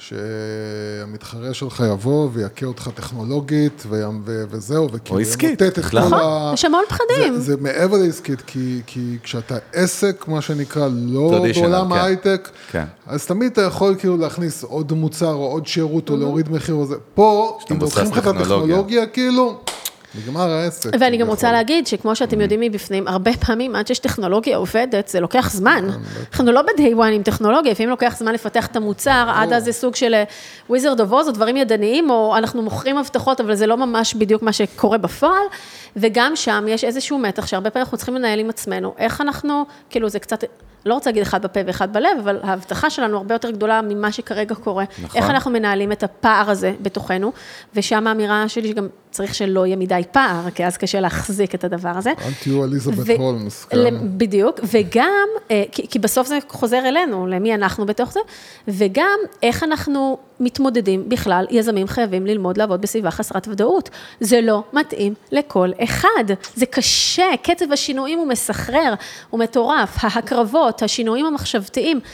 שהמתחרה שלך יבוא ויקה אותך טכנולוגית וזהו, או עסקית. נכון, יש המון פחדים. זה מעבר לעסקית, כי כשאתה עסק, מה שנקרא, לא בעולם ההייטק, אז תמיד אתה יכול כאילו להכניס עוד מוצר או עוד שירות או להוריד מחיר או זה. פה, אם לוקחים לך את הטכנולוגיה, כאילו... נגמר העסק. ואני גם רוצה להגיד שכמו שאתם יודעים מבפנים, הרבה פעמים עד שיש טכנולוגיה עובדת, זה לוקח זמן. אנחנו לא ב-day one עם טכנולוגיה, לפעמים לוקח זמן לפתח את המוצר, עד אז זה סוג של Wizard of Oz, או דברים ידניים, או אנחנו מוכרים הבטחות, אבל זה לא ממש בדיוק מה שקורה בפועל, וגם שם יש איזשהו מתח, שהרבה פעמים אנחנו צריכים לנהל עם עצמנו, איך אנחנו, כאילו זה קצת, לא רוצה להגיד אחד בפה ואחד בלב, אבל ההבטחה שלנו הרבה יותר גדולה ממה שכרגע קורה. איך אנחנו מנהלים את הפער הזה בתוכנו, ושם האמירה שלי שגם צריך שלא יהיה מדי פער, כי אז קשה להחזיק את הדבר הזה. אל תהיו אליזבת הולמס. בדיוק, וגם, כי בסוף זה חוזר אלינו, למי אנחנו בתוך זה, וגם איך אנחנו מתמודדים בכלל, יזמים חייבים ללמוד לעבוד בסביבה חסרת ודאות. זה לא מתאים לכל אחד. זה קשה, קצב השינויים הוא מסחרר, הוא מטורף, ההקרבות, השינויים המחשבתיים,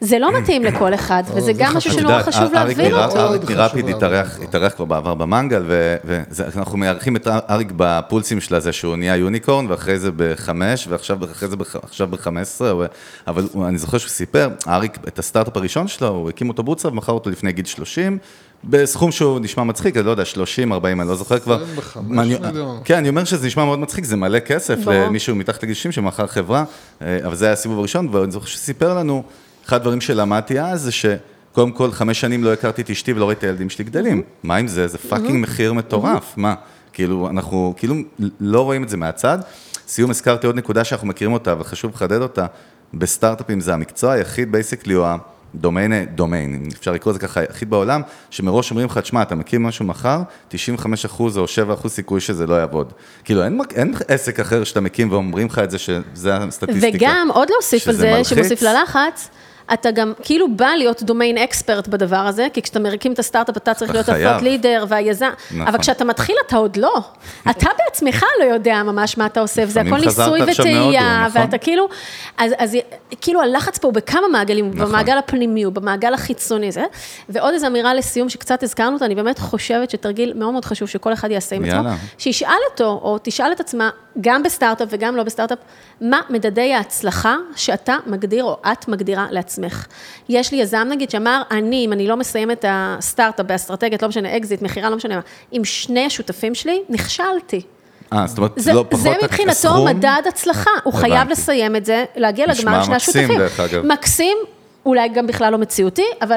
זה לא מתאים לכל אחד, וזה גם משהו שנורא חשוב להבין אותו. אריק מרפיד התארח כבר בעבר במנגל, ואנחנו מארחים את אריק בפולסים של הזה, שהוא נהיה יוניקורן, ואחרי זה בחמש, ועכשיו ב-חמש עשרה, אבל אני זוכר שהוא סיפר, אריק, את הסטארט-אפ הראשון שלו, הוא הקים אותו בוצה, ומכר אותו לפני גיל שלושים, בסכום שהוא נשמע מצחיק, אני לא יודע, שלושים, ארבעים, אני לא זוכר כבר. כן, אני אומר שזה נשמע מאוד מצחיק, זה מלא כסף למישהו מתחת לגיל שישים שמאחר חברה, אבל זה היה הסיבוב הראשון, ואני זוכר שסיפר לנו, אחד הדברים שלמדתי אז, זה שקודם כל חמש שנים לא הכרתי את אשתי ולא ראיתי את הילדים שלי גדלים. מה עם זה? זה פאקינג מחיר מטורף. מה? כאילו, אנחנו כאילו לא רואים את זה מהצד. סיום, הזכרתי עוד נקודה שאנחנו מכירים אותה, וחשוב לחדד אותה. בסטארט-אפים זה המקצוע היחיד, בייסיקלי, הוא הדומיין, דומיין, אם אפשר לקרוא את זה ככה, היחיד בעולם, שמראש אומרים לך, תשמע, אתה מקים משהו מחר, תשעים וחמישה אחוז או שבעה אחוז סיכוי שזה לא יעבוד. כאילו, אין, אין עסק אחר שאתה מקים ואומרים לך את זה, שזה הסטטיסטיקה. וגם, עוד להוסיף על זה, שמוסיף ללחץ, אתה גם כאילו בא להיות דומיין אקספרט בדבר הזה, כי כשאתה מריקים את הסטארט-אפ, אתה צריך להיות הפרט לידר והיזם, אבל כשאתה מתחיל, אתה עוד לא. אתה בעצמך לא יודע ממש מה אתה עושה, וזה הכל ניסוי וטעייה, ואתה כאילו, אז כאילו הלחץ פה הוא בכמה מעגלים, במעגל הפנימי, במעגל החיצוני הזה, ועוד איזו אמירה לסיום שקצת הזכרנו אותה, אני באמת חושבת שתרגיל מאוד מאוד חשוב שכל אחד יעשה עם עצמו, שישאל אותו, או תשאל את עצמה, גם בסטארט-אפ וגם לא בסטארט-אפ, מה מדדי ההצלחה שאתה מגדיר או את מגדירה לעצמך. יש לי יזם נגיד שאמר, אני, אם אני לא מסיים את הסטארט-אפ באסטרטגיית, לא משנה, אקזיט, מחירה, לא משנה מה, עם שני השותפים שלי, נכשלתי. אה, זאת אומרת, זה לא פחות זה מבחינתו מדד הצלחה, הוא חייב לסיים את זה, להגיע לגמר שני השותפים. מקסים, אולי גם בכלל לא מציאותי, אבל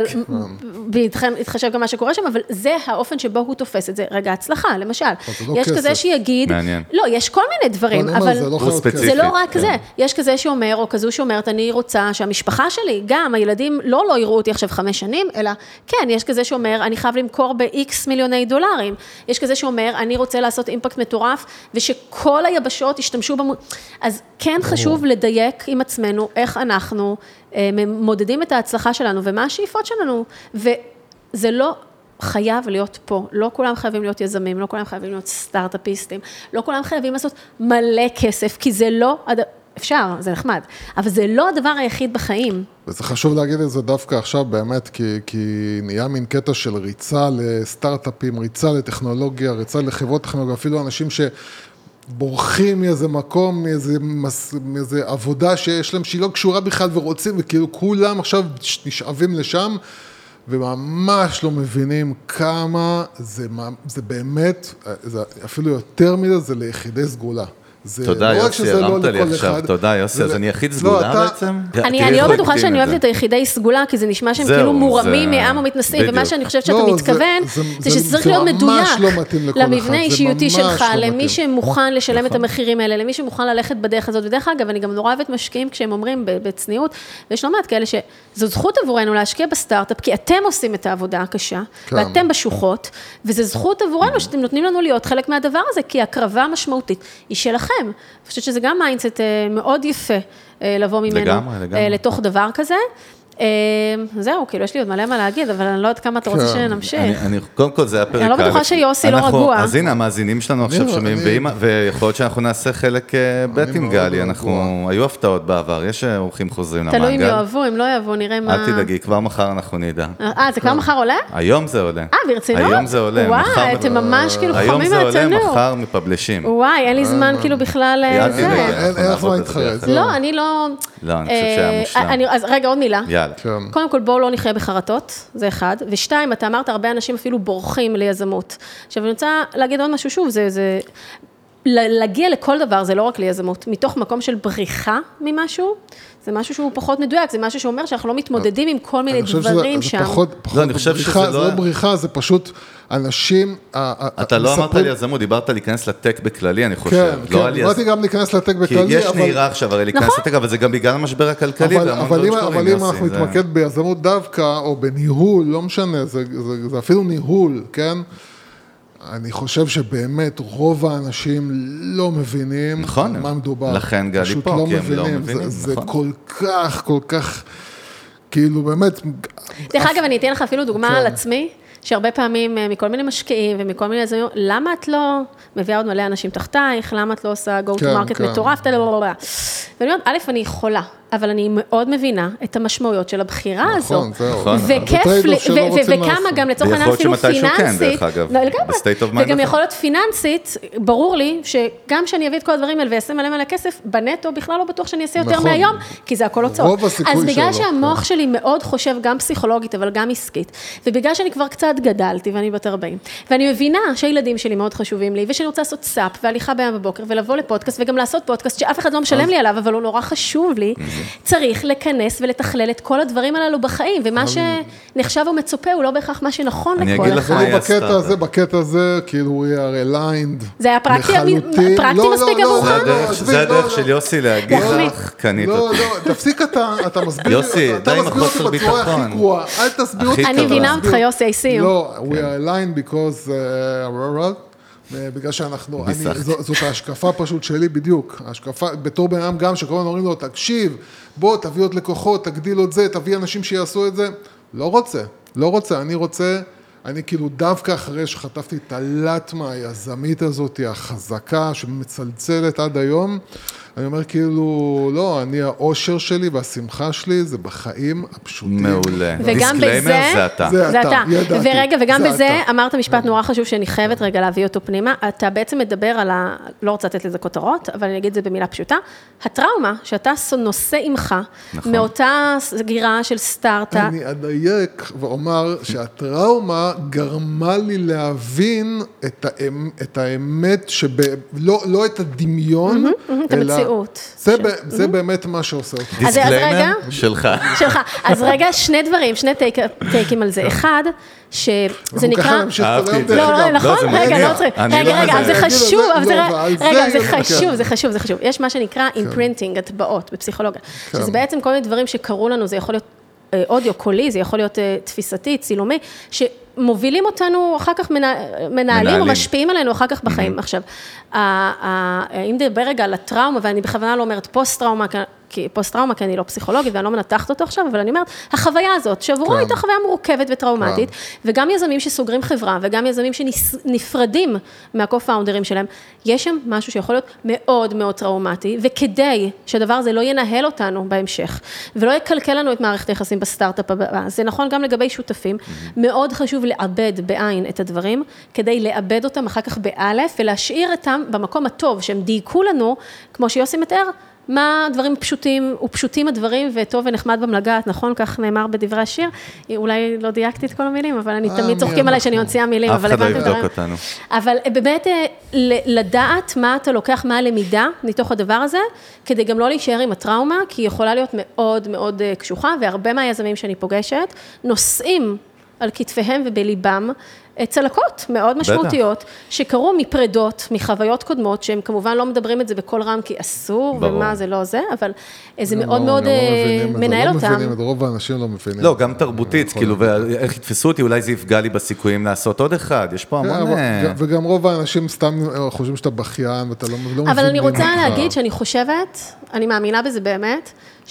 התחשב גם מה שקורה שם, אבל זה האופן שבו הוא תופס את זה. רגע, הצלחה, למשל. יש כזה שיגיד, לא, יש כל מיני דברים, אבל זה לא רק זה. יש כזה שאומר, או כזו שאומרת, אני רוצה שהמשפחה שלי, גם הילדים לא לא יראו אותי עכשיו חמש שנים, אלא כן, יש כזה שאומר, אני חייב למכור ב-X מיליוני דולרים. יש כזה שאומר, אני רוצה לעשות אימפקט מטורף, ושכל היבשות ישתמשו במו... אז כן חשוב לדייק עם עצמנו איך אנחנו מודדים את ההצלחה שלנו, ומה השאיפות שלנו, וזה לא חייב להיות פה, לא כולם חייבים להיות יזמים, לא כולם חייבים להיות סטארט-אפיסטים, לא כולם חייבים לעשות מלא כסף, כי זה לא, אפשר, זה נחמד, אבל זה לא הדבר היחיד בחיים. וזה חשוב להגיד את זה דווקא עכשיו באמת, כי, כי נהיה מין קטע של ריצה לסטארט-אפים, ריצה לטכנולוגיה, ריצה לחברות טכנולוגיה, אפילו אנשים ש... בורחים מאיזה מקום, מאיזה, מאיזה עבודה שיש להם שהיא לא קשורה בכלל ורוצים, וכאילו כולם עכשיו נשאבים לשם, וממש לא מבינים כמה זה, זה באמת, זה אפילו יותר מזה, זה ליחידי סגולה. תודה יוסי, הרמת לי עכשיו, תודה יוסי, אז אני יחיד סגולה בעצם? אני לא בטוחה שאני אוהבת את היחידי סגולה, כי זה נשמע שהם כאילו מורמים מעם ומתנסים, ומה שאני חושבת שאתה מתכוון, זה שזה צריך להיות מדויק למבנה אישיותי שלך, למי שמוכן לשלם את המחירים האלה, למי שמוכן ללכת בדרך הזאת, ודרך אגב, אני גם נורא אוהבת משקיעים כשהם אומרים בצניעות, ויש לא מעט כאלה שזו זכות עבורנו להשקיע בסטארט-אפ, כי אתם עושים את העבודה הקשה, ואתם בשוחות, וזו זכות עבורנו שאתם נותנים לנו להיות חלק מהדבר הזה, כי הקרבה המשמעותית היא שלכם. אני חושבת שזה גם מיינדסט מאוד יפה לבוא ממנו לתוך דבר כזה. זהו, כאילו, יש לי עוד מלא מה להגיד, אבל אני לא יודעת כמה אתה רוצה שנמשיך. קודם כל, זה היה פרק... אני לא בטוחה שיוסי לא רגוע. אז הנה, המאזינים שלנו עכשיו שומעים, ויכול להיות שאנחנו נעשה חלק בית עם גלי, אנחנו... היו הפתעות בעבר, יש אורחים חוזרים למעגל. תלוי אם יאהבו, אם לא יאהבו, נראה מה... אל תדאגי, כבר מחר אנחנו נדע. אה, זה כבר מחר עולה? היום זה עולה. אה, ברצינות? היום זה עולה. וואי, אתם ממש כאילו חומים מהתנור. היום זה עולה, מחר מפבלשים. וואי, אין לי זמן כאילו בכלל... לא, אני לא... לא, אני חושב שהיה מושלם. אז רגע, עוד מילה. יאללה. קודם כל, בואו לא נחיה בחרטות, זה אחד. ושתיים, אתה אמרת, הרבה אנשים אפילו בורחים ליזמות. עכשיו, אני רוצה להגיד עוד משהו שוב, זה, זה, להגיע לכל דבר, זה לא רק ליזמות. מתוך מקום של בריחה ממשהו, זה משהו שהוא פחות מדויק, זה משהו שאומר שאנחנו לא מתמודדים עם כל מיני דברים שם. אני חושב שזה לא... זה לא בריחה, זה פשוט אנשים... אתה לא אמרת לי יזמות, דיברת להיכנס לטק בכללי, אני חושב. כן, כן, דיברתי גם להיכנס לטק בכללי. כי יש נהירה עכשיו, הרי להיכנס לטק, אבל זה גם בגלל המשבר הכלכלי. אבל אם אנחנו נתמקד ביזמות דווקא, או בניהול, לא משנה, זה אפילו ניהול, כן? אני חושב שבאמת רוב האנשים לא מבינים נכון, מה מדובר. לכן גלי פה, לא כי הם לא מבינים. מבינים. זה, נכון. זה כל כך, כל כך, כאילו באמת... דרך אגב, אני אתן לך אפילו דוגמה כן. על עצמי, שהרבה פעמים מכל מיני משקיעים ומכל מיני יזמים, למה את לא מביאה עוד מלא אנשים תחתייך, למה את לא עושה go to market כן, מטורף, כן. ואני אומרת, א', אני יכולה, אבל אני מאוד מבינה את המשמעויות של הבחירה הזו. נכון, זהו. וכיף לי, וכמה גם לצורך העניין אפילו פיננסית, וגם יכול להיות פיננסית, ברור לי שגם שאני אביא את כל הדברים האלה ויעשה מלא מלא כסף, בנטו בכלל לא בטוח שאני אעשה יותר מהיום, כי זה הכל הוצאות. אז בגלל שהמוח שלי מאוד חושב גם פסיכולוגית, אבל גם עסקית, ובגלל שאני כבר קצת גדלתי, ואני בת ארבעים, ואני מבינה שהילדים שלי מאוד חשובים לי, ושאני רוצה לעשות סאפ, והליכה בים בבוקר, ולבוא לפודקאסט, וגם לעשות פודקאסט שאף אחד לא משלם לי עליו, אבל הוא נורא חשוב לי, צריך לכנס ולתכלל את כל הדברים הללו בחיים, ומה שנחשב ומצופה הוא לא בהכרח מה שנכון לכל אחד. בקטע הזה, בקטע הזה, כאילו, we are aligned. זה היה פרקטי מספיק עבורך? זה הדרך של יוסי להגיד לך, קנית אותי. לא, לא, תפסיק אתה מסביר יוסי, די עם החוסר ביטחון. אל תסביר אותי. אני מבינה אותך, יוסי, I see you. לא, we are aligned because, בגלל שאנחנו, זאת ההשקפה פשוט שלי בדיוק, ההשקפה, בתור בן אדם גם שכל הזמן אומרים לו, תקשיב, בוא, תביא עוד לקוחות, תגדיל עוד זה, תביא אנשים שיעשו את זה, לא רוצה, לא רוצה, אני רוצה, אני כאילו דווקא אחרי שחטפתי את הלטמה היזמית הזאת, החזקה שמצלצלת עד היום, אני אומר כאילו, לא, אני האושר שלי והשמחה שלי זה בחיים הפשוטים. מעולה. וגם בזה, זה אתה. זה אתה. ורגע, וגם בזה אמרת משפט נורא חשוב שאני חייבת רגע להביא אותו פנימה. אתה בעצם מדבר על ה... לא רוצה לתת לזה כותרות, אבל אני אגיד את זה במילה פשוטה. הטראומה שאתה נושא עמך, מאותה סגירה של סטארט-אפ. אני אדייק ואומר שהטראומה גרמה לי להבין את האמת, לא את הדמיון, אלא זה באמת מה שעושה אותך. דיסקליימר שלך. שלך. אז רגע, שני דברים, שני טייקים על זה. אחד, שזה נקרא... לא, נכון? רגע, לא צריך. רגע, רגע, זה חשוב. רגע, זה חשוב, זה חשוב, זה חשוב. יש מה שנקרא imprinting, הטבעות בפסיכולוגיה. שזה בעצם כל מיני דברים שקרו לנו, זה יכול להיות אודיו, קולי, זה יכול להיות תפיסתי, צילומי, שמובילים אותנו, אחר כך מנהלים או משפיעים עלינו אחר כך בחיים. עכשיו, אם נדבר רגע על הטראומה, ואני בכוונה לא אומרת פוסט-טראומה, כי פוסט-טראומה, כי אני לא פסיכולוגית, ואני לא מנתחת אותו עכשיו, אבל אני אומרת, החוויה הזאת, שעבורו הייתה חוויה מורכבת וטראומטית, וגם יזמים שסוגרים חברה, וגם יזמים שנפרדים מהקו-פאונדרים שלהם, יש שם משהו שיכול להיות מאוד מאוד טראומטי, וכדי שהדבר הזה לא ינהל אותנו בהמשך, ולא יקלקל לנו את מערכת היחסים בסטארט-אפ הבא, זה נכון גם לגבי שותפים, מאוד חשוב לאבד בעין את הדברים, כדי לאבד אותם אחר כך באלף, ולהשאיר אותם במקום הטוב, שהם דייקו לנו, כמו שיוסי מתאר, מה דברים פשוטים, ופשוטים הדברים, וטוב ונחמד במלגת, נכון? כך נאמר בדברי השיר. אולי לא דייקתי את כל המילים, אבל אני תמיד צוחקים עליי שאני מוציאה מילים. אף אחד לא יבדוק אותנו. אבל באמת, לדעת מה אתה לוקח, מה הלמידה מתוך הדבר הזה, כדי גם לא להישאר עם הטראומה, כי היא יכולה להיות מאוד מאוד קשוחה, והרבה מהיזמים שאני פוגשת, נושאים על כתפיהם ובליבם, צלקות מאוד משמעותיות, שקרו מפרדות, מחוויות קודמות, שהם כמובן לא מדברים את זה בכל רם, כי אסור, ומה זה לא זה, אבל זה מאוד מאוד מנהל אותם. לא מבינים, את רוב האנשים לא מבינים. לא, גם תרבותית, כאילו, ואיך יתפסו אותי, אולי זה יפגע לי בסיכויים לעשות עוד אחד, יש פה המון... וגם רוב האנשים סתם חושבים שאתה בכיין, ואתה לא מבינים. אבל אני רוצה להגיד שאני חושבת, אני מאמינה בזה באמת,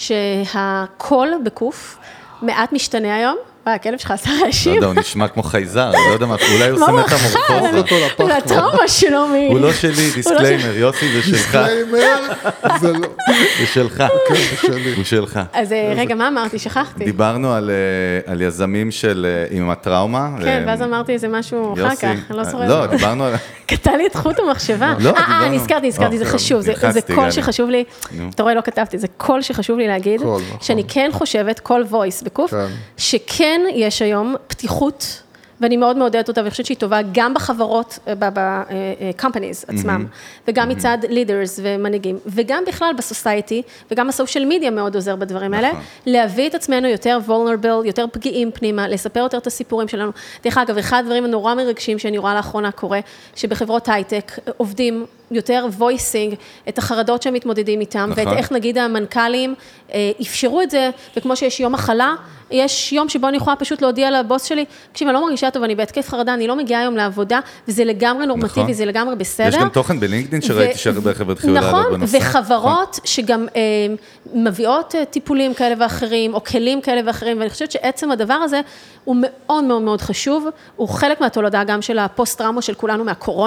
שהקול בקוף מעט משתנה היום, הכלב שלך עשה רעשים. לא יודע, הוא נשמע כמו חייזר, לא יודע מה, אולי הוא עושה מטמורפוזה. זה הטראומה שלו מי. הוא לא שלי, דיסקליימר, יוסי, זה שלך. דיסקליימר, זה לא. זה שלך. הוא שלך. אז רגע, מה אמרתי? שכחתי. דיברנו על יזמים עם הטראומה. כן, ואז אמרתי איזה משהו אחר כך, אני לא שורדת. לא, דיברנו על... קטע לי את חוט המחשבה. אה, נזכרתי, נזכרתי, זה חשוב, זה קול שחשוב לי, אתה רואה, לא כתבתי, זה קול שחשוב לי להגיד, שאני כן חושבת, קול voice בקוף, שכן יש היום פתיחות, ואני מאוד מעודדת אותה, ואני חושבת שהיא טובה גם בחברות, ב-companies עצמם, וגם מצד leaders ומנהיגים, וגם בכלל בסוסייטי, וגם הסושיאל מדיה מאוד עוזר בדברים האלה, להביא את עצמנו יותר vulnerable, יותר פגיעים פנימה, לספר יותר את הסיפורים שלנו. דרך אגב, אחד הדברים הנורא מרגשים שאני רואה לאחרונה קורה, שבחברות הייטק עובדים יותר voicing את החרדות שהם מתמודדים איתם, ואת איך נגיד המנכ"לים אפשרו את זה, וכמו שיש יום מחלה, יש יום שבו אני יכולה פשוט להודיע לבוס שלי, כשאני לא מרגישה טוב, אני בהתקף חרדה, אני לא מגיעה היום לעבודה, וזה לגמרי נורמטיבי, זה לגמרי בסדר. יש גם תוכן בלינקדאין שראיתי שהרבה חבר'ה התחילו לעלות בנושא. נכון, וחברות שגם מביאות טיפולים כאלה ואחרים, או כלים כאלה ואחרים, ואני חושבת שעצם הדבר הזה הוא מאוד מאוד מאוד חשוב, הוא חלק מהתולדה גם של הפוסט-טראומה של כולנו מהקורונה,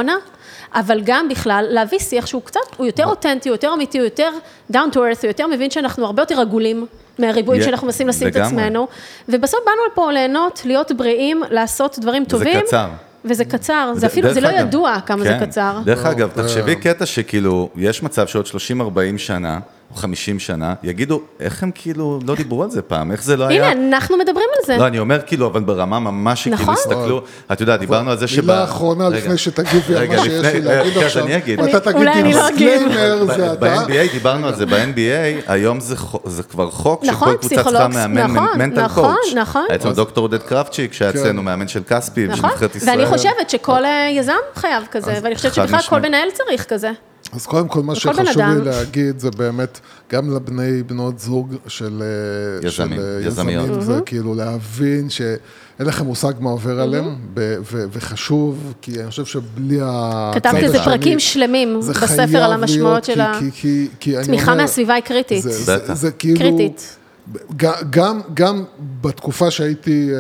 אבל גם בכלל להביא שיח שהוא קצת, הוא יותר אותנטי, הוא יותר אמיתי, הוא יותר down to earth, הוא יותר מבין שאנחנו הרבה יותר רגולים מהריבועים שאנחנו מנסים לשים את עצמנו, ובסוף באנו לפה ליהנות, להיות בריאים, לעשות דברים טובים. וזה קצר. וזה קצר, זה אפילו, זה לא ידוע כמה זה קצר. דרך אגב, תחשבי קטע שכאילו, יש מצב שעוד שלושים ארבעים שנה, או חמישים שנה, יגידו, איך הם כאילו לא דיברו על זה פעם, איך זה לא היה... הנה, אנחנו מדברים על זה. לא, אני אומר כאילו, אבל ברמה ממש שכאילו הסתכלו, את יודעת, דיברנו על זה שבא... מילה האחרונה לפני שתגיבי על מה שיש לי להגיד עכשיו. אתה תגיד דיסקליימר, זה אתה. ב-אן בי איי דיברנו על זה, ב-אן בי איי היום זה כבר חוק שכל קבוצה צריכה מאמן מנטל קואוץ'. נכון, היה אצלנו דוקטור עודד קרפצ'יק, שהיה אצלנו מאמן של כספי, של נבחרת ישראל. ואני חושבת שכל יזם חייב כזה, ואני חושבת שבכלל כל מנהל צריך כזה. אז קודם כל, מה שחשוב לי להגיד, זה באמת, גם לבני בנות זוג של יזמים, זה כאילו להבין שאין לכם מושג מה עובר עליהם, וחשוב, כי אני חושב שבלי הצד השני... כתבתי איזה פרקים שלמים בספר על המשמעות של התמיכה מהסביבה היא קריטית. זה כאילו... קריטית. גם בתקופה שהייתי...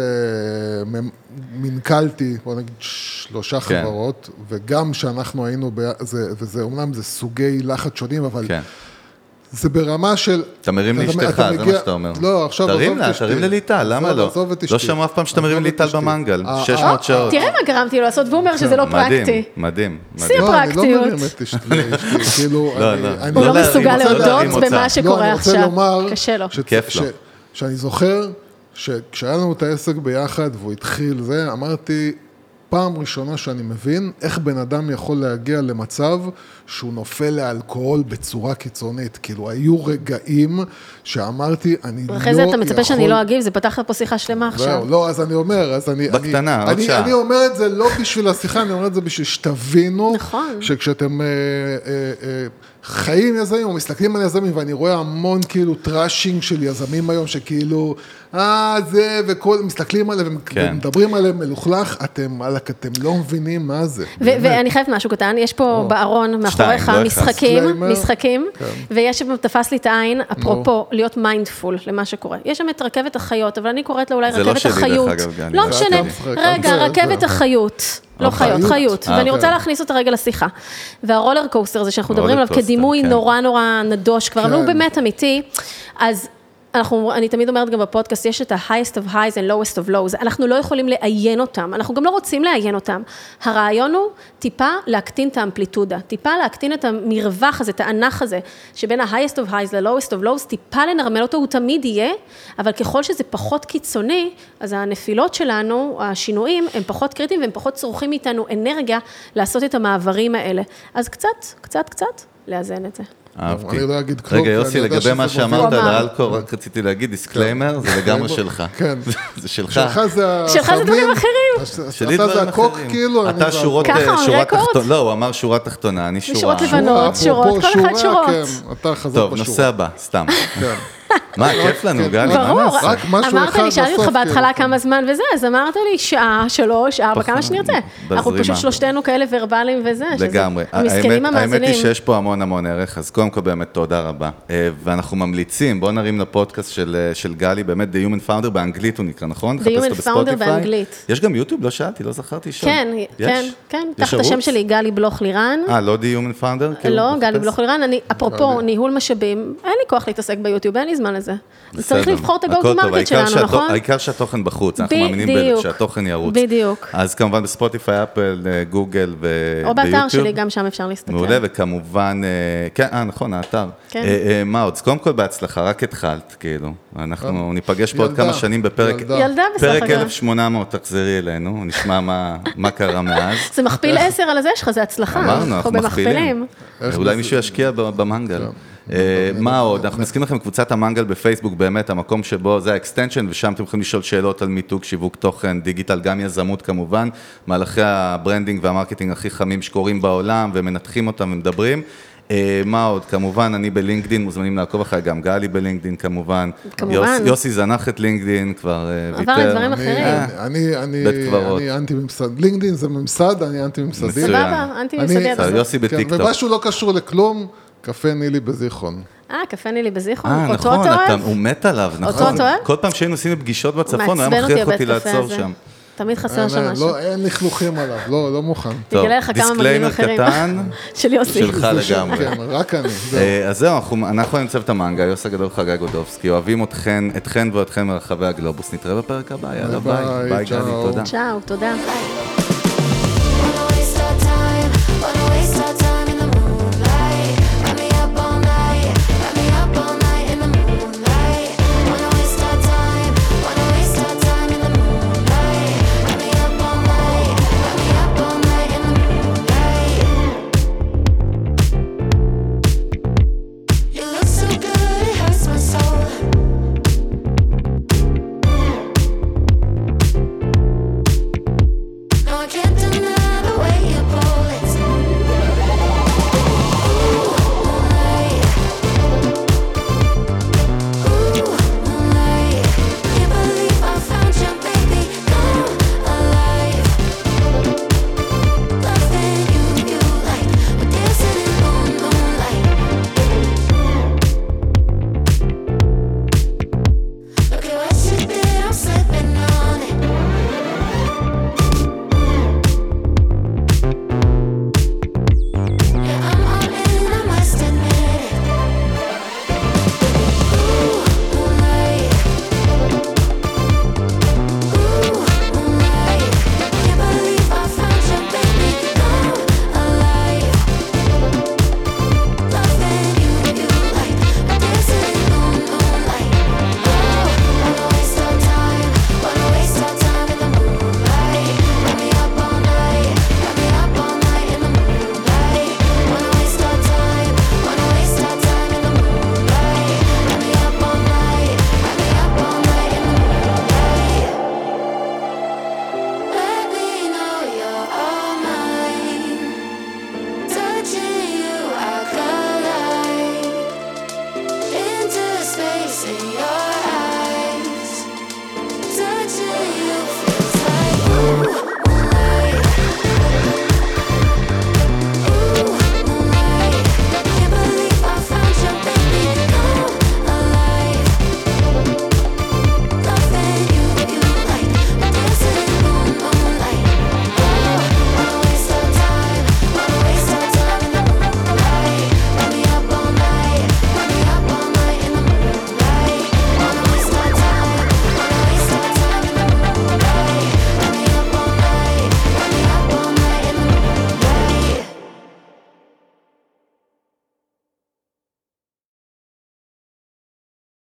מנכלתי, בוא נגיד, שלושה חברות, וגם שאנחנו היינו, וזה אומנם זה סוגי לחץ שונים, אבל זה ברמה של... אתה מרים לאשתך, זה מה שאתה אומר. לא, עכשיו עזוב את אשתי. תרים לליטל, למה לא? לא שמעו אף פעם שאתה מרים ליטל במנגל, שש מאות שעות. תראה מה גרמתי לו לעשות, והוא אומר שזה לא פרקטי. מדהים, שיא הפרקטיות. אני לא מרים את אשתי, כאילו... הוא לא מסוגל להודות במה שקורה עכשיו. קשה לו. כיף לו. שאני זוכר, שכשהיה לנו את העסק ביחד, והוא התחיל זה, אמרתי, פעם ראשונה שאני מבין, איך בן אדם יכול להגיע למצב שהוא נופל לאלכוהול בצורה קיצונית. כאילו, היו רגעים שאמרתי, אני לא יכול... אחרי זה אתה מצפה שאני לא אגיב, זה פתח פה שיחה שלמה עכשיו. לא, אז אני אומר, אז אני... בקטנה, עוד שעה. אני אומר את זה לא בשביל השיחה, אני אומר את זה בשביל שתבינו, שכשאתם חיים יזמים, או מסתכלים על יזמים, ואני רואה המון כאילו טראשינג של יזמים היום, שכאילו, אה, זה, וכל, מסתכלים עליהם, ומדברים עליהם מלוכלך, אתם, אתם לא מבינים מה זה. ואני חייבת משהו קטן, יש פה בארון, מאחוריך, משחקים, משחקים, ויש שם תפס לי את העין, אפרופו, להיות מיינדפול למה שקורה. יש שם את רכבת החיות, אבל אני קוראת לה אולי רכבת החיות. לא משנה, רגע, רכבת החיות. לא חיות, חיות, ואני רוצה להכניס אותה רגע לשיחה. והרולר קוסטר הזה שאנחנו מדברים עליו כדימוי נורא נורא נדוש, כבר לא באמת אמיתי, אז אנחנו, אני תמיד אומרת גם בפודקאסט, יש את ה-highest of highs and lowest of lows, אנחנו לא יכולים לעיין אותם, אנחנו גם לא רוצים לעיין אותם. הרעיון הוא טיפה להקטין את האמפליטודה, טיפה להקטין את המרווח הזה, את הענך הזה, שבין ה-highest of highs ל-lowest of lows, טיפה לנרמל אותו, הוא תמיד יהיה, אבל ככל שזה פחות קיצוני, אז הנפילות שלנו, השינויים, הם פחות קריטיים, והם פחות צורכים איתנו אנרגיה לעשות את המעברים האלה. אז קצת, קצת, קצת, לאזן את זה. אהבתי. רגע, יוסי, לגבי מה שאמרת על האלכוהול, רק רציתי להגיד, דיסקליימר, זה לגמרי שלך. כן. זה שלך. שלך זה... שלך זה דברים אחרים. שלי אתה זה הקוק, כאילו. אתה שורות תחתונה. לא, הוא אמר שורת תחתונה, אני שורה. שורות לבנות, שורות, כל אחד שורות. אתה חזק בשורה. טוב, נושא הבא, סתם. מה, כיף לנו, גלי? ברור, אמרת לי, שאלתי אותך בהתחלה כמה זמן וזה, אז אמרת לי שעה, שלוש, ארבע, כמה שנרצה. אנחנו פשוט שלושתנו כאלה ורבליים וזה, לגמרי. האמת היא שיש פה המון המון ערך, אז קודם כל באמת תודה רבה. ואנחנו ממליצים, בואו נרים לפודקאסט של גלי, באמת The Human Founder באנגלית הוא נקרא, נכון? The Human Founder באנגלית. יש גם יוטיוב? לא שאלתי, לא זכרתי שם. כן, כן, כן. תחת השם שלי גלי בלוך לירן. אה, לא The Human Founder? לא, גלי בלוך לירן. אני, אפרופו ניהול משאבים, אין לי כוח להתעסק ביוטיוב, אין לי זמן לזה. צריך לבחור את ה-go to market שלנו, נכון? העיקר שהתוכן בחוץ, אנחנו מאמינים שהתוכן ירוץ. בדיוק. אז כמובן בספוטיפיי, אפל, גוגל וביוטיוב. או באתר שלי, גם שם אפשר להסתכל. מעולה, וכמובן, כן, אה, נכון, האתר. מה עוד? קודם כל בהצלחה, רק התחלת, כאילו. אנחנו ניפגש פה עוד כמה שנים בפרק... ילדה בסך הכל. פרק אלף שמונה מאות, תחזרי אלינו, נשמע מה קרה מאז. זה מכפיל עשר על הזה שלך, זה הצלחה. אמרנו, אנחנו מכפילים. אולי מישהו ישקיע במנגל. מה עוד? אנחנו מסכים לכם קבוצת המנגל בפייסבוק, באמת המקום שבו זה האקסטנשן, ושם אתם יכולים לשאול שאלות על מיתוג, שיווק תוכן, דיגיטל, גם יזמות כמובן, מהלכי הברנדינג והמרקטינג הכי חמים שקורים בעולם, ומנתחים אותם ומדברים. מה עוד? כמובן, אני בלינקדין, מוזמנים לעקוב אחרי, גם גלי בלינקדין כמובן. כמובן. יוסי זנח את לינקדין, כבר ויתר. עבר לדברים אחרים. אני אנטי ממסד. לינקדין זה ממסד, אני אנטי ממסדי. סבבה, אנטי ממסדי. יוסי בטיקטוק. ומשהו לא קשור לכלום, קפה נילי בזיכרון. אה, קפה נילי בזיכרון, אה, אותו נכון, אתה אוהב? הוא מת עליו, נכון. אותו אתה אוהב? כל פעם שהיינו עושים פגישות בצפון, הוא היה מכריח אותי לעצור שם. תמיד חסר שם משהו. אין לכלוכים עליו, לא מוכן. תגלה לך כמה מגניבים אחרים. דיסקליימר קטן, של יוסי. שלך לגמרי. כן, רק אני. אז זהו, אנחנו עם צוות המנגה, יוסי הגדול חגי גודובסקי, אוהבים אתכן ואתכן מרחבי הגלובוס. נתראה בפרק הבא, יאללה ביי. ביי גלי, תודה. צ'או, תודה.